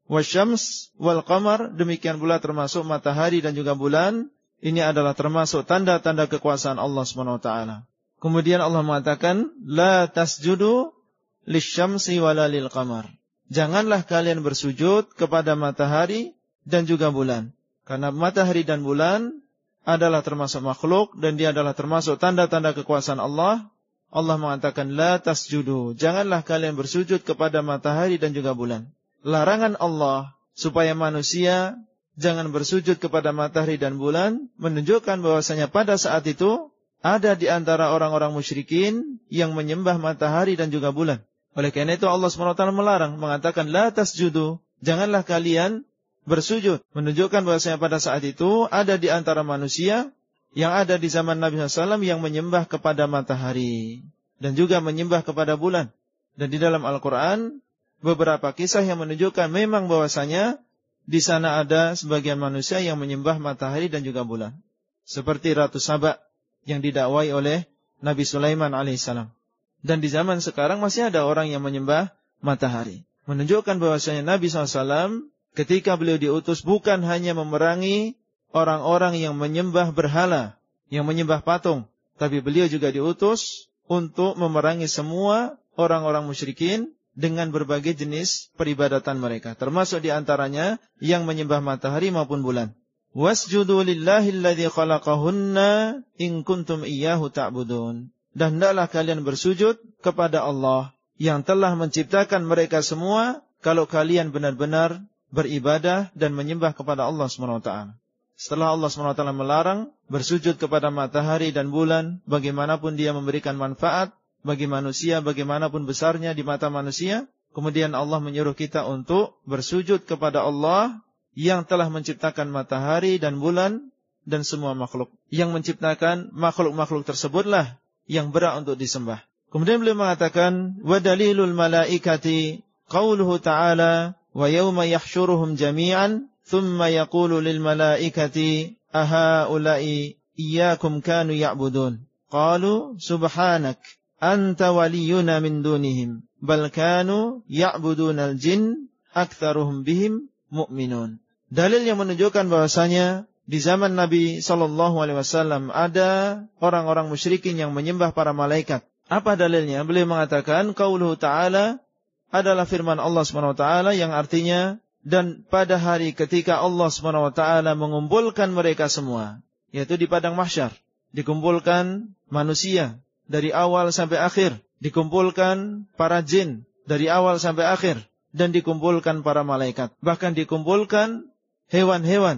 Wasyams wal qamar, demikian pula termasuk matahari dan juga bulan. Ini adalah termasuk tanda-tanda kekuasaan Allah subhanahu wa taala. Kemudian Allah mengatakan, la tasjudu lisyamsi wala lil qamar. Janganlah kalian bersujud kepada matahari dan juga bulan. Karena matahari dan bulan adalah termasuk makhluk dan dia adalah termasuk tanda-tanda kekuasaan Allah. Allah mengatakan, la tasjudu, janganlah kalian bersujud kepada matahari dan juga bulan. Larangan Allah supaya manusia jangan bersujud kepada matahari dan bulan menunjukkan bahwasanya pada saat itu ada di antara orang-orang musyrikin yang menyembah matahari dan juga bulan. Oleh karena itu Allah subhanahu wa taala melarang, mengatakan la tasjudu, janganlah kalian bersujud, menunjukkan bahwasanya pada saat itu ada di antara manusia yang ada di zaman Nabi shallallahu alaihi wasallam yang menyembah kepada matahari dan juga menyembah kepada bulan. Dan di dalam Al-Quran beberapa kisah yang menunjukkan memang bahwasanya di sana ada sebagian manusia yang menyembah matahari dan juga bulan, seperti Ratu Saba yang didakwai oleh Nabi Sulaiman alaihissalam. Dan di zaman sekarang masih ada orang yang menyembah matahari, menunjukkan bahwasanya Nabi shallallahu alaihi wasallam ketika beliau diutus bukan hanya memerangi orang-orang yang menyembah berhala, yang menyembah patung, tapi beliau juga diutus untuk memerangi semua orang-orang musyrikin dengan berbagai jenis peribadatan mereka, termasuk di antaranya yang menyembah matahari maupun bulan. Wasjudu lillahi alladzi khalaqahunna in kuntum iyyahu ta'budun. Dan hendaklah kalian bersujud kepada Allah yang telah menciptakan mereka semua kalau kalian benar-benar beribadah dan menyembah kepada Allah subhanahu wa taala. Setelah Allah subhanahu wa taala melarang bersujud kepada matahari dan bulan, bagaimanapun dia memberikan manfaat bagi manusia, bagaimanapun besarnya di mata manusia, kemudian Allah menyuruh kita untuk bersujud kepada Allah yang telah menciptakan matahari dan bulan dan semua makhluk. Yang menciptakan makhluk-makhluk tersebutlah yang berhak untuk disembah. Kemudian beliau mengatakan, wa dalilul malaikati qauluhu ta'ala wa yawma yahsyuruhum jami'an thumma yaqulu lil malaikati ahaula'i iyyakum kanu ya'budun qalu subhanak anta waliyuna min dunihim bal kanu ya'budunal jin aktsaruhum bihim mu'minun. Dalil yang menunjukkan bahwasanya di zaman Nabi sallallahu alaihi wasallam ada orang-orang musyrikin yang menyembah para malaikat. Apa dalilnya? Beliau mengatakan qauluhu ta'ala adalah firman Allah Subhanahu wa taala yang artinya, dan pada hari ketika Allah Subhanahu wa taala mengumpulkan mereka semua, yaitu di padang mahsyar, dikumpulkan manusia dari awal sampai akhir, dikumpulkan para jin dari awal sampai akhir, dan dikumpulkan para malaikat, bahkan dikumpulkan hewan-hewan,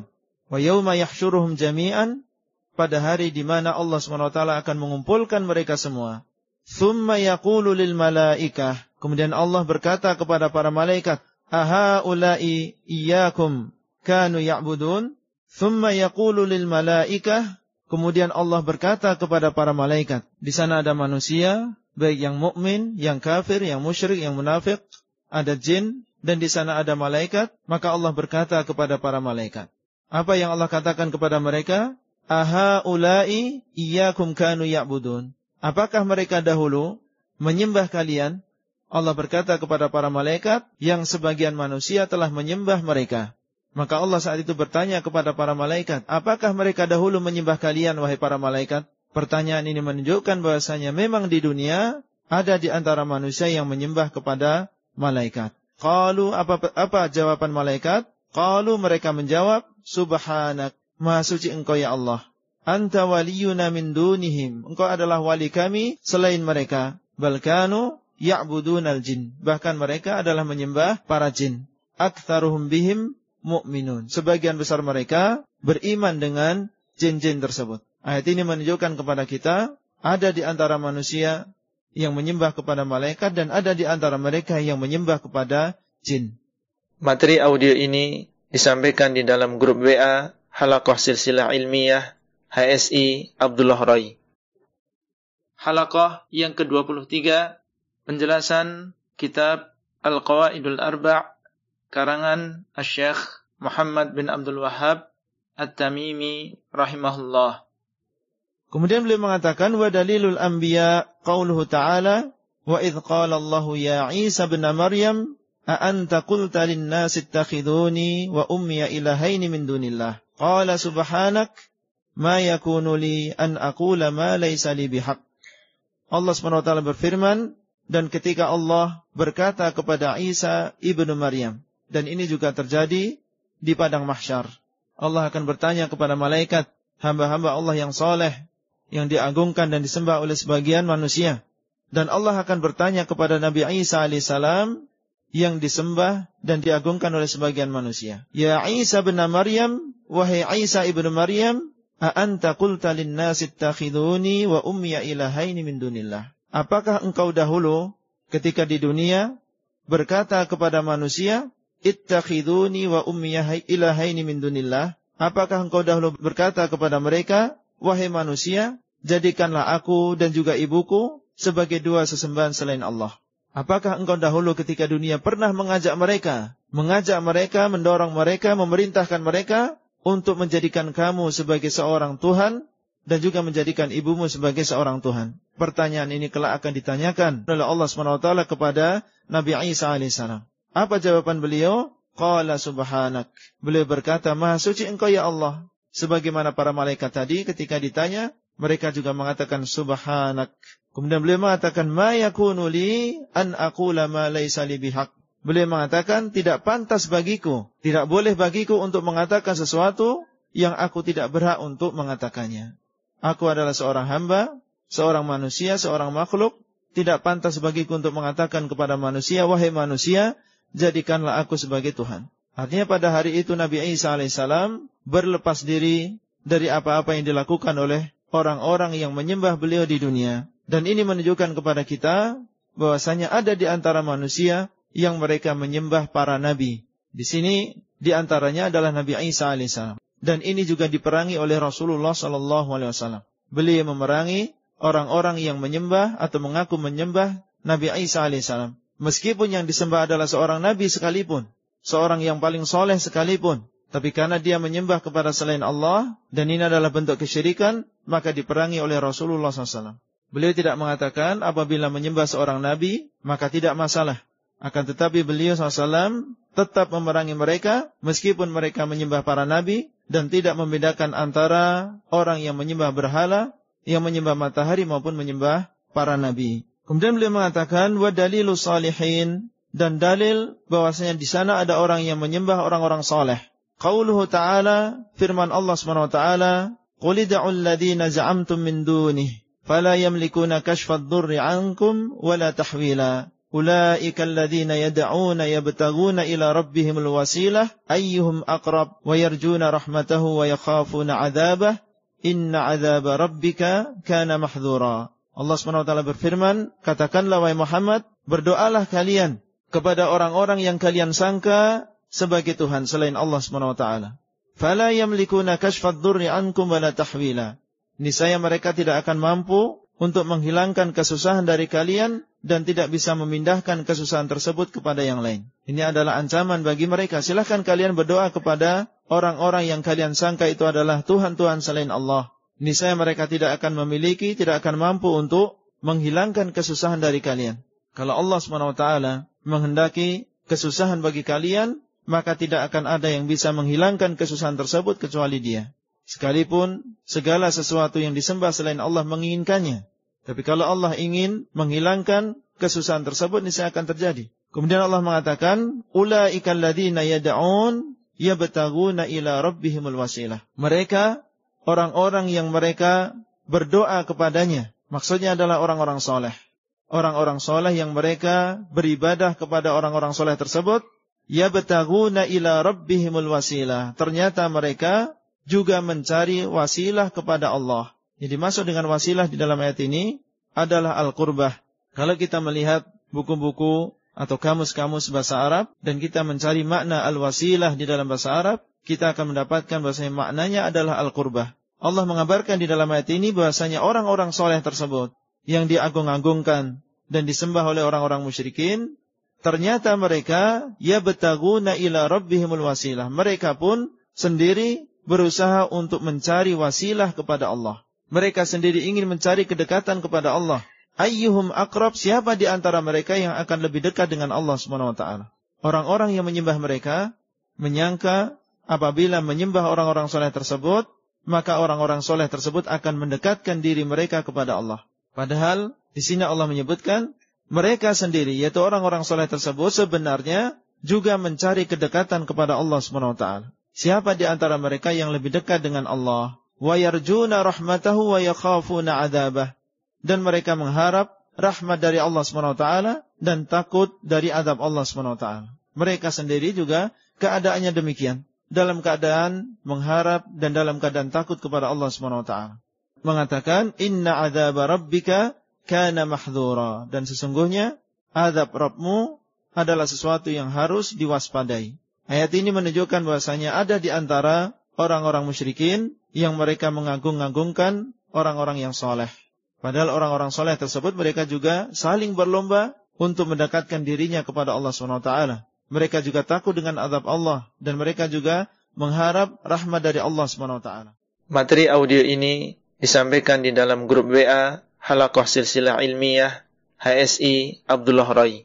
Wa yauma yahsyuruhum jami'an, pada hari di mana Allah subhanahu wa taala akan mengumpulkan mereka semua. Tsumma yaqulu lil malaikah, kemudian Allah berkata kepada para malaikat, aha ulai iyyakum kanu ya'budun. Tsumma yaqulu lil malaikah, kemudian Allah berkata kepada para malaikat. Di sana ada manusia, baik yang mukmin, yang kafir, yang musyrik, yang munafik, ada jin, dan di sana ada malaikat. Maka Allah berkata kepada para malaikat. Apa yang Allah katakan kepada mereka? Aha ulai iyyakum kanu ya'budun. Apakah mereka dahulu menyembah kalian? Allah berkata kepada para malaikat, yang sebagian manusia telah menyembah mereka. Maka Allah saat itu bertanya kepada para malaikat, apakah mereka dahulu menyembah kalian, wahai para malaikat? Pertanyaan ini menunjukkan bahwasanya memang di dunia ada di antara manusia yang menyembah kepada malaikat. Qalu, apa, apa jawaban malaikat? Qalu, mereka menjawab, subhanak, maha suci engkau ya Allah. Anta waliyuna min dunihim, engkau adalah wali kami selain mereka. Balkanu ya'budunal jin, bahkan mereka adalah menyembah para jin. Aktsaruhum bihim mu'minun, sebagian besar mereka beriman dengan jin-jin tersebut. Ayat ini menunjukkan kepada kita, ada di antara manusia yang menyembah kepada malaikat dan ada di antara mereka yang menyembah kepada jin. Materi audio ini disampaikan di dalam grup W A Halaqah Silsilah Ilmiyah H S I Abdullah Rai. Halaqah yang ke dua puluh tiga, penjelasan kitab Al-Qawaidul Arba' karangan Asy-Syaikh Muhammad bin Abdul Wahhab At-Tamimi rahimahullah. Kemudian beliau mengatakan, wa dalilul anbiya qauluhu ta'ala, wa idh qala Allahu ya Isa bin Maryam a anta qulta lin-nasi ittakhiduni wa ummiya ilahaini min dunillah. Qala subhanak ma yakunu li an aqula ma laysa li bihaq. Allah Subhanahu wa taala berfirman, dan ketika Allah berkata kepada Isa ibnu Maryam, dan ini juga terjadi di padang mahsyar. Allah akan bertanya kepada malaikat, hamba-hamba Allah yang soleh, yang diagungkan dan disembah oleh sebagian manusia. Dan Allah akan bertanya kepada Nabi Isa alaihissalam, yang disembah dan diagungkan oleh sebagian manusia. Ya Isa bin Maryam, wahai Isa ibnu Maryam, a anta qulta lin-nasi ittakhiduni wa ummiya ilahaini min dunillah. Apakah engkau dahulu ketika di dunia berkata kepada manusia, ittakhiduni wa ummiya ilahaini min dunillah? Apakah engkau dahulu berkata kepada mereka, wahai manusia, jadikanlah aku dan juga ibuku sebagai dua sesembahan selain Allah? Apakah engkau dahulu ketika dunia pernah mengajak mereka, mengajak mereka, mendorong mereka, memerintahkan mereka untuk menjadikan kamu sebagai seorang Tuhan dan juga menjadikan ibumu sebagai seorang Tuhan? Pertanyaan ini kelak akan ditanyakan oleh Allah subhanahu wa taala kepada Nabi Isa alaihissalam. Apa jawaban beliau? Qala subhanak. Beliau berkata, maha suci engkau ya Allah. Sebagaimana para malaikat tadi ketika ditanya, mereka juga mengatakan subhanak. Kemudian beliau mengatakan, ma yakunu li an aqula ma laysa li bihaq. Beliau mengatakan, tidak pantas bagiku, tidak boleh bagiku untuk mengatakan sesuatu yang aku tidak berhak untuk mengatakannya. Aku adalah seorang hamba, seorang manusia, seorang makhluk. Tidak pantas bagiku untuk mengatakan kepada manusia, wahai manusia, jadikanlah aku sebagai Tuhan. Artinya pada hari itu Nabi Isa alaihissalam berlepas diri dari apa-apa yang dilakukan oleh orang-orang yang menyembah beliau di dunia. Dan ini menunjukkan kepada kita bahwasanya ada di antara manusia yang mereka menyembah para nabi. Di sini di antaranya adalah Nabi Isa alaihissalam. Dan ini juga diperangi oleh Rasulullah sallallahu alaihi wasallam. Beliau memerangi orang-orang yang menyembah atau mengaku menyembah Nabi Isa alaihissalam. Meskipun yang disembah adalah seorang nabi sekalipun, seorang yang paling soleh sekalipun, tapi karena dia menyembah kepada selain Allah, dan ini adalah bentuk kesyirikan, maka diperangi oleh Rasulullah sallallahu alaihi wasallam. Beliau tidak mengatakan apabila menyembah seorang nabi, maka tidak masalah. Akan tetapi beliau sallallahu alaihi wasallam tetap memerangi mereka, meskipun mereka menyembah para nabi, dan tidak membedakan antara orang yang menyembah berhala, yang menyembah matahari maupun menyembah para nabi. Kemudian beliau mengatakan, wa dalilu salihin, dan dalil bahwasanya di sana ada orang yang menyembah orang-orang saleh. Qauluhu ta'ala, firman Allah Subhanahu wa taala, qul id'ul ladzina za'amtum min dunihi fala yamlikuna kashfad dhurri 'ankum wala tahwila. ulaika alladziina yad'uuna yabtaghuuna ila rabbihimul wasilah ayyuhum aqrab wa yarjuuna rahmatahu wa yakhaafuna 'adzabah inna 'adzaba rabbika kana mahdhura. Allah Subhanahu wa taala berfirman, katakanlah wahai Muhammad, berdoalah kalian kepada orang-orang yang kalian sangka sebagai Tuhan selain Allah Subhanahu wa taala. Fala yamlikuna kashfad dhurri ankum wala tahwila. Niscaya mereka tidak akan mampu untuk menghilangkan kesusahan dari kalian dan tidak bisa memindahkan kesusahan tersebut kepada yang lain. Ini adalah ancaman bagi mereka. Silahkan kalian berdoa kepada orang-orang yang kalian sangka itu adalah Tuhan-Tuhan selain Allah. Niscaya mereka tidak akan memiliki, tidak akan mampu untuk menghilangkan kesusahan dari kalian. Kalau Allah subhanahu wa taala menghendaki kesusahan bagi kalian, maka tidak akan ada yang bisa menghilangkan kesusahan tersebut kecuali Dia. Sekalipun segala sesuatu yang disembah selain Allah menginginkannya. Tapi kalau Allah ingin menghilangkan kesusahan tersebut, niscaya akan terjadi. Kemudian Allah mengatakan, ulaika alladziina yad'uun yabtaghuuna ila rabbihimul wasilah. Mereka orang-orang yang mereka berdoa kepadanya. Maksudnya adalah orang-orang soleh. Orang-orang soleh yang mereka beribadah kepada orang-orang soleh tersebut. Yabtaghuuna ila rabbihimul wasilah. Ternyata mereka juga mencari wasilah kepada Allah. Jadi masuk dengan wasilah di dalam ayat ini adalah al-qurbah. Kalau kita melihat buku-buku atau kamus-kamus bahasa Arab dan kita mencari makna al-wasilah di dalam bahasa Arab, kita akan mendapatkan bahasanya maknanya adalah al-qurbah. Allah mengabarkan di dalam ayat ini bahasanya orang-orang soleh tersebut yang diagung-agungkan dan disembah oleh orang-orang musyrikin, ternyata mereka yabtaguna ila rabbihimul wasilah. Mereka pun sendiri berusaha untuk mencari wasilah kepada Allah. Mereka sendiri ingin mencari kedekatan kepada Allah. Ayyuhum aqrab, siapa di antara mereka yang akan lebih dekat dengan Allah Subhanahu wa taala? Orang-orang yang menyembah mereka menyangka apabila menyembah orang-orang soleh tersebut, maka orang-orang soleh tersebut akan mendekatkan diri mereka kepada Allah. Padahal di sini Allah menyebutkan mereka sendiri, yaitu orang-orang soleh tersebut sebenarnya juga mencari kedekatan kepada Allah Subhanahu wa taala. Siapa di antara mereka yang lebih dekat dengan Allah? Wa yarjuna rahmatahu wa yakhafuna 'adzabah. Dan mereka mengharap rahmat dari Allah Subhanahu wa taala dan takut dari azab Allah Subhanahu wa taala. Mereka sendiri juga keadaannya demikian, dalam keadaan mengharap dan dalam keadaan takut kepada Allah Subhanahu wa taala. Mengatakan inna 'adzaba rabbika kana mahdhura, dan sesungguhnya azab Rabbmu adalah sesuatu yang harus diwaspadai. Ayat ini menunjukkan bahwasanya ada di antara orang-orang musyrikin yang mereka mengagung-agungkan orang-orang yang soleh. Padahal orang-orang soleh tersebut mereka juga saling berlomba untuk mendekatkan dirinya kepada Allah subhanahu wa taala. Mereka juga takut dengan azab Allah dan mereka juga mengharap rahmat dari Allah subhanahu wa taala. Materi audio ini disampaikan di dalam grup W A Halaqah Silsilah Ilmiyah H S I Abdullah Rai.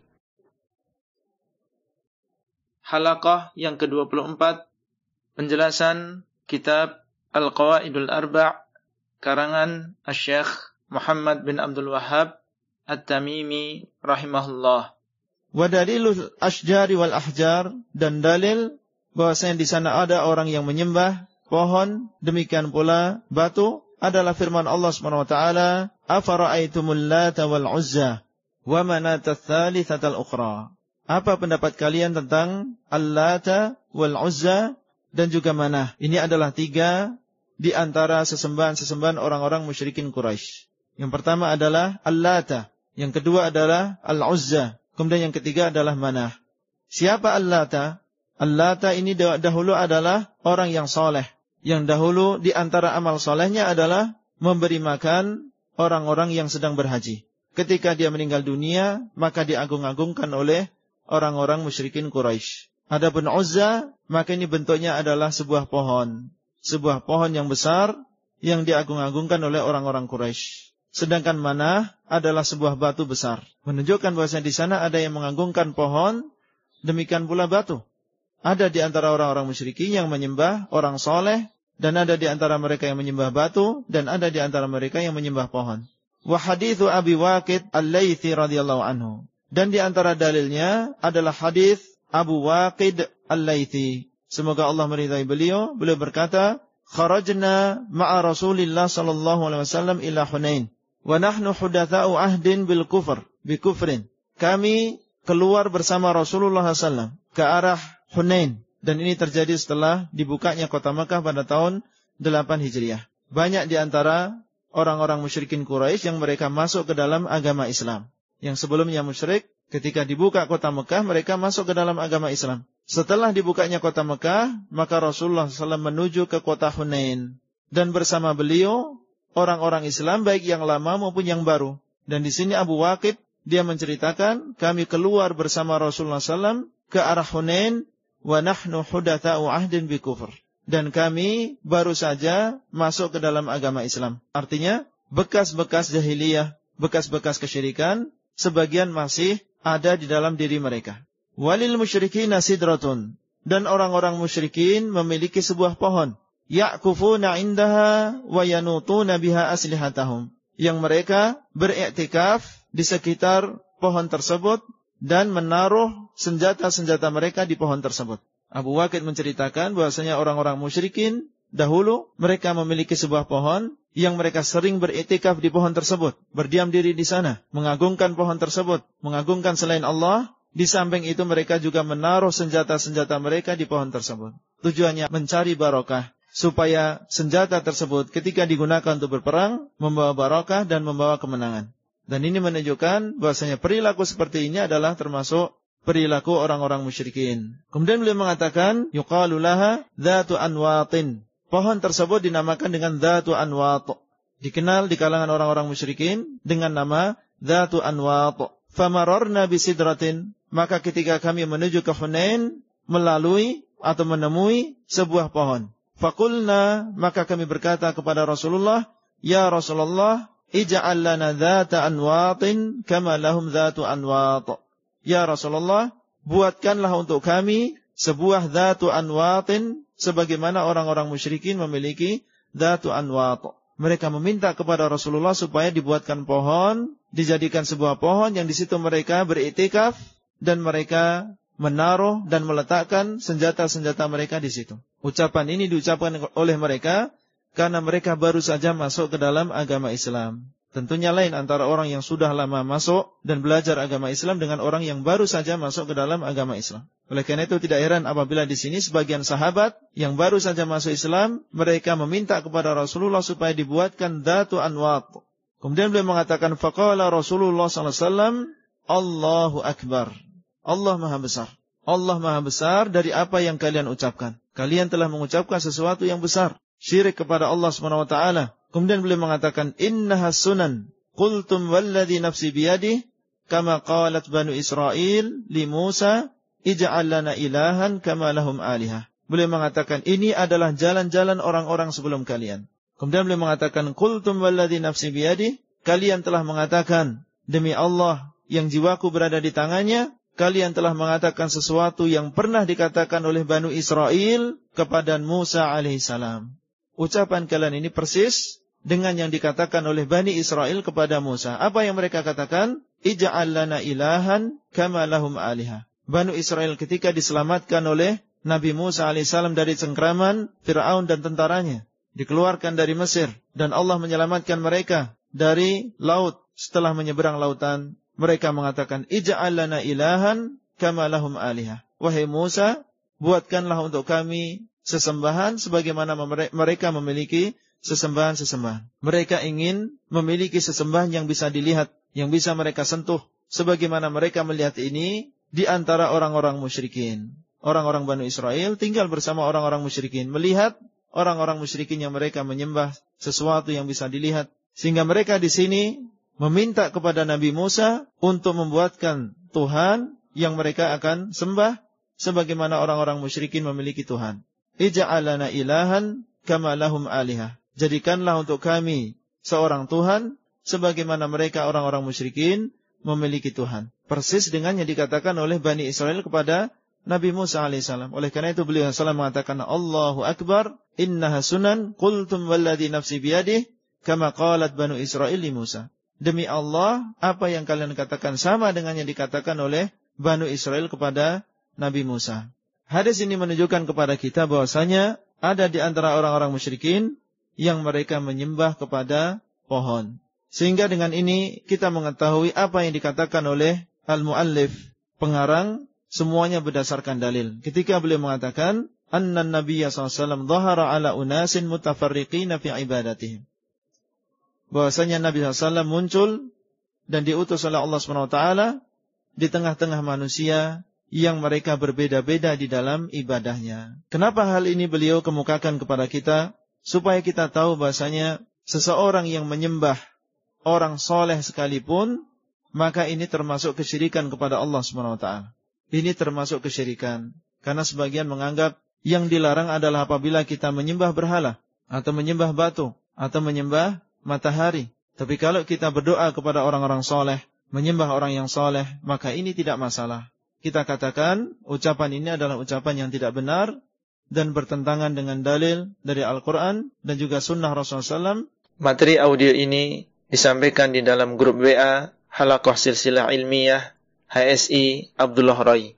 Halaqah yang ke dua puluh empat, penjelasan kitab Al-Qawaidul Arba' karangan Asy-Syaikh Muhammad bin Abdul Wahhab At-Tamimi rahimahullah. Wa dalilul asjari wal ahjar, dan dalil bahwasanya di sana ada orang yang menyembah pohon, demikian pula batu, adalah firman Allah Subhanahu wa taala, afara'aitumul lata wal uzza wa manata tsalitsatal ukhra. Apa pendapat kalian tentang Al-Lata wal-Uzza dan juga Manah? Ini adalah tiga di antara sesembahan-sesembahan orang-orang musyrikin Quraisy. Yang pertama adalah Al-Lata, yang kedua adalah Al-Uzza, kemudian yang ketiga adalah Manah. Siapa Al-Lata? Al-Lata ini dahulu adalah orang yang soleh, yang dahulu di antara amal solehnya adalah memberi makan orang-orang yang sedang berhaji. Ketika dia meninggal dunia, maka diagung-agungkan oleh orang-orang musyrikin Quraisy. Adapun Uzza, maka ini bentuknya adalah sebuah pohon. Sebuah pohon yang besar yang diagung-agungkan oleh orang-orang Quraisy. Sedangkan Manah adalah sebuah batu besar. Menunjukkan bahwa di sana ada yang mengagungkan pohon, demikian pula batu. Ada di antara orang-orang musyrikin yang menyembah orang soleh, dan ada di antara mereka yang menyembah batu, dan ada di antara mereka yang menyembah pohon. Wa hadithu Abi Waqid Al-Laythi radhiyallahu anhu. Dan di antara dalilnya adalah hadis Abu Waqid Al-Laythi. Semoga Allah meridai beliau. Beliau berkata, "Kharajna ma'a Rasulillah sallallahu alaihi wasallam ila Hunain, wa nahnu hudatsa'u ahdin bil kufr, bi kufrin. kami keluar bersama Rasulullah shallallahu alaihi wasallam ke arah Hunain. Dan ini terjadi setelah dibukanya kota Mekah pada tahun delapan Hijriah. Banyak di antara orang-orang musyrikin Quraisy yang mereka masuk ke dalam agama Islam. Yang sebelumnya musyrik, ketika dibuka kota Mekah, mereka masuk ke dalam agama Islam. Setelah dibukanya kota Mekah, maka Rasulullah shallallahu alaihi wasallam menuju ke kota Hunain. Dan bersama beliau, orang-orang Islam baik yang lama maupun yang baru. Dan di sini Abu Waqid, dia menceritakan, kami keluar bersama Rasulullah shallallahu alaihi wasallam ke arah Hunain, wa nahnu hudatsa'u ahdin bi kufr. Dan kami baru saja masuk ke dalam agama Islam. Artinya, bekas-bekas jahiliyah, bekas-bekas kesyirikan, sebagian masih ada di dalam diri mereka. Walil musyrikina sidratun. Dan orang-orang musyrikin memiliki sebuah pohon. Ya'kufuna indaha wa yanutuna biha aslihatahum. Yang mereka beriktikaf di sekitar pohon tersebut dan menaruh senjata-senjata mereka di pohon tersebut. Abu Waqid menceritakan bahwasanya orang-orang musyrikin dahulu mereka memiliki sebuah pohon yang mereka sering beriktikaf di pohon tersebut, berdiam diri di sana, mengagungkan pohon tersebut, mengagungkan selain Allah. Di samping itu mereka juga menaruh senjata-senjata mereka di pohon tersebut. Tujuannya mencari barokah, supaya senjata tersebut ketika digunakan untuk berperang membawa barokah dan membawa kemenangan. Dan ini menunjukkan bahwasanya perilaku seperti ini adalah termasuk perilaku orang-orang musyrikin. Kemudian beliau mengatakan, yuqalu laha dzatu anwatin. Pohon tersebut dinamakan dengan dzatu anwat. Dikenal di kalangan orang-orang musyrikin dengan nama dzatu anwat. Famararna bisidratin. Maka ketika kami menuju ke Hunain, melalui atau menemui sebuah pohon. Faqulna, maka kami berkata kepada Rasulullah, ya Rasulullah, ij'al lana dzata anwatin kama lahum dzatu anwat. Ya Rasulullah, buatkanlah untuk kami sebuah dzatu anwatin sebagaimana orang-orang musyrikin memiliki dzatu anwat. Mereka meminta kepada Rasulullah supaya dibuatkan pohon, dijadikan sebuah pohon yang di situ mereka beriktikaf dan mereka menaruh dan meletakkan senjata-senjata mereka di situ. Ucapan ini diucapkan oleh mereka karena mereka baru saja masuk ke dalam agama Islam. Tentunya lain antara orang yang sudah lama masuk dan belajar agama Islam dengan orang yang baru saja masuk ke dalam agama Islam. Oleh karena itu tidak heran apabila di sini sebagian sahabat yang baru saja masuk Islam, mereka meminta kepada Rasulullah supaya dibuatkan dzatu anwat. Kemudian beliau mengatakan, faqala Rasulullah sallallahu alaihi wasallam, Allahu Akbar. Allah Maha Besar. Allah Maha Besar dari apa yang kalian ucapkan. Kalian telah mengucapkan sesuatu yang besar. Syirik kepada Allah subhanahu wa taala. Kemudian beliau mengatakan, innaha sunan. Qultum walladhi nafsi biyadih. Kama qalat Banu Israel li Musa. Ij'al lana ilahan kama lahum alihah. Beliau mengatakan, ini adalah jalan-jalan orang-orang sebelum kalian. Kemudian beliau mengatakan, qultum walladhi nafsi biyadih. Kalian telah mengatakan, demi Allah yang jiwaku berada di tangannya. Kalian telah mengatakan sesuatu yang pernah dikatakan oleh Banu Israel kepada Musa alaihissalam. Ucapan kalian ini persis dengan yang dikatakan oleh Bani Israel kepada Musa. Apa yang mereka katakan? Ij'al lana ilahan kama lahum alihah. Banu Israel ketika diselamatkan oleh Nabi Musa alaihissalam dari cengkraman Fir'aun dan tentaranya. Dikeluarkan dari Mesir. Dan Allah menyelamatkan mereka dari laut setelah menyeberang lautan. Mereka mengatakan, ij'al lana ilahan kama lahum alihah. Wahai Musa, buatkanlah untuk kami sesembahan sebagaimana mereka memiliki sesembahan-sesembahan. Mereka ingin memiliki sesembahan yang bisa dilihat, yang bisa mereka sentuh. Sebagaimana mereka melihat ini di antara orang-orang musyrikin. Orang-orang Banu Israel tinggal bersama orang-orang musyrikin. Melihat orang-orang musyrikin yang mereka menyembah sesuatu yang bisa dilihat. Sehingga mereka di sini meminta kepada Nabi Musa untuk membuatkan Tuhan yang mereka akan sembah sebagaimana orang-orang musyrikin memiliki Tuhan. Ij'al lana ilahan kama lahum alihah. Jadikanlah untuk kami seorang Tuhan sebagaimana mereka orang-orang musyrikin memiliki Tuhan. Persis dengan yang dikatakan oleh Bani Israel kepada Nabi Musa alaihissalam. Oleh karena itu beliau sallallahu mengatakan, Allahu Akbar, innaha sunan, qultum walladhi nafsi biyadih, kama qalat Banu Israel li Musa. Demi Allah, apa yang kalian katakan sama dengan yang dikatakan oleh Banu Israel kepada Nabi Musa. Hadis ini menunjukkan kepada kita bahwasanya ada di antara orang-orang musyrikin yang mereka menyembah kepada pohon. Sehingga dengan ini kita mengetahui apa yang dikatakan oleh al-muallif, pengarang, semuanya berdasarkan dalil. Ketika beliau mengatakan, anna Nabiya sallallahu alaihi wasallam dhahara ala unasin mutafarriqina fi ibadatihim. Bahwasanya Nabi sallallahu alaihi wasallam muncul dan diutus oleh Allah subhanahu wa taala di tengah-tengah manusia yang mereka berbeda-beda di dalam ibadahnya. Kenapa hal ini beliau kemukakan kepada kita? Supaya kita tahu bahasanya seseorang yang menyembah orang soleh sekalipun, maka ini termasuk kesyirikan kepada Allah subhanahu wa taala. Ini termasuk kesyirikan. Karena sebagian menganggap yang dilarang adalah apabila kita menyembah berhala, atau menyembah batu, atau menyembah matahari. Tapi kalau kita berdoa kepada orang-orang soleh, menyembah orang yang soleh, maka ini tidak masalah. Kita katakan ucapan ini adalah ucapan yang tidak benar dan bertentangan dengan dalil dari Al-Quran dan juga sunnah Rasulullah shallallahu alaihi wasallam. Materi audio ini disampaikan di dalam grup W A Halaqah Silsilah Ilmiyah H S I Abdullah Rai.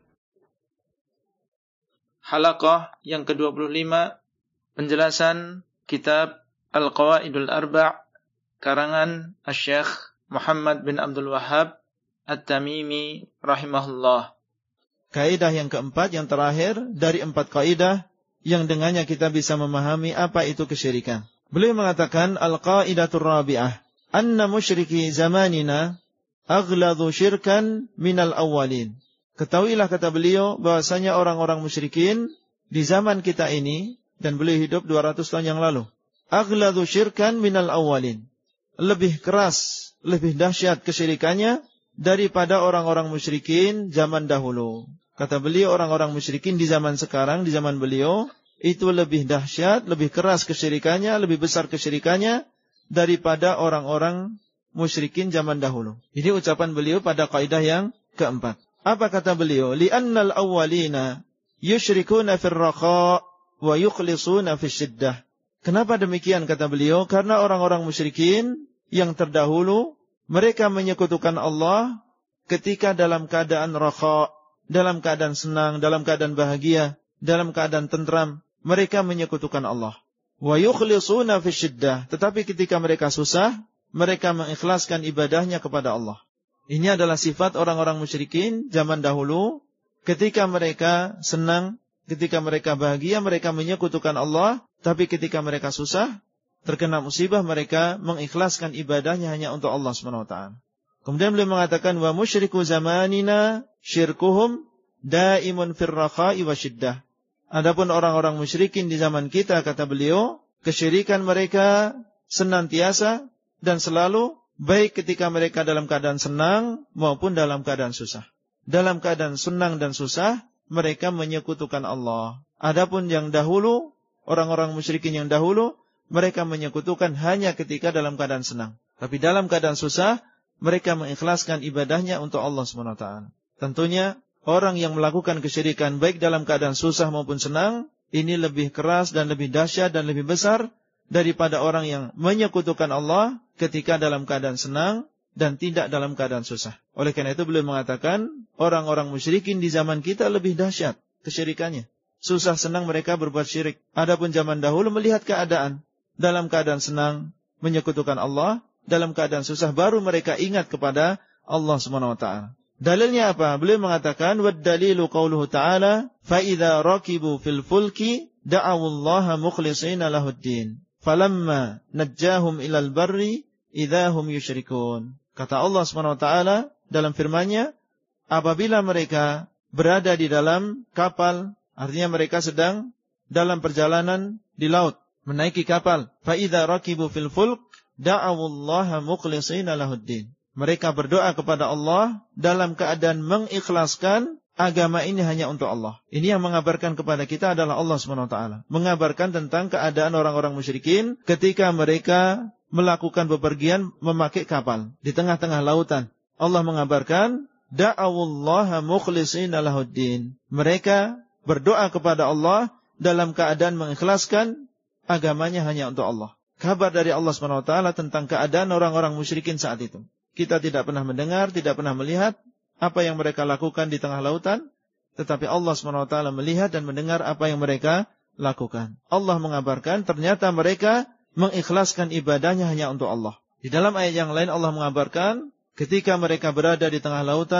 Halaqah yang ke dua puluh lima, penjelasan kitab Al-Qawaidul Arba' karangan Asy-Syaikh Muhammad bin Abdul Wahhab At-Tamimi rahimahullah. Kaidah yang keempat, yang terakhir dari empat kaidah yang dengannya kita bisa memahami apa itu kesyirikan. Beliau mengatakan al-qaidatur rabi'ah, anna musyriki zamanina aghladu syirkan minal awwalin. Ketahuilah, kata beliau, bahwasanya orang-orang musyrikin di zaman kita ini, dan beliau hidup dua ratus tahun yang lalu, aghladu syirkan minal awwalin, lebih keras, lebih dahsyat kesyirikannya daripada orang-orang musyrikin zaman dahulu. Kata beliau, orang-orang musyrikin di zaman sekarang, di zaman beliau, itu lebih dahsyat, lebih keras kesyirikannya, lebih besar kesyirikannya daripada orang-orang musyrikin zaman dahulu. Ini ucapan beliau pada kaidah yang keempat. Apa kata beliau? Li'annal awwalina yusyrikuna fir raqa wa yukhlisuna fis syiddah. Kenapa demikian, kata beliau? Karena orang-orang musyrikin yang terdahulu, mereka menyekutukan Allah ketika dalam keadaan raqa, dalam keadaan senang, dalam keadaan bahagia, dalam keadaan tentram, mereka menyekutukan Allah. Wa yukhlisuna fi syiddah, tetapi ketika mereka susah, mereka mengikhlaskan ibadahnya kepada Allah. Ini adalah sifat orang-orang musyrikin zaman dahulu. Ketika mereka senang, ketika mereka bahagia, mereka menyekutukan Allah. Tapi ketika mereka susah, terkena musibah, mereka mengikhlaskan ibadahnya hanya untuk Allah subhanahu wa taala. Kemudian beliau mengatakan, wa musyriku zamanina syirkuhum daimun fir rakha'i wa syiddah. Adapun orang-orang musyrikin di zaman kita, kata beliau, kesyirikan mereka senantiasa dan selalu, baik ketika mereka dalam keadaan senang maupun dalam keadaan susah. Dalam keadaan senang dan susah, mereka menyekutukan Allah. Adapun yang dahulu, orang-orang musyrikin yang dahulu, mereka menyekutukan hanya ketika dalam keadaan senang. Tapi dalam keadaan susah, mereka mengikhlaskan ibadahnya untuk Allah subhanahu wa taala. Tentunya, orang yang melakukan kesyirikan baik dalam keadaan susah maupun senang, ini lebih keras dan lebih dahsyat dan lebih besar daripada orang yang menyekutukan Allah ketika dalam keadaan senang dan tidak dalam keadaan susah. Oleh karena itu beliau mengatakan, orang-orang musyrikin di zaman kita lebih dahsyat kesyirikannya. Susah senang mereka berbuat syirik. Adapun zaman dahulu melihat keadaan, dalam keadaan senang menyekutukan Allah, dalam keadaan susah baru mereka ingat kepada Allah subhanahu wa taala. Dalilnya apa? Beliau mengatakan, wad dalilu qauluhu ta'ala, fa idza rakibu fil fulki da'awullaha mukhlishina lahuddin. Falamma najjahum ilal barri idahum yusyrikun. Kata Allah subhanahu wa taala dalam firman-Nya, apabila mereka berada di dalam kapal, artinya mereka sedang dalam perjalanan di laut, menaiki kapal, fa idza rakibu fil fulk da'awullaha mukhlishina lahuddin. Mereka berdoa kepada Allah dalam keadaan mengikhlaskan agama ini hanya untuk Allah. Ini yang mengabarkan kepada kita adalah Allah subhanahu wa taala. Mengabarkan tentang keadaan orang-orang musyrikin ketika mereka melakukan bepergian memakai kapal di tengah-tengah lautan. Allah mengabarkan, da'awullaha mukhlishina lahuddin. Mereka berdoa kepada Allah dalam keadaan mengikhlaskan agamanya hanya untuk Allah. Kabar dari Allah subhanahu wa taala tentang keadaan orang-orang musyrikin saat itu. Kita tidak pernah mendengar, tidak pernah melihat apa yang mereka lakukan di tengah lautan, tetapi Allah subhanahu wa taala melihat dan mendengar apa yang mereka lakukan. Allah mengabarkan ternyata mereka mengikhlaskan ibadahnya hanya untuk Allah. Di dalam ayat yang lain Allah mengabarkan ketika mereka berada di tengah lautan,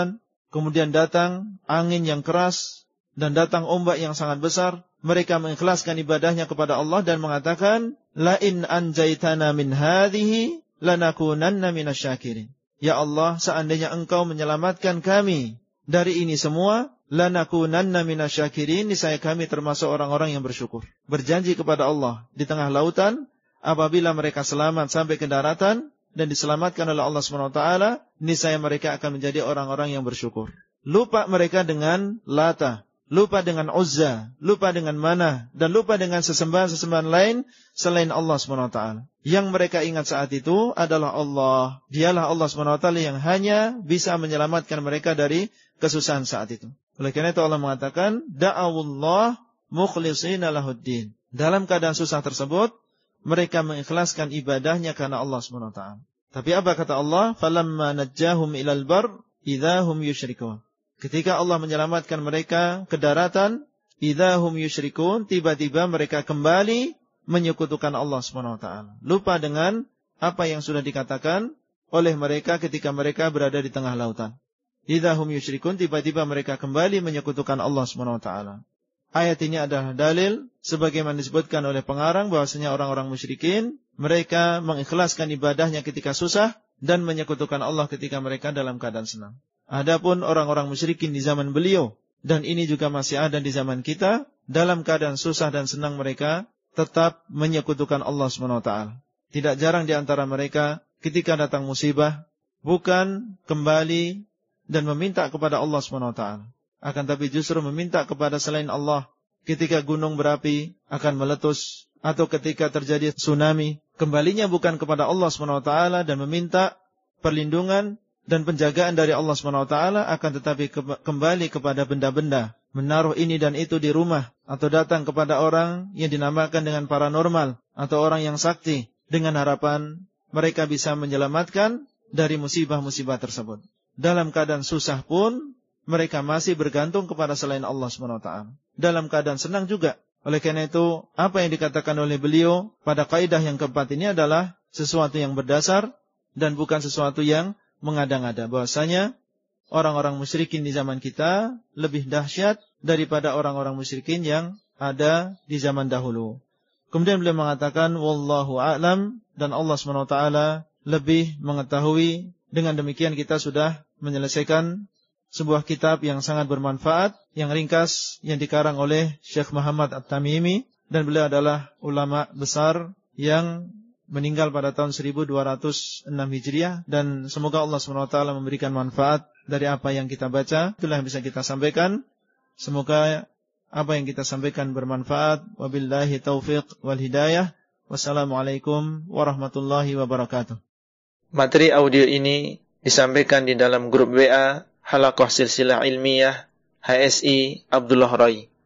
kemudian datang angin yang keras, dan datang ombak yang sangat besar, mereka mengikhlaskan ibadahnya kepada Allah dan mengatakan, La in anjaitana min hadhihi lanakunanna minasyakirin. Ya Allah, seandainya engkau menyelamatkan kami dari ini semua, lanakunanna minasyakirin, niscaya kami termasuk orang-orang yang bersyukur. Berjanji kepada Allah di tengah lautan, apabila mereka selamat sampai ke daratan dan diselamatkan oleh Allah subhanahu wa taala, niscaya mereka akan menjadi orang-orang yang bersyukur. Lupa mereka dengan Lata, lupa dengan Uzza, lupa dengan Manah, dan lupa dengan sesembahan-sesembahan lain selain Allah subhanahu wa taala. Yang mereka ingat saat itu adalah Allah. Dialah Allah subhanahu wa taala yang hanya bisa menyelamatkan mereka dari kesusahan saat itu. Oleh karena itu Allah mengatakan, Da'awullah mukhlishina lahuddin. Dalam keadaan susah tersebut, mereka mengikhlaskan ibadahnya karena Allah subhanahu wa taala. Tapi apa kata Allah? Falamma najjahum ilal bar, idahum yusyrikun. Ketika Allah menyelamatkan mereka ke daratan, idahum yusyrikun, tiba-tiba mereka kembali menyekutukan Allah subhanahu wa taala. Lupa dengan apa yang sudah dikatakan oleh mereka ketika mereka berada di tengah lautan. Idahum yusyrikun, tiba-tiba mereka kembali menyekutukan Allah subhanahu wa taala. Ayat ini adalah dalil sebagaimana disebutkan oleh pengarang bahwasanya orang-orang musyrikin mereka mengikhlaskan ibadahnya ketika susah dan menyekutukan Allah ketika mereka dalam keadaan senang. Adapun orang-orang musyrikin di zaman beliau dan ini juga masih ada di zaman kita, dalam keadaan susah dan senang mereka tetap menyekutukan Allah subhanahu wa taala. Tidak jarang di antara mereka ketika datang musibah bukan kembali dan meminta kepada Allah subhanahu wa taala, akan tapi justru meminta kepada selain Allah. Ketika gunung berapi akan meletus atau ketika terjadi tsunami, kembalinya bukan kepada Allah subhanahu wa taala dan meminta perlindungan dan penjagaan dari Allah subhanahu wa taala, akan tetapi kembali kepada benda-benda, menaruh ini dan itu di rumah, atau datang kepada orang yang dinamakan dengan paranormal atau orang yang sakti dengan harapan mereka bisa menyelamatkan dari musibah-musibah tersebut. Dalam keadaan susah pun mereka masih bergantung kepada selain Allah subhanahu wa taala. Dalam keadaan senang juga. Oleh karena itu, apa yang dikatakan oleh beliau pada kaidah yang keempat ini adalah sesuatu yang berdasar dan bukan sesuatu yang mengada-ngada. Bahwasanya orang-orang musyrikin di zaman kita lebih dahsyat daripada orang-orang musyrikin yang ada di zaman dahulu. Kemudian beliau mengatakan, Wallahu a'lam, dan Allah subhanahu wa taala lebih mengetahui. Dengan demikian kita sudah menyelesaikan sebuah kitab yang sangat bermanfaat, yang ringkas, yang dikarang oleh Syekh Muhammad At-Tamimi, dan beliau adalah ulama besar yang meninggal pada tahun seribu dua ratus enam Hijriah, dan semoga Allah subhanahu wa taala memberikan manfaat dari apa yang kita baca. Itulah yang bisa kita sampaikan. Semoga apa yang kita sampaikan bermanfaat. Wabillahi taufiq wal hidayah. Wassalamualaikum warahmatullahi wabarakatuh. Materi audio ini disampaikan di dalam grup W A Halaqah Silsilah Ilmiyah H S I Abdullah Rai.